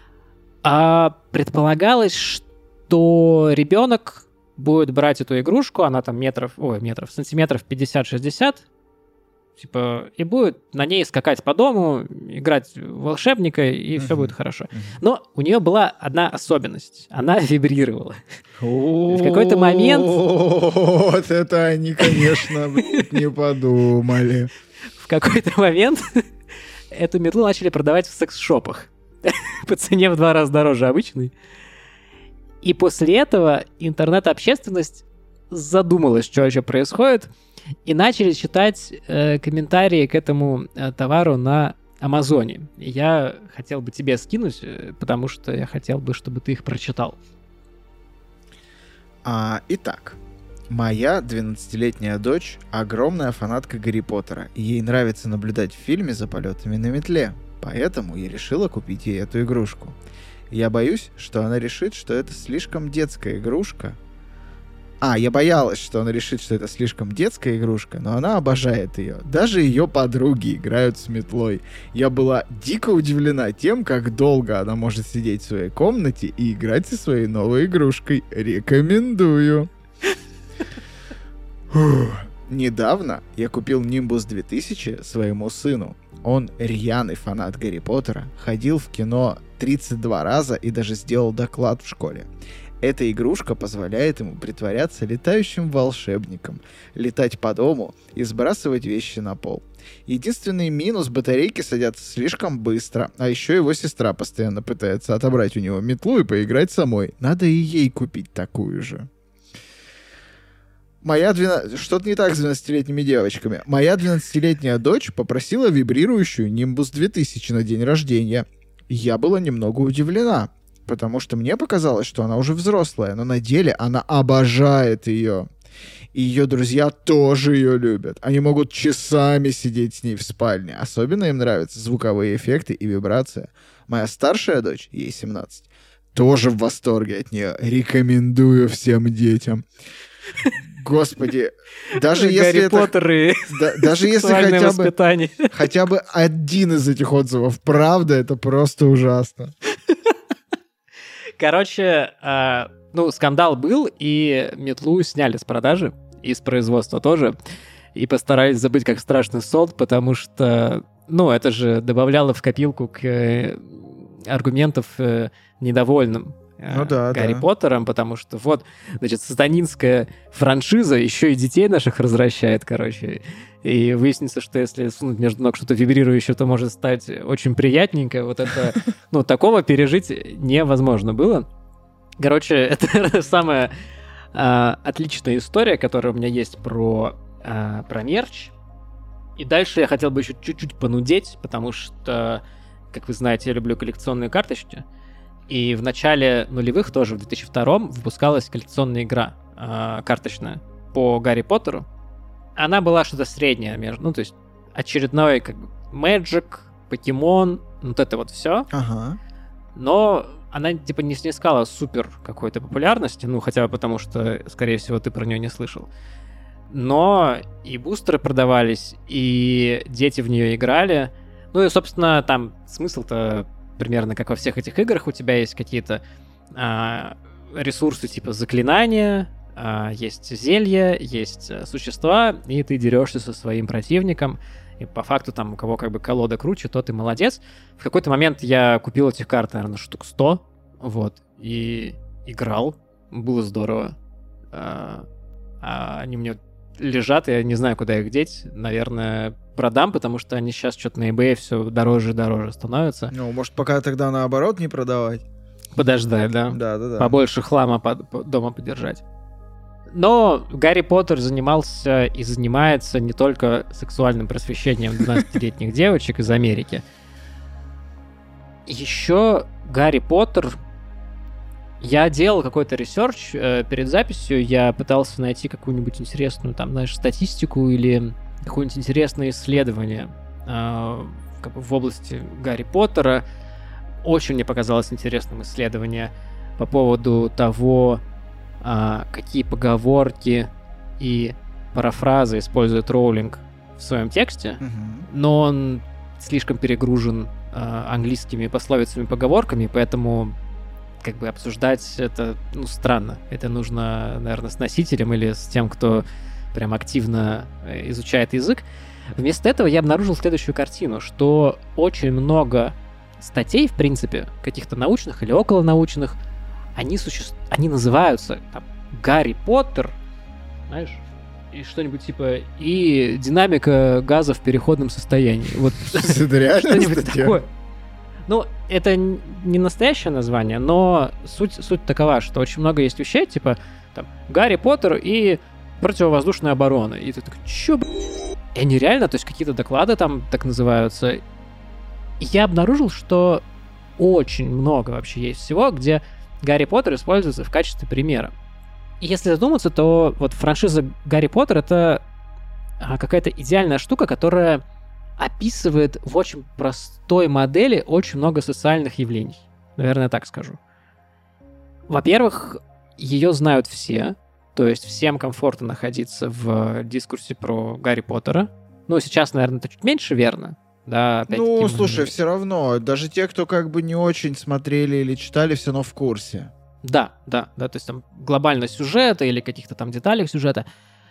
А предполагалось, что ребенок будет брать эту игрушку, она там метров, ой, метров, сантиметров пятьдесят-шестьдесят, типа, и будет на ней скакать по дому, играть в волшебника, и uh-huh. все будет хорошо. Uh-huh. Но у нее была одна особенность. Она вибрировала. В какой-то момент... Вот это они, конечно, не подумали. В какой-то момент эту метлу начали продавать в секс-шопах по цене в два раза дороже обычной. И после этого интернет-общественность задумалась, что вообще происходит, и начали читать э, комментарии к этому э, товару на Амазоне. Я хотел бы тебе скинуть, потому что я хотел бы, чтобы ты их прочитал. А, итак, моя двенадцатилетняя дочь огромная фанатка Гарри Поттера, и ей нравится наблюдать в фильме за полетами на метле, поэтому я решила купить ей эту игрушку. Я боюсь, что она решит, что это слишком детская игрушка. А, я боялась, что она решит, что это слишком детская игрушка, но она обожает ее. Даже ее подруги играют с метлой. Я была дико удивлена тем, как долго она может сидеть в своей комнате и играть со своей новой игрушкой. Рекомендую. Недавно я купил Nimbus две тысячи своему сыну. Он рьяный фанат Гарри Поттера, ходил в кино тридцать два раза и даже сделал доклад в школе. Эта игрушка позволяет ему притворяться летающим волшебником, летать по дому и сбрасывать вещи на пол. Единственный минус — батарейки садятся слишком быстро, а еще его сестра постоянно пытается отобрать у него метлу и поиграть самой. Надо и ей купить такую же. Моя двенадцать... Что-то не так с двенадцатилетними девочками. Моя двенадцатилетняя дочь попросила вибрирующую Nimbus две тысячи на день рождения. Я была немного удивлена, потому что мне показалось, что она уже взрослая, но на деле она обожает ее. И ее друзья тоже ее любят. Они могут часами сидеть с ней в спальне. Особенно им нравятся звуковые эффекты и вибрация. Моя старшая дочь, ей семнадцать, тоже в восторге от нее. Рекомендую всем детям. Господи, даже если Гарри это... Поттер и да, даже если хотя воспитание. бы, хотя бы один из этих отзывов правда, это просто ужасно. Короче, э, ну, скандал был, и метлу сняли с продажи, и с производства тоже, и постарались забыть как страшный сон, потому что, ну, это же добавляло в копилку к э, аргументов э, недовольным э, ну, да, Гарри да. Поттером, потому что вот, значит, сатанинская франшиза еще и детей наших развращает, короче. И выяснится, что если сунуть между ног что-то вибрирующее, то может стать очень приятненько. Вот это, ну, такого пережить невозможно было. Короче, это самая а, отличная история, которая у меня есть про, а, про мерч. И дальше я хотел бы еще чуть-чуть понудеть, потому что, как вы знаете, я люблю коллекционные карточки. И в начале нулевых, тоже в две тысячи втором, выпускалась коллекционная игра а, карточная по Гарри Поттеру. Она была что-то среднее между, ну, то есть очередной как бы Magic, Покемон, вот это вот все. Ага. Но она типа не снискала супер какой-то популярности, ну, хотя бы потому, что, скорее всего, ты про нее не слышал. Но и бустеры продавались, и дети в нее играли. Ну и, собственно, там смысл-то примерно как во всех этих играх. У тебя есть какие-то а, ресурсы типа заклинания, Uh, есть зелья, есть uh, существа, и ты дерешься со своим противником, и по факту там у кого как бы колода круче, тот и молодец. В какой-то момент я купил этих карт, наверное, штук сто, вот, и играл, было здорово. Uh, а они мне лежат, я не знаю, куда их деть, наверное, продам, потому что они сейчас что-то на eBay все дороже и дороже становятся. Ну, может, пока тогда наоборот не продавать? Подождать, да? Да, да, да. Побольше хлама под, по, дома подержать. Но Гарри Поттер занимался и занимается не только сексуальным просвещением двенадцатилетних девочек из Америки. Еще Гарри Поттер... Я делал какой-то ресерч э, перед записью, я пытался найти какую-нибудь интересную, там, знаешь, статистику или какое-нибудь интересное исследование э, как бы в области Гарри Поттера. Очень мне показалось интересным исследование по поводу того, А, какие поговорки и парафразы использует Роулинг в своем тексте, Угу. но он слишком перегружен а, английскими пословицами и поговорками, поэтому как бы обсуждать это, ну, странно. Это нужно, наверное, с носителем или с тем, кто прям активно изучает язык. Вместо этого я обнаружил следующую картину, что очень много статей, в принципе, каких-то научных или околонаучных, Они, суще... они называются там, Гарри Поттер, знаешь, и что-нибудь типа и динамика газа в переходном состоянии. Вот Это реально что-нибудь статья? такое. Ну, это не настоящее название, но суть, суть такова, что очень много есть вещей, типа там Гарри Поттер и противовоздушная оборона. И ты такой, чё, блядь? И они реально, то есть какие-то доклады там так называются. И я обнаружил, что очень много вообще есть всего, где Гарри Поттер используется в качестве примера. И если задуматься, то вот франшиза Гарри Поттер — это какая-то идеальная штука, которая описывает в очень простой модели очень много социальных явлений. Наверное, так скажу. Во-первых, ее знают все, то есть всем комфортно находиться в дискурсе про Гарри Поттера. Ну, сейчас, наверное, это чуть меньше верно. Да, ну, слушай, все равно, даже те, кто как бы не очень смотрели или читали, все равно в курсе. Да, да, да, то есть там глобально сюжета или каких-то там деталей сюжета.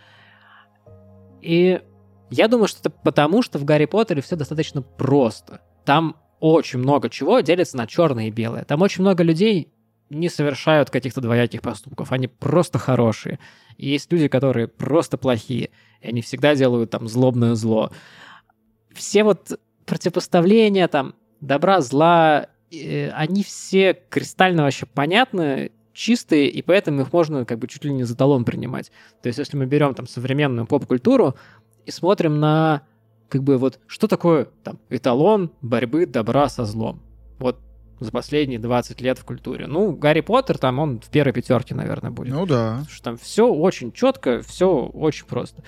И я думаю, что это потому, что в Гарри Поттере все достаточно просто. Там очень много чего делится на черное и белое. Там очень много людей не совершают каких-то двояких поступков. Они просто хорошие. И есть люди, которые просто плохие. И они всегда делают там злобное зло. Все вот противопоставления там добра, зла, э, они все кристально вообще понятны, чистые, и поэтому их можно как бы чуть ли не за эталон принимать. То есть если мы берем там современную поп-культуру и смотрим на как бы вот что такое там эталон борьбы добра со злом. Вот за последние двадцать лет в культуре. Ну, Гарри Поттер там, он в первой пятерке, наверное, будет. Ну да. Потому что там все очень четко, все очень просто.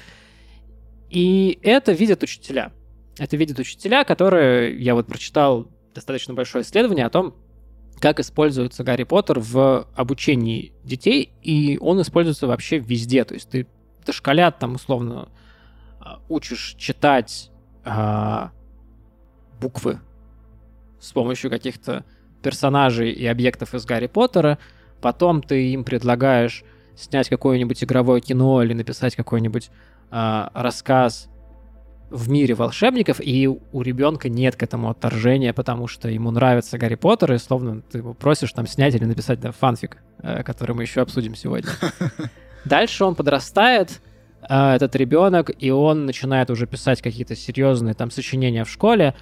И это видят учителя. Это видят учителя, которые, я вот прочитал достаточно большое исследование о том, как используется Гарри Поттер в обучении детей, и он используется вообще везде. То есть ты дошколят там условно учишь читать а, буквы с помощью каких-то персонажей и объектов из Гарри Поттера, потом ты им предлагаешь снять какое-нибудь игровое кино или написать какой-нибудь а, рассказ в мире волшебников, и у ребенка нет к этому отторжения, потому что ему нравится Гарри Поттер, и словно ты его просишь там снять или написать да, фанфик, который мы еще обсудим сегодня. Дальше он подрастает, этот ребенок, и он начинает уже писать какие-то серьезные там сочинения в школе,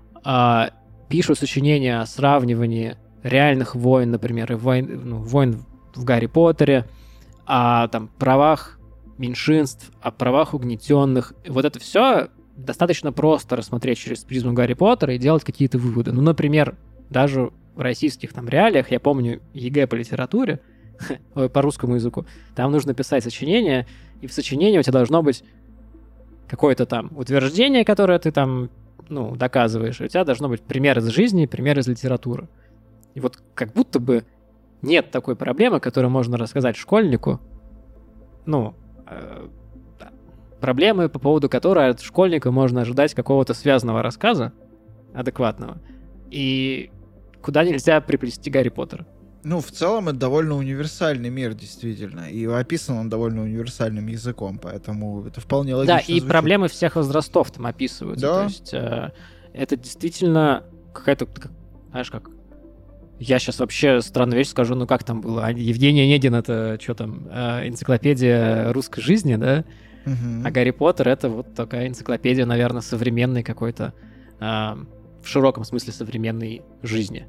пишут сочинения о сравнивании реальных войн, например, и войн, ну, войн в Гарри Поттере, о там правах меньшинств, о правах угнетенных. И вот это все достаточно просто рассмотреть через призму Гарри Поттера и делать какие-то выводы. Ну, например, даже в российских там реалиях, я помню ЕГЭ по литературе, ой, по русскому языку, там нужно писать сочинение, и в сочинении у тебя должно быть какое-то там утверждение, которое ты там, ну, доказываешь, и у тебя должно быть пример из жизни, пример из литературы. И вот как будто бы нет такой проблемы, которую можно рассказать школьнику, ну, э, проблемы, по поводу которой от школьника можно ожидать какого-то связанного рассказа, адекватного, и куда нельзя приплести Гарри Поттера. Ну, в целом, это довольно универсальный мир, действительно, и описан он довольно универсальным языком, поэтому это вполне логично Да, и звучит. проблемы всех возрастов там описываются, да. То есть э, это действительно какая-то, как, знаешь, как... Я сейчас вообще странную вещь скажу, ну как там было? Евгений Онегин — это что там, э, энциклопедия русской жизни, да? Угу. А Гарри Поттер — это вот такая энциклопедия, наверное, современной какой-то, э, в широком смысле современной жизни.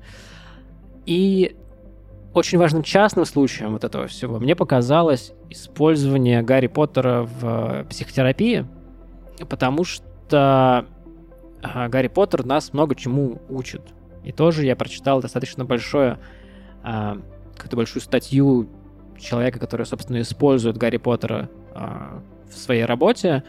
И очень важным частным случаем вот этого всего мне показалось использование Гарри Поттера в психотерапии, потому что э, Гарри Поттер нас много чему учит. И тоже я прочитал достаточно большое, э, какую-то большую статью человека, который, собственно, использует Гарри Поттера э, в своей работе.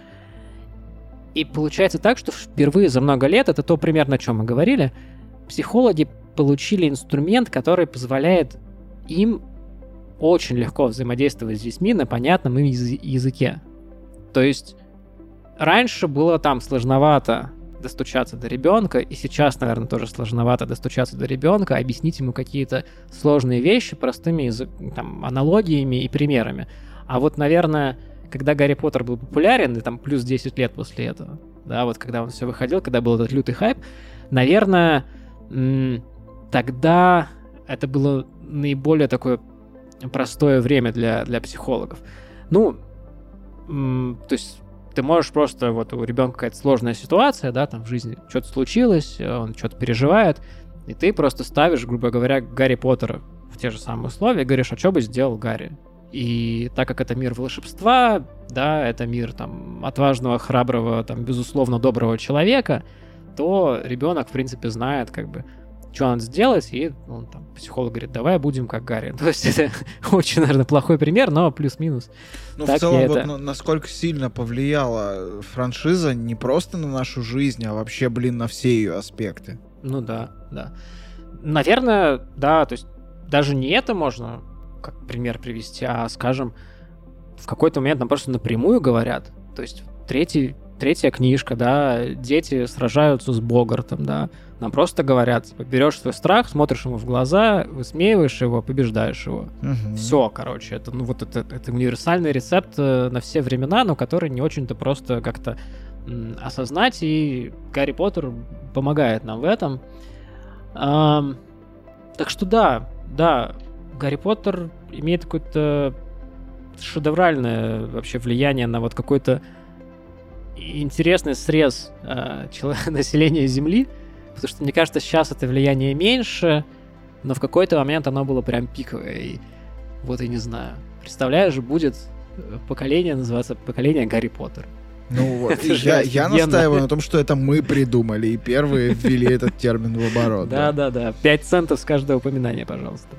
И получается так, что впервые за много лет, это то примерно, о чем мы говорили, психологи получили инструмент, который позволяет им очень легко взаимодействовать с детьми на понятном им яз- языке. То есть раньше было там сложновато достучаться до ребенка, и сейчас, наверное, тоже сложновато достучаться до ребенка, объяснить ему какие-то сложные вещи простыми язык, там, аналогиями и примерами. А вот, наверное, когда Гарри Поттер был популярен, и там плюс десять лет после этого, да, вот когда он все выходил, когда был этот лютый хайп, наверное, м- тогда это было наиболее такое простое время для, для психологов. Ну, м- то есть ты можешь просто, вот у ребенка какая-то сложная ситуация, да, там в жизни что-то случилось, он что-то переживает, и ты просто ставишь, грубо говоря, Гарри Поттера в те же самые условия и говоришь, а что бы сделал Гарри? И так как это мир волшебства, да, это мир там отважного, храброго, там, безусловно, доброго человека, то ребенок, в принципе, знает, как бы, что надо сделать, и он там, психолог говорит, давай будем как Гарри. То есть это очень, наверное, плохой пример, но плюс-минус. Ну, так в целом, вот это... на- насколько сильно повлияла франшиза не просто на нашу жизнь, а вообще, блин, на все ее аспекты. Ну да, да. Наверное, да, то есть даже не это можно как пример привести, а, скажем, в какой-то момент нам просто напрямую говорят, то есть третий, третья книжка, да, дети сражаются с Богартом, да, нам просто говорят, типа, берешь свой страх, смотришь ему в глаза, высмеиваешь его, побеждаешь его. Мгм. Все, короче, это, ну, вот это, это универсальный рецепт э, на все времена, но который не очень-то просто как-то м, осознать, и Гарри Поттер помогает нам в этом. Ам, так что да, да, Гарри Поттер имеет какое-то шедевральное вообще влияние на вот какой-то интересный срез э, чело- населения Земли, потому что, мне кажется, сейчас это влияние меньше, но в какой-то момент оно было прям пиковое, и вот и не знаю. Представляешь, будет поколение, называться поколение Гарри Поттер. Ну вот, Это же я, я офигенно. настаиваю на том, что это мы придумали, и первые ввели этот термин в оборот. Да-да-да, пять центов с каждого упоминания, пожалуйста.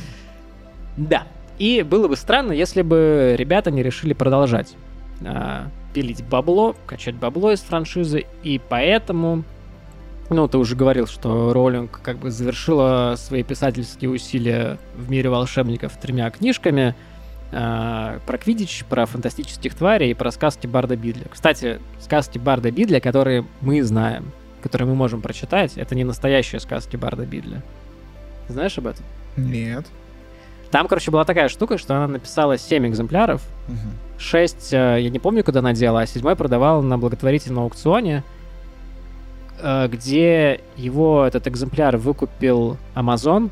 Да, и было бы странно, если бы ребята не решили продолжать а, пилить бабло, качать бабло из франшизы, и поэтому, ну, ты уже говорил, что Роулинг как бы завершила свои писательские усилия в мире волшебников тремя книжками а, про Квиддич, про фантастических тварей и про сказки Барда Бидля. Кстати, сказки Барда Бидля, которые мы знаем, которые мы можем прочитать, это не настоящие сказки Барда Бидля. Ты знаешь об этом? Нет. Там, короче, была такая штука, что она написала семь экземпляров, Мгм. шесть, я не помню, куда она делала, а седьмой продавала на благотворительном аукционе, э, где его этот экземпляр выкупил Amazon,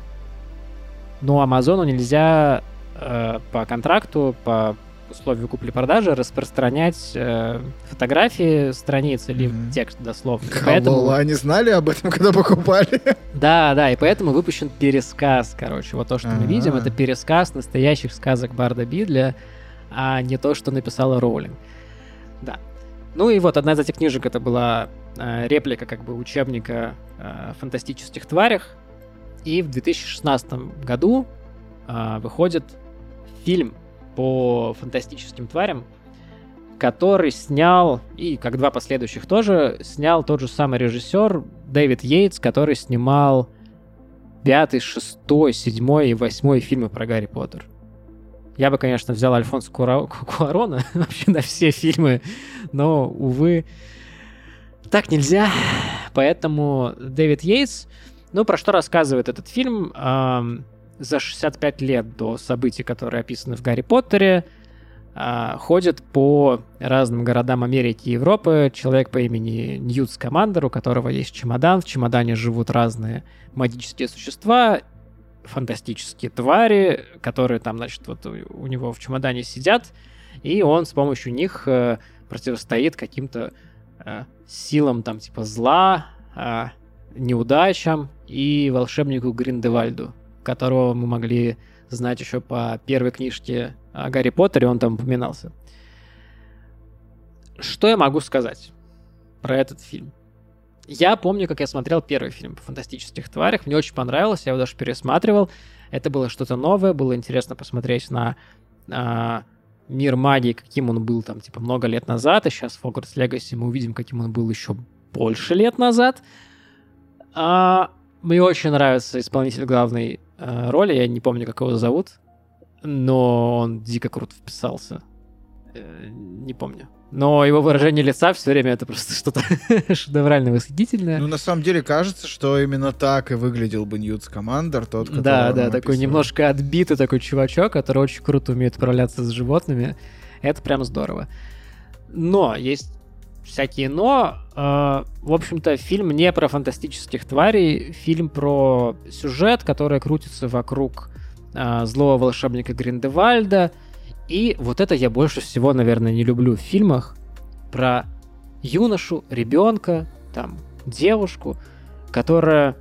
но Амазону нельзя э, по контракту, по условию купли-продажи распространять э, фотографии страниц или Мгм. текст дословно. И Алло, они знали об этом, когда покупали? Да, да, и поэтому выпущен пересказ, короче. Вот то, что мы видим, А. это пересказ настоящих сказок Барда Бидля, а не то, что написала Роулинг. Да. Ну и вот одна из этих книжек, это была э, реплика как бы учебника э, о фантастических тварях. И в две тысячи шестнадцатом году э, выходит фильм по фантастическим тварям, который снял, и как два последующих тоже, снял тот же самый режиссер Дэвид Йейтс, который снимал пятый, шестой, седьмой и восьмой фильмы про Гарри Поттер. Я бы, конечно, взял Альфонсо Куара- Куарона вообще на все фильмы, но, увы, так нельзя. Поэтому Дэвид Йейтс, ну, про что рассказывает этот фильм? Ам, за шестьдесят пять лет до событий, которые описаны в Гарри Поттере, а, ходит по разным городам Америки и Европы человек по имени Ньют Скамандер, у которого есть чемодан. В чемодане живут разные магические существа, фантастические твари, которые там, значит, вот у, у него в чемодане сидят, и он с помощью них э, противостоит каким-то э, силам там типа зла, э, неудачам и волшебнику Гриндевальду, которого мы могли знать еще по первой книжке о Гарри Поттере, он там упоминался. Что я могу сказать про этот фильм? Я помню, как я смотрел первый фильм по фантастических тварях, мне очень понравилось, я его даже пересматривал. Это было что-то новое, было интересно посмотреть на а, мир магии, каким он был там, типа, много лет назад, и сейчас в Hogwarts Legacy мы увидим, каким он был еще больше лет назад. А, мне очень нравится исполнитель главной а, роли, я не помню, как его зовут, но он дико круто вписался. Э, не помню. Но его выражение лица все время это просто что-то шедеврально восхитительное. Ну, на самом деле, кажется, что именно так и выглядел бы Ньют Скамандер, тот, который Да, да, такой немножко отбитый такой чувачок, который очень круто умеет управляться с животными. Это прям здорово. Но есть всякие но. Э, в общем-то, фильм не про фантастических тварей, фильм про сюжет, который крутится вокруг э, злого волшебника Гриндевальда. И вот это я больше всего, наверное, не люблю в фильмах про юношу, ребенка, там, девушку, которая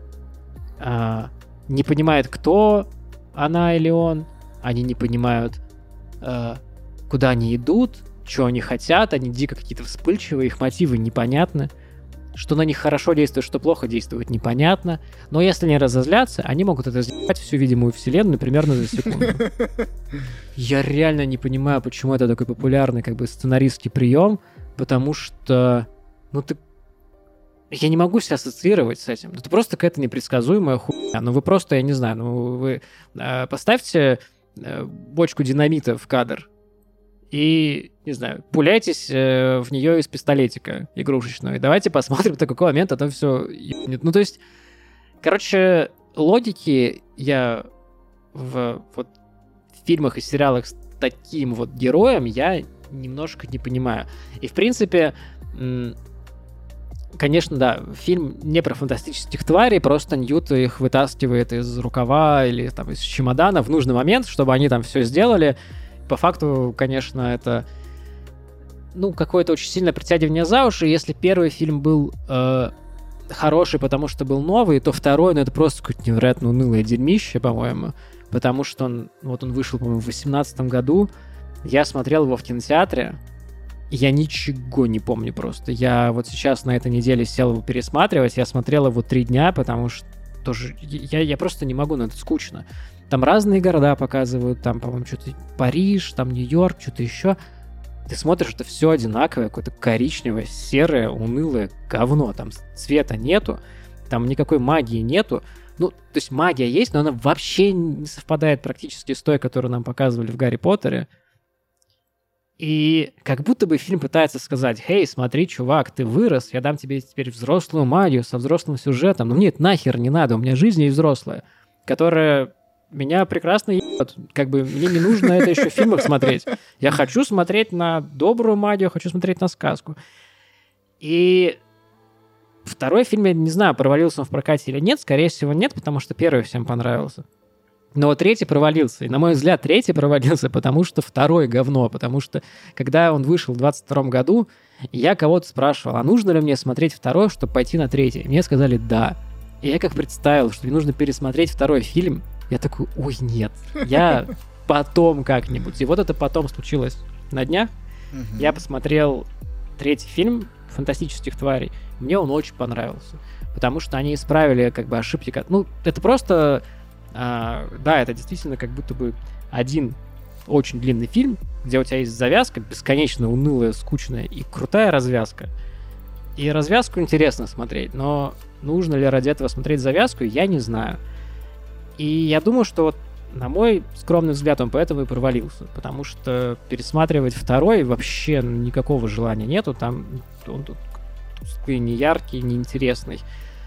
э, не понимает, кто она или он. Они не понимают, э, куда они идут, что они хотят, они дико какие-то вспыльчивые, их мотивы непонятны. Что на них хорошо действует, что плохо действует, непонятно. Но если они разозлятся, они могут это сделать всю видимую вселенную примерно за секунду. Я реально не понимаю, почему это такой популярный как бы сценаристский прием, потому что, ну ты... Я не могу себя ассоциировать с этим. Это просто какая-то непредсказуемая хуйня. Ну вы просто, я не знаю, ну вы э, поставьте э, бочку динамита в кадр, и, не знаю, пуляйтесь э, в нее из пистолетика игрушечного. И давайте посмотрим, до какого момента там все ебнет. Ну, то есть, короче, логики я в, вот, в фильмах и сериалах с таким вот героем я немножко не понимаю. И, в принципе, м- конечно, да, фильм не про фантастических тварей, просто Ньют их вытаскивает из рукава или там из чемодана в нужный момент, чтобы они там все сделали. По факту, конечно, это, ну, какое-то очень сильное притягивание за уши. Если первый фильм был э, хороший, потому что был новый, то второй, ну, это просто какое-то невероятно унылое дерьмище, по-моему. Потому что он, вот он вышел, по-моему, в восемнадцатом году. Я смотрел его в кинотеатре. Я ничего не помню просто. Я вот сейчас на этой неделе сел его пересматривать. Я смотрел его три дня, потому что тоже... Я, я просто не могу, но это скучно. Там разные города показывают, там, по-моему, что-то Париж, там Нью-Йорк, что-то еще. Ты смотришь, это все одинаковое, какое-то коричневое, серое, унылое говно. Там цвета нету, там никакой магии нету. Ну, то есть магия есть, но она вообще не совпадает практически с той, которую нам показывали в Гарри Поттере. И как будто бы фильм пытается сказать: «Хей, смотри, чувак, ты вырос, я дам тебе теперь взрослую магию со взрослым сюжетом». Но мне это нахер не надо, у меня жизнь есть взрослая, которая... Меня прекрасно ебет. Как бы мне не нужно это еще в фильмах смотреть. Я хочу смотреть на добрую магию, хочу смотреть на сказку. И второй фильм, я не знаю, провалился он в прокате или нет. Скорее всего, нет, потому что первый всем понравился. Но вот третий провалился. И, на мой взгляд, третий провалился, потому что второй говно. Потому что, когда он вышел в двадцать втором году, я кого-то спрашивал, а нужно ли мне смотреть второй, чтобы пойти на третий? Мне сказали «да». И я как представил, что мне нужно пересмотреть второй фильм, я такой: ой, нет, я потом как-нибудь. И вот это потом случилось на днях. Uh-huh. Я посмотрел третий фильм «Фантастических тварей». Мне он очень понравился. Потому что они исправили как бы ошибки. Ну, это просто... А, да, это действительно как будто бы один очень длинный фильм, где у тебя есть завязка, бесконечно унылая, скучная, и крутая развязка. И развязку интересно смотреть, но нужно ли ради этого смотреть завязку, я не знаю. И я думаю, что вот, на мой скромный взгляд, он поэтому и провалился. Потому что пересматривать второй вообще никакого желания нету. Там он тут не яркий, неинтересный.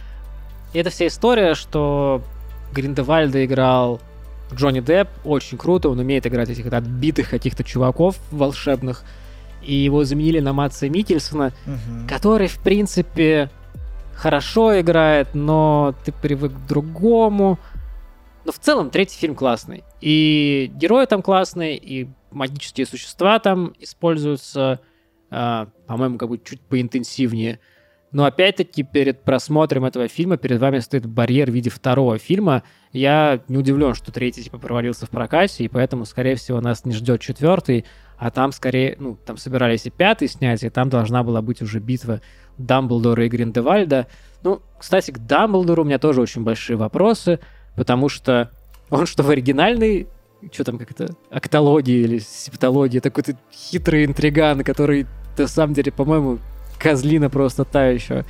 И это вся история, что Гриндевальда играл Джонни Депп. Очень круто. Он умеет играть этих отбитых каких-то чуваков волшебных. И его заменили на Мадса Миккельсона, угу. который, в принципе, хорошо играет, но ты привык к другому. Но в целом третий фильм классный. И герои там классные, и магические существа там используются, э, по-моему, как бы чуть поинтенсивнее. Но опять-таки перед просмотром этого фильма перед вами стоит барьер в виде второго фильма. Я не удивлен, что третий типа провалился в прокате, и поэтому, скорее всего, нас не ждет четвертый, а там скорее, ну, там собирались и пятый снять, и там должна была быть уже битва Дамблдора и Гриндевальда. Ну, кстати, к Дамблдору у меня тоже очень большие вопросы, потому что он что в оригинальной, что там как-то, октологии или септологии, такой-то хитрый интриган, который на самом деле, по-моему, козлина просто та еще.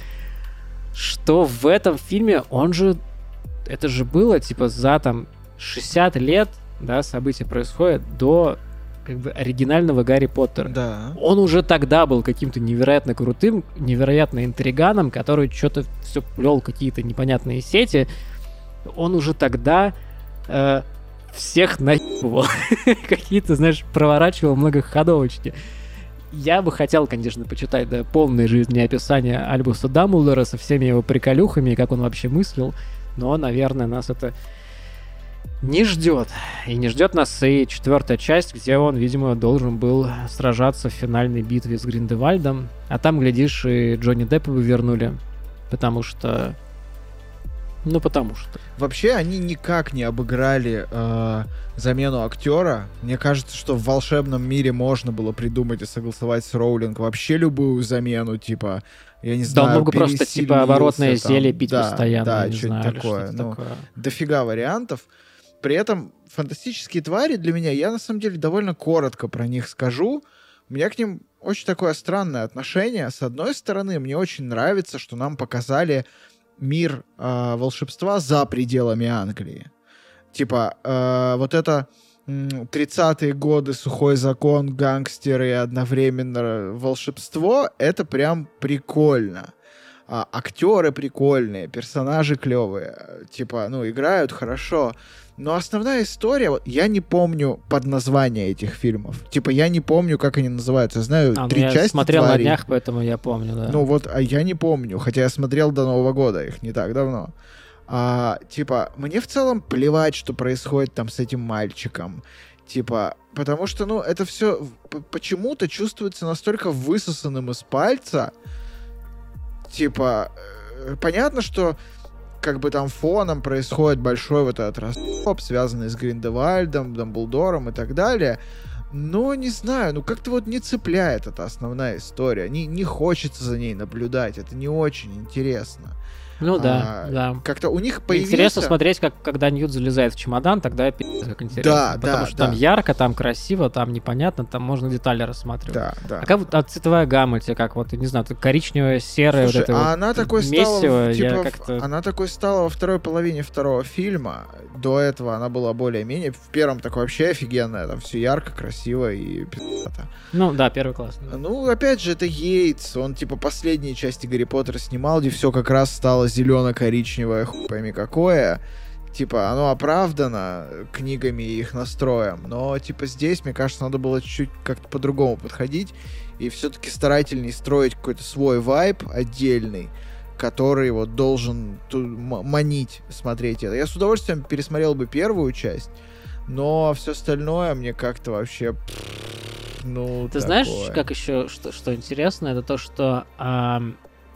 Что в этом фильме он же, это же было типа за там шестьдесят лет, да, события происходят до как бы оригинального Гарри Поттера. Да. Он уже тогда был каким-то невероятно крутым, невероятно интриганом, который что-то все плел какие-то непонятные сети. Он уже тогда э, всех наебывал. Какие-то, знаешь, проворачивал многоходовочки. Я бы хотел, конечно, почитать да, полное жизнеописание Альбуса Дамблдора со всеми его приколюхами и как он вообще мыслил. Но, наверное, нас это не ждет. И не ждет нас и четвертая часть, где он, видимо, должен был сражаться в финальной битве с Гриндевальдом. А там, глядишь, и Джонни Деппа вы вернули. Потому что Ну, потому что. Вообще, они никак не обыграли э, замену актера. Мне кажется, что в волшебном мире можно было придумать и согласовать с Роулинг вообще любую замену, типа, я не знаю, да, он мог бы просто, типа, оборотное там, зелье пить да, постоянно, да, я не что-то знаю, такое. что-то Ну, такое. дофига вариантов. При этом фантастические твари для меня, я на самом деле довольно коротко про них скажу. У меня к ним очень такое странное отношение. С одной стороны, мне очень нравится, что нам показали мир э, волшебства за пределами Англии. Типа, э, вот это м, тридцатые годы, сухой закон, гангстеры и одновременно волшебство, это прям прикольно. А, актеры прикольные, персонажи клевые, типа, ну, играют хорошо. Но основная история, вот, я не помню под название этих фильмов. Типа, я не помню, как они называются. Я знаю а, три ну, части я смотрел тварей. на днях, поэтому я помню, да. Ну вот, а я не помню, хотя я смотрел до Нового года их не так давно. А, типа, мне в целом плевать, что происходит там с этим мальчиком. Типа, потому что, ну, это все почему-то чувствуется настолько высосанным из пальца. Типа, э, понятно, что как бы там фоном происходит большой вот этот растоп, связанный с Гриндевальдом, Дамблдором и так далее. Но не знаю, ну как-то вот не цепляет эта основная история. Не, не хочется за ней наблюдать, это не очень интересно. Ну да, а, да. Как-то у них появился... Интересно смотреть, как, когда Ньют залезает в чемодан, тогда пи***ц, как интересно. Да, Потому да, что да. там ярко, там красиво, там непонятно, там можно детали рассматривать. Да, да. А как вот а цветовая гамма тебе как вот, не знаю, коричневая, серая, Слушай, вот это а вот она такой месиво, стала, типа, я в- как-то... она такой стала во второй половине второго фильма. До этого она была более-менее. В первом так вообще офигенная, там все ярко, красиво и пи***то. Ну да, первый класс. Да. Ну, опять же, это Йейтс. Он, типа, последние части Гарри Поттера снимал, где все как раз стало зелено-коричневое, хуй пойми какое. Типа, оно оправдано книгами и их настроем. Но, типа, здесь, мне кажется, надо было чуть-чуть как-то по-другому подходить. И все-таки старательней строить какой-то свой вайб отдельный, который вот должен ту- м- манить смотреть это. Я с удовольствием пересмотрел бы первую часть, но все остальное мне как-то вообще... Ну, Ты такое. знаешь, как еще, что, что интересно, это то, что ам,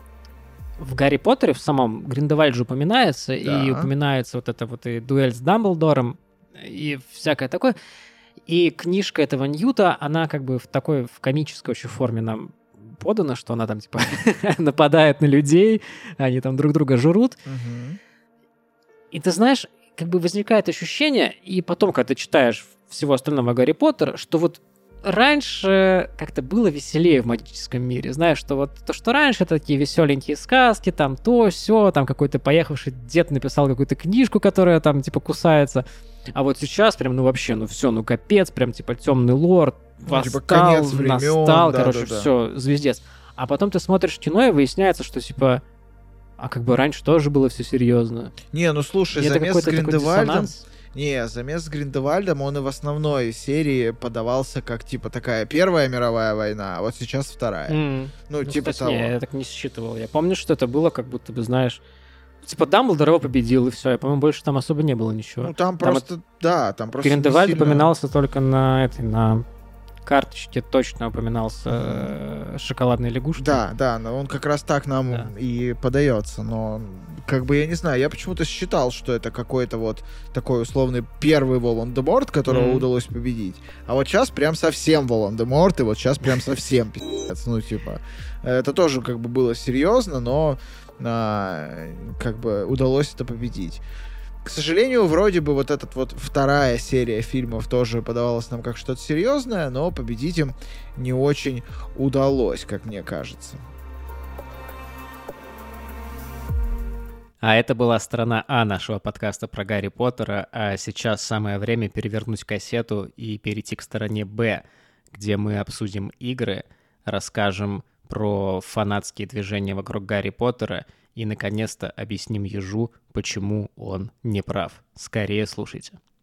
в Гарри Поттере в самом Гриндевальд же упоминается, Да. и упоминается вот это вот и дуэль с Дамблдором, и всякое такое. И книжка этого Ньюта, она как бы в такой, в комической очень форме нам подана, что она там типа нападает на людей, они там друг друга жрут. Мгм. И ты знаешь, как бы возникает ощущение, и потом, когда ты читаешь всего остального Гарри Поттера, что вот раньше как-то было веселее в магическом мире. Знаешь, что вот то, что раньше, это такие веселенькие сказки, там то, все, там какой-то поехавший дед написал какую-то книжку, которая там типа кусается. А вот сейчас прям, ну вообще, ну все, ну капец, прям типа темный лорд, Ну, типа, восстал, конец времен, настал, да, короче, да, да. все, звездец. А потом ты смотришь кино, и выясняется, что типа, а как бы раньше тоже было все серьезно. Не, ну слушай, И это замес с какой-то такой Гриндевальдом... диссонанс. Не, замес с Гриндевальдом, он и в основной серии подавался как, типа, такая Первая мировая война, а вот сейчас вторая. М. Ну, Ну, типа кстати, не, того. я так не считывал. Я помню, что это было, как будто бы, знаешь, типа Дамблдор его победил, и все. Я, по-моему, больше там особо не было ничего. Ну, там, Там просто, да, там просто не Гриндевальд сильно- упоминался только на этой, на карточке точно упоминался э, шоколадной лягушки. Да, да, но он как раз так нам Да. и подается, но как бы я не знаю, я почему-то считал, что это какой-то вот такой условный первый Волан-де-Морт, которого Мгм. удалось победить. А вот сейчас прям совсем Волан-де-Морт, и вот сейчас прям совсем пиздец. Ну, типа, это тоже как бы было серьезно, но а, как бы удалось это победить. К сожалению, вроде бы вот эта вот вторая серия фильмов тоже подавалась нам как что-то серьезное, но победить им не очень удалось, как мне кажется. А это была сторона А нашего подкаста про Гарри Поттера, а сейчас самое время перевернуть кассету и перейти к стороне Б, где мы обсудим игры, расскажем про фанатские движения вокруг Гарри Поттера и, наконец-то, объясним Ежу, почему он не прав. Скорее слушайте.